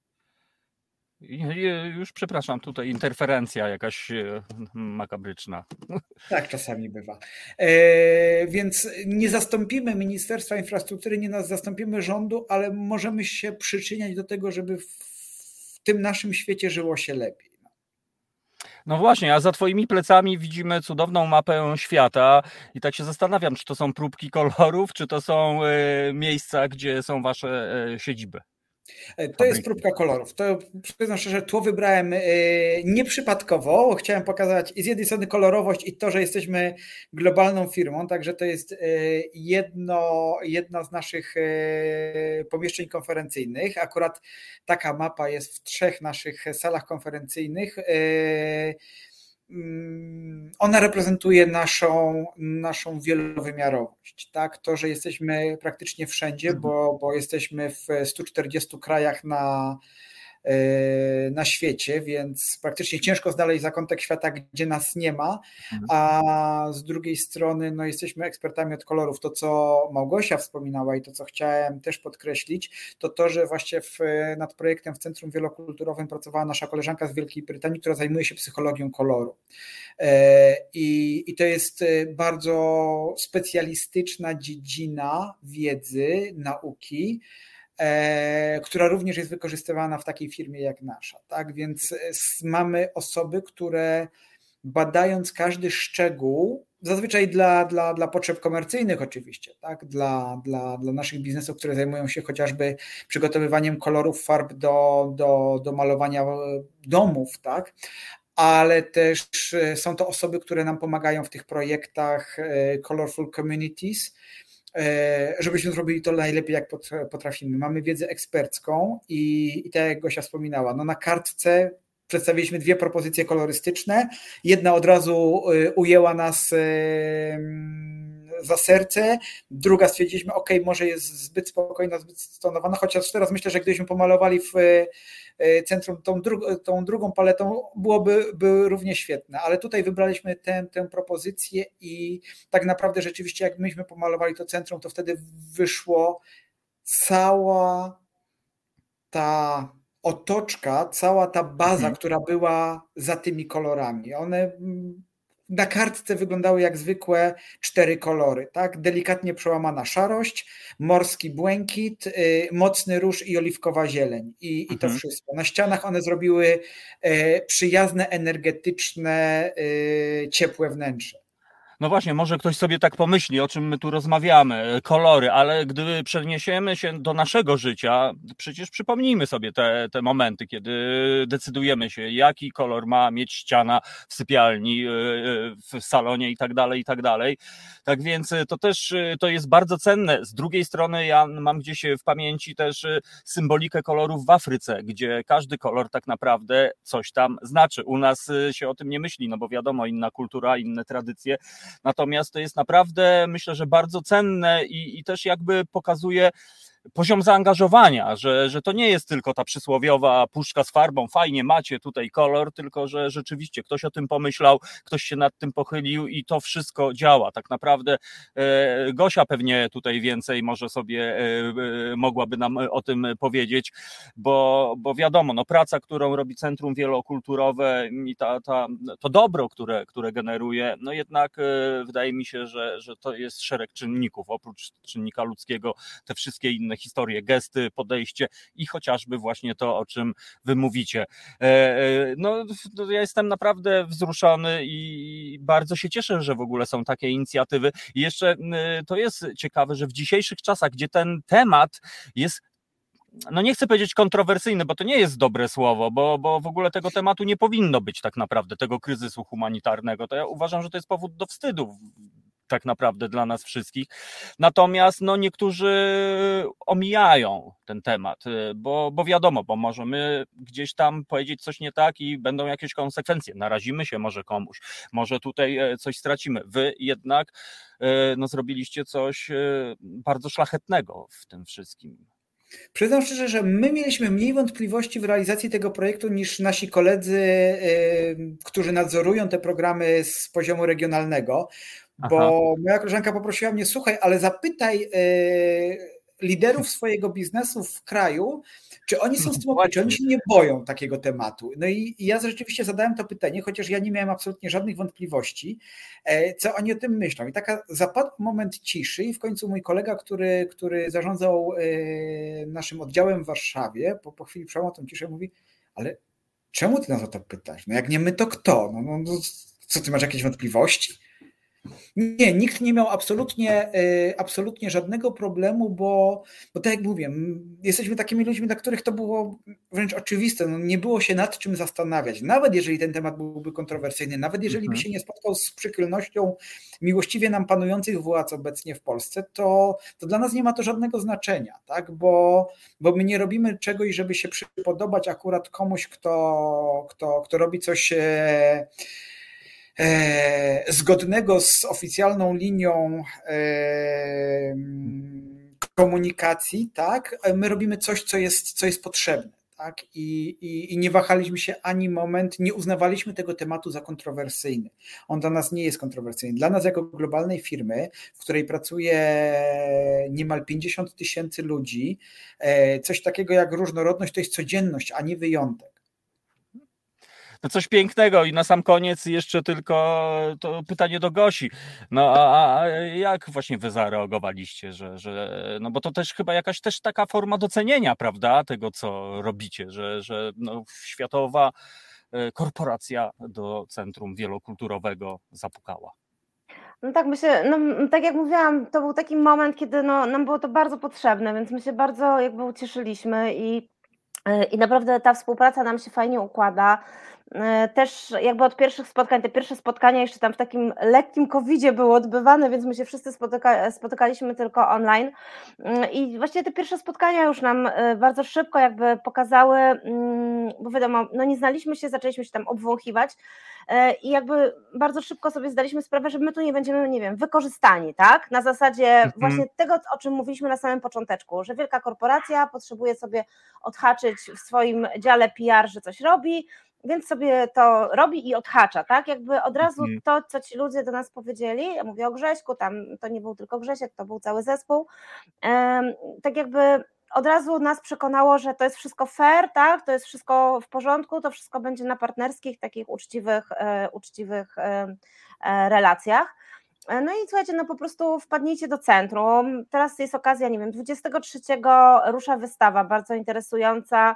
[SPEAKER 2] Już przepraszam, tutaj interferencja jakaś makabryczna.
[SPEAKER 5] Tak czasami bywa. Więc nie zastąpimy Ministerstwa Infrastruktury, nie zastąpimy rządu, ale możemy się przyczyniać do tego, żeby w tym naszym świecie żyło się lepiej.
[SPEAKER 2] No właśnie, a za twoimi plecami widzimy cudowną mapę świata i tak się zastanawiam, czy to są próbki kolorów, czy to są miejsca, gdzie są wasze siedziby.
[SPEAKER 5] To jest próbka kolorów. To przyznam szczerze, tło wybrałem nieprzypadkowo, bo chciałem pokazać z jednej strony kolorowość i to, że jesteśmy globalną firmą, także to jest jedno z naszych pomieszczeń konferencyjnych. Akurat taka mapa jest w 3 naszych salach konferencyjnych. Ona reprezentuje naszą wielowymiarowość, tak? To, że jesteśmy praktycznie wszędzie, bo jesteśmy w 140 krajach na świecie, więc praktycznie ciężko znaleźć zakątek świata, gdzie nas nie ma, a z drugiej strony jesteśmy ekspertami od kolorów. To, co Małgosia wspominała i to, co chciałem też podkreślić, to, że właśnie nad projektem w Centrum Wielokulturowym pracowała nasza koleżanka z Wielkiej Brytanii, która zajmuje się psychologią koloru. I to jest bardzo specjalistyczna dziedzina wiedzy, nauki, która również jest wykorzystywana w takiej firmie jak nasza. Tak? Więc mamy osoby, które badając każdy szczegół, zazwyczaj dla potrzeb komercyjnych oczywiście, tak? Dla naszych biznesów, które zajmują się chociażby przygotowywaniem kolorów, farb do malowania domów, tak? Ale też są to osoby, które nam pomagają w tych projektach Colorful Communities, żebyśmy zrobili to najlepiej, jak potrafimy. Mamy wiedzę ekspercką i tak jak Gosia wspominała, no na kartce przedstawiliśmy 2 propozycje kolorystyczne. Jedna od razu ujęła nas za serce, druga stwierdziliśmy, może jest zbyt spokojna, zbyt stonowana, chociaż teraz myślę, że gdybyśmy pomalowali w centrum tą drugą paletą, byłoby równie świetne, ale tutaj wybraliśmy tę propozycję i tak naprawdę rzeczywiście jak myśmy pomalowali to centrum, to wtedy wyszło cała ta otoczka, cała ta baza, która była za tymi kolorami. One na kartce wyglądały jak zwykłe 4 kolory, tak? Delikatnie przełamana szarość, morski błękit, mocny róż i oliwkowa zieleń. I to wszystko. Na ścianach one zrobiły przyjazne, energetyczne, ciepłe wnętrze.
[SPEAKER 2] No właśnie, może ktoś sobie tak pomyśli, o czym my tu rozmawiamy, kolory, ale gdy przeniesiemy się do naszego życia, przecież przypomnijmy sobie te momenty, kiedy decydujemy się, jaki kolor ma mieć ściana w sypialni, w salonie i tak dalej, i tak dalej. Tak więc to też to jest bardzo cenne. Z drugiej strony ja mam gdzieś w pamięci też symbolikę kolorów w Afryce, gdzie każdy kolor tak naprawdę coś tam znaczy. U nas się o tym nie myśli, no bo wiadomo, inna kultura, inne tradycje. Natomiast to jest naprawdę, myślę, że bardzo cenne i też jakby pokazuje poziom zaangażowania, że to nie jest tylko ta przysłowiowa puszka z farbą, fajnie macie tutaj kolor, tylko że rzeczywiście ktoś o tym pomyślał, ktoś się nad tym pochylił i to wszystko działa. Tak naprawdę Gosia pewnie tutaj więcej może sobie mogłaby nam o tym powiedzieć, bo wiadomo, no praca, którą robi Centrum Wielokulturowe i to dobro, które generuje, no jednak wydaje mi się, że to jest szereg czynników, oprócz czynnika ludzkiego, te wszystkie inne historie, gesty, podejście i chociażby właśnie to, o czym wy mówicie. No, ja jestem naprawdę wzruszony i bardzo się cieszę, że w ogóle są takie inicjatywy. I jeszcze to jest ciekawe, że w dzisiejszych czasach, gdzie ten temat jest, no nie chcę powiedzieć kontrowersyjny, bo to nie jest dobre słowo, bo w ogóle tego tematu nie powinno być tak naprawdę, tego kryzysu humanitarnego. To ja uważam, że to jest powód do wstydu tak naprawdę dla nas wszystkich. Natomiast no niektórzy omijają ten temat, bo wiadomo, bo możemy gdzieś tam powiedzieć coś nie tak i będą jakieś konsekwencje. Narazimy się może komuś, może tutaj coś stracimy. Wy jednak no, zrobiliście coś bardzo szlachetnego w tym wszystkim.
[SPEAKER 5] Przyznam szczerze, że my mieliśmy mniej wątpliwości w realizacji tego projektu niż nasi koledzy, którzy nadzorują te programy z poziomu regionalnego, bo moja koleżanka poprosiła mnie, słuchaj, ale zapytaj liderów swojego biznesu w kraju, czy oni są z tym okej, czy oni się nie boją takiego tematu. No i ja rzeczywiście zadałem to pytanie, chociaż ja nie miałem absolutnie żadnych wątpliwości, co oni o tym myślą. I zapadł moment ciszy i w końcu mój kolega, który zarządzał naszym oddziałem w Warszawie, po chwili przełamał tą ciszę, mówi, ale czemu ty nas o to pytasz? No jak nie my, to kto? No, co, ty masz jakieś wątpliwości? Nie, nikt nie miał absolutnie żadnego problemu, bo tak jak mówię, jesteśmy takimi ludźmi, dla których to było wręcz oczywiste. No, nie było się nad czym zastanawiać. Nawet jeżeli ten temat byłby kontrowersyjny, nawet jeżeli by się nie spotkał z przychylnością miłościwie nam panujących władz obecnie w Polsce, to dla nas nie ma to żadnego znaczenia, tak? Bo my nie robimy czegoś, żeby się przypodobać akurat komuś, kto robi coś zgodnego z oficjalną linią komunikacji, tak? My robimy coś, co jest potrzebne, tak? I nie wahaliśmy się ani moment, nie uznawaliśmy tego tematu za kontrowersyjny. On dla nas nie jest kontrowersyjny. Dla nas jako globalnej firmy, w której pracuje niemal 50 000 ludzi, coś takiego jak różnorodność to jest codzienność, a nie wyjątek.
[SPEAKER 2] No coś pięknego i na sam koniec jeszcze tylko to pytanie do Gosi. No a jak właśnie wy zareagowaliście, że no bo to też chyba jakaś też taka forma docenienia, prawda, tego co robicie, że no, światowa korporacja do Centrum Wielokulturowego zapukała.
[SPEAKER 6] No tak, myślę, no tak jak mówiłam, to był taki moment, kiedy no, nam było to bardzo potrzebne, więc my się bardzo jakby ucieszyliśmy i naprawdę ta współpraca nam się fajnie układa. też jakby od pierwszych spotkań, te pierwsze spotkania jeszcze tam w takim lekkim COVID-zie były odbywane, więc my się wszyscy spotykaliśmy tylko online i właściwie te pierwsze spotkania już nam bardzo szybko jakby pokazały, bo wiadomo, no nie znaliśmy się, zaczęliśmy się tam obwąchiwać i jakby bardzo szybko sobie zdaliśmy sprawę, że my tu nie będziemy, nie wiem, wykorzystani, tak? Na zasadzie właśnie tego, o czym mówiliśmy na samym począteczku, że wielka korporacja potrzebuje sobie odhaczyć w swoim dziale PR, że coś robi, więc sobie to robi i odhacza, tak? Jakby od razu to, co ci ludzie do nas powiedzieli, ja mówię o Grześku, tam to nie był tylko Grzesiek, to był cały zespół, tak jakby od razu nas przekonało, że to jest wszystko fair, tak? To jest wszystko w porządku, to wszystko będzie na partnerskich, takich uczciwych relacjach. No i słuchajcie, no po prostu wpadnijcie do centrum. Teraz jest okazja, nie wiem, 23 rusza wystawa bardzo interesująca.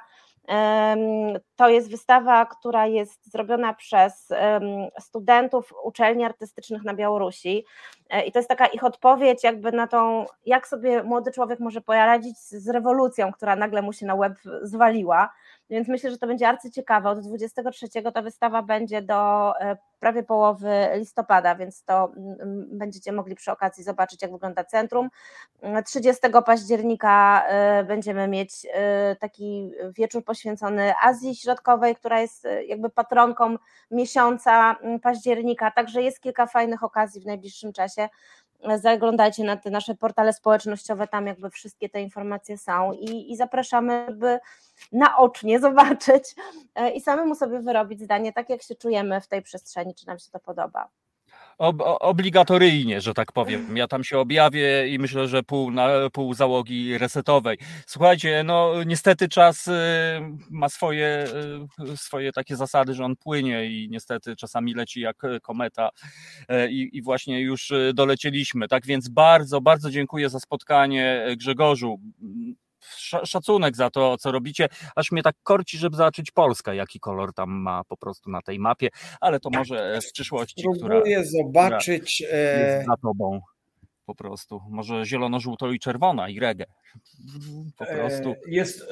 [SPEAKER 6] To jest wystawa, która jest zrobiona przez studentów uczelni artystycznych na Białorusi i to jest taka ich odpowiedź jakby na tą, jak sobie młody człowiek może poradzić z rewolucją, która nagle mu się na łeb zwaliła, więc myślę, że to będzie arcyciekawe. Od 23 ta wystawa będzie do prawie połowy listopada, więc to będziecie mogli przy okazji zobaczyć, jak wygląda centrum. 30 października będziemy mieć taki wieczór poświęcony Azji Środkowej, która jest jakby patronką miesiąca października, także jest kilka fajnych okazji w najbliższym czasie. Zaglądajcie na te nasze portale społecznościowe, tam jakby wszystkie te informacje są i zapraszamy, by naocznie zobaczyć i samemu sobie wyrobić zdanie, tak jak się czujemy w tej przestrzeni, czy nam się to podoba.
[SPEAKER 2] Obligatoryjnie, że tak powiem. Ja tam się objawię i myślę, że pół załogi resetowej. Słuchajcie, no niestety czas ma swoje takie zasady, że on płynie i niestety czasami leci jak kometa i właśnie już dolecieliśmy. Tak więc bardzo, bardzo dziękuję za spotkanie, Grzegorzu. Szacunek za to, co robicie, aż mnie tak korci, żeby zobaczyć Polska, jaki kolor tam ma po prostu na tej mapie, ale to może w przyszłości,
[SPEAKER 5] Spróbuję zobaczyć.
[SPEAKER 2] Jest za tobą po prostu. Może zielono-żółto i czerwona i reggae. Po prostu.
[SPEAKER 7] Jest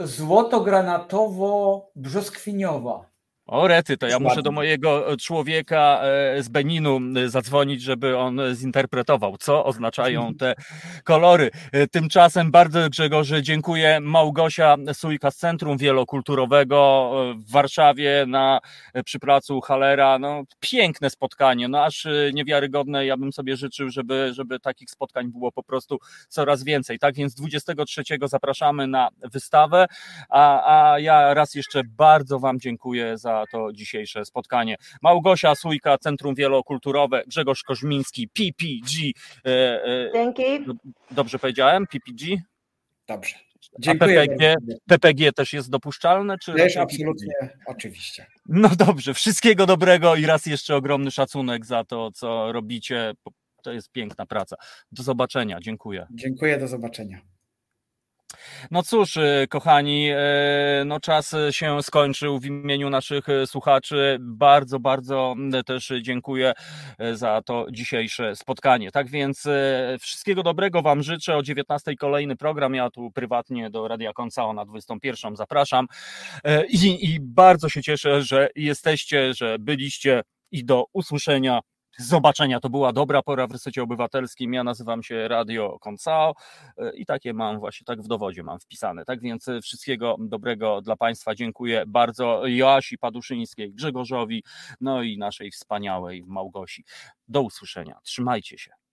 [SPEAKER 7] złoto-granatowo-brzoskwiniowa.
[SPEAKER 2] O rety, to ja muszę do mojego człowieka z Beninu zadzwonić, żeby on zinterpretował, co oznaczają te kolory. Tymczasem bardzo, Grzegorze, dziękuję. Małgosia Sójka z Centrum Wielokulturowego w Warszawie przy placu Hallera. No, piękne spotkanie, no aż niewiarygodne. Ja bym sobie życzył, żeby takich spotkań było po prostu coraz więcej. Tak więc 23 zapraszamy na wystawę, a ja raz jeszcze bardzo wam dziękuję za to dzisiejsze spotkanie. Małgosia Sójka, Centrum Wielokulturowe, Grzegorz Koźmiński, PPG.
[SPEAKER 6] Dzięki.
[SPEAKER 2] Dobrze powiedziałem? PPG?
[SPEAKER 5] Dobrze. Dziękuję.
[SPEAKER 2] A PPG też jest dopuszczalne? Czy
[SPEAKER 5] też absolutnie, oczywiście.
[SPEAKER 2] No dobrze, wszystkiego dobrego i raz jeszcze ogromny szacunek za to, co robicie. To jest piękna praca. Do zobaczenia. Dziękuję.
[SPEAKER 5] Dziękuję, do zobaczenia.
[SPEAKER 2] No cóż, kochani, no czas się skończył. W imieniu naszych słuchaczy bardzo, bardzo też dziękuję za to dzisiejsze spotkanie. Tak więc wszystkiego dobrego wam życzę. O 19:00 kolejny program. Ja tu prywatnie do Radia Koncao na 21:00 zapraszam i bardzo się cieszę, że jesteście, że byliście i do usłyszenia. Zobaczenia, to była dobra pora w Resecie Obywatelskim. Ja nazywam się Radio Koncao i takie mam właśnie, tak w dowodzie mam wpisane. Tak więc wszystkiego dobrego dla Państwa. Dziękuję bardzo Joasi Paduszyńskiej, Grzegorzowi, no i naszej wspaniałej Małgosi. Do usłyszenia. Trzymajcie się.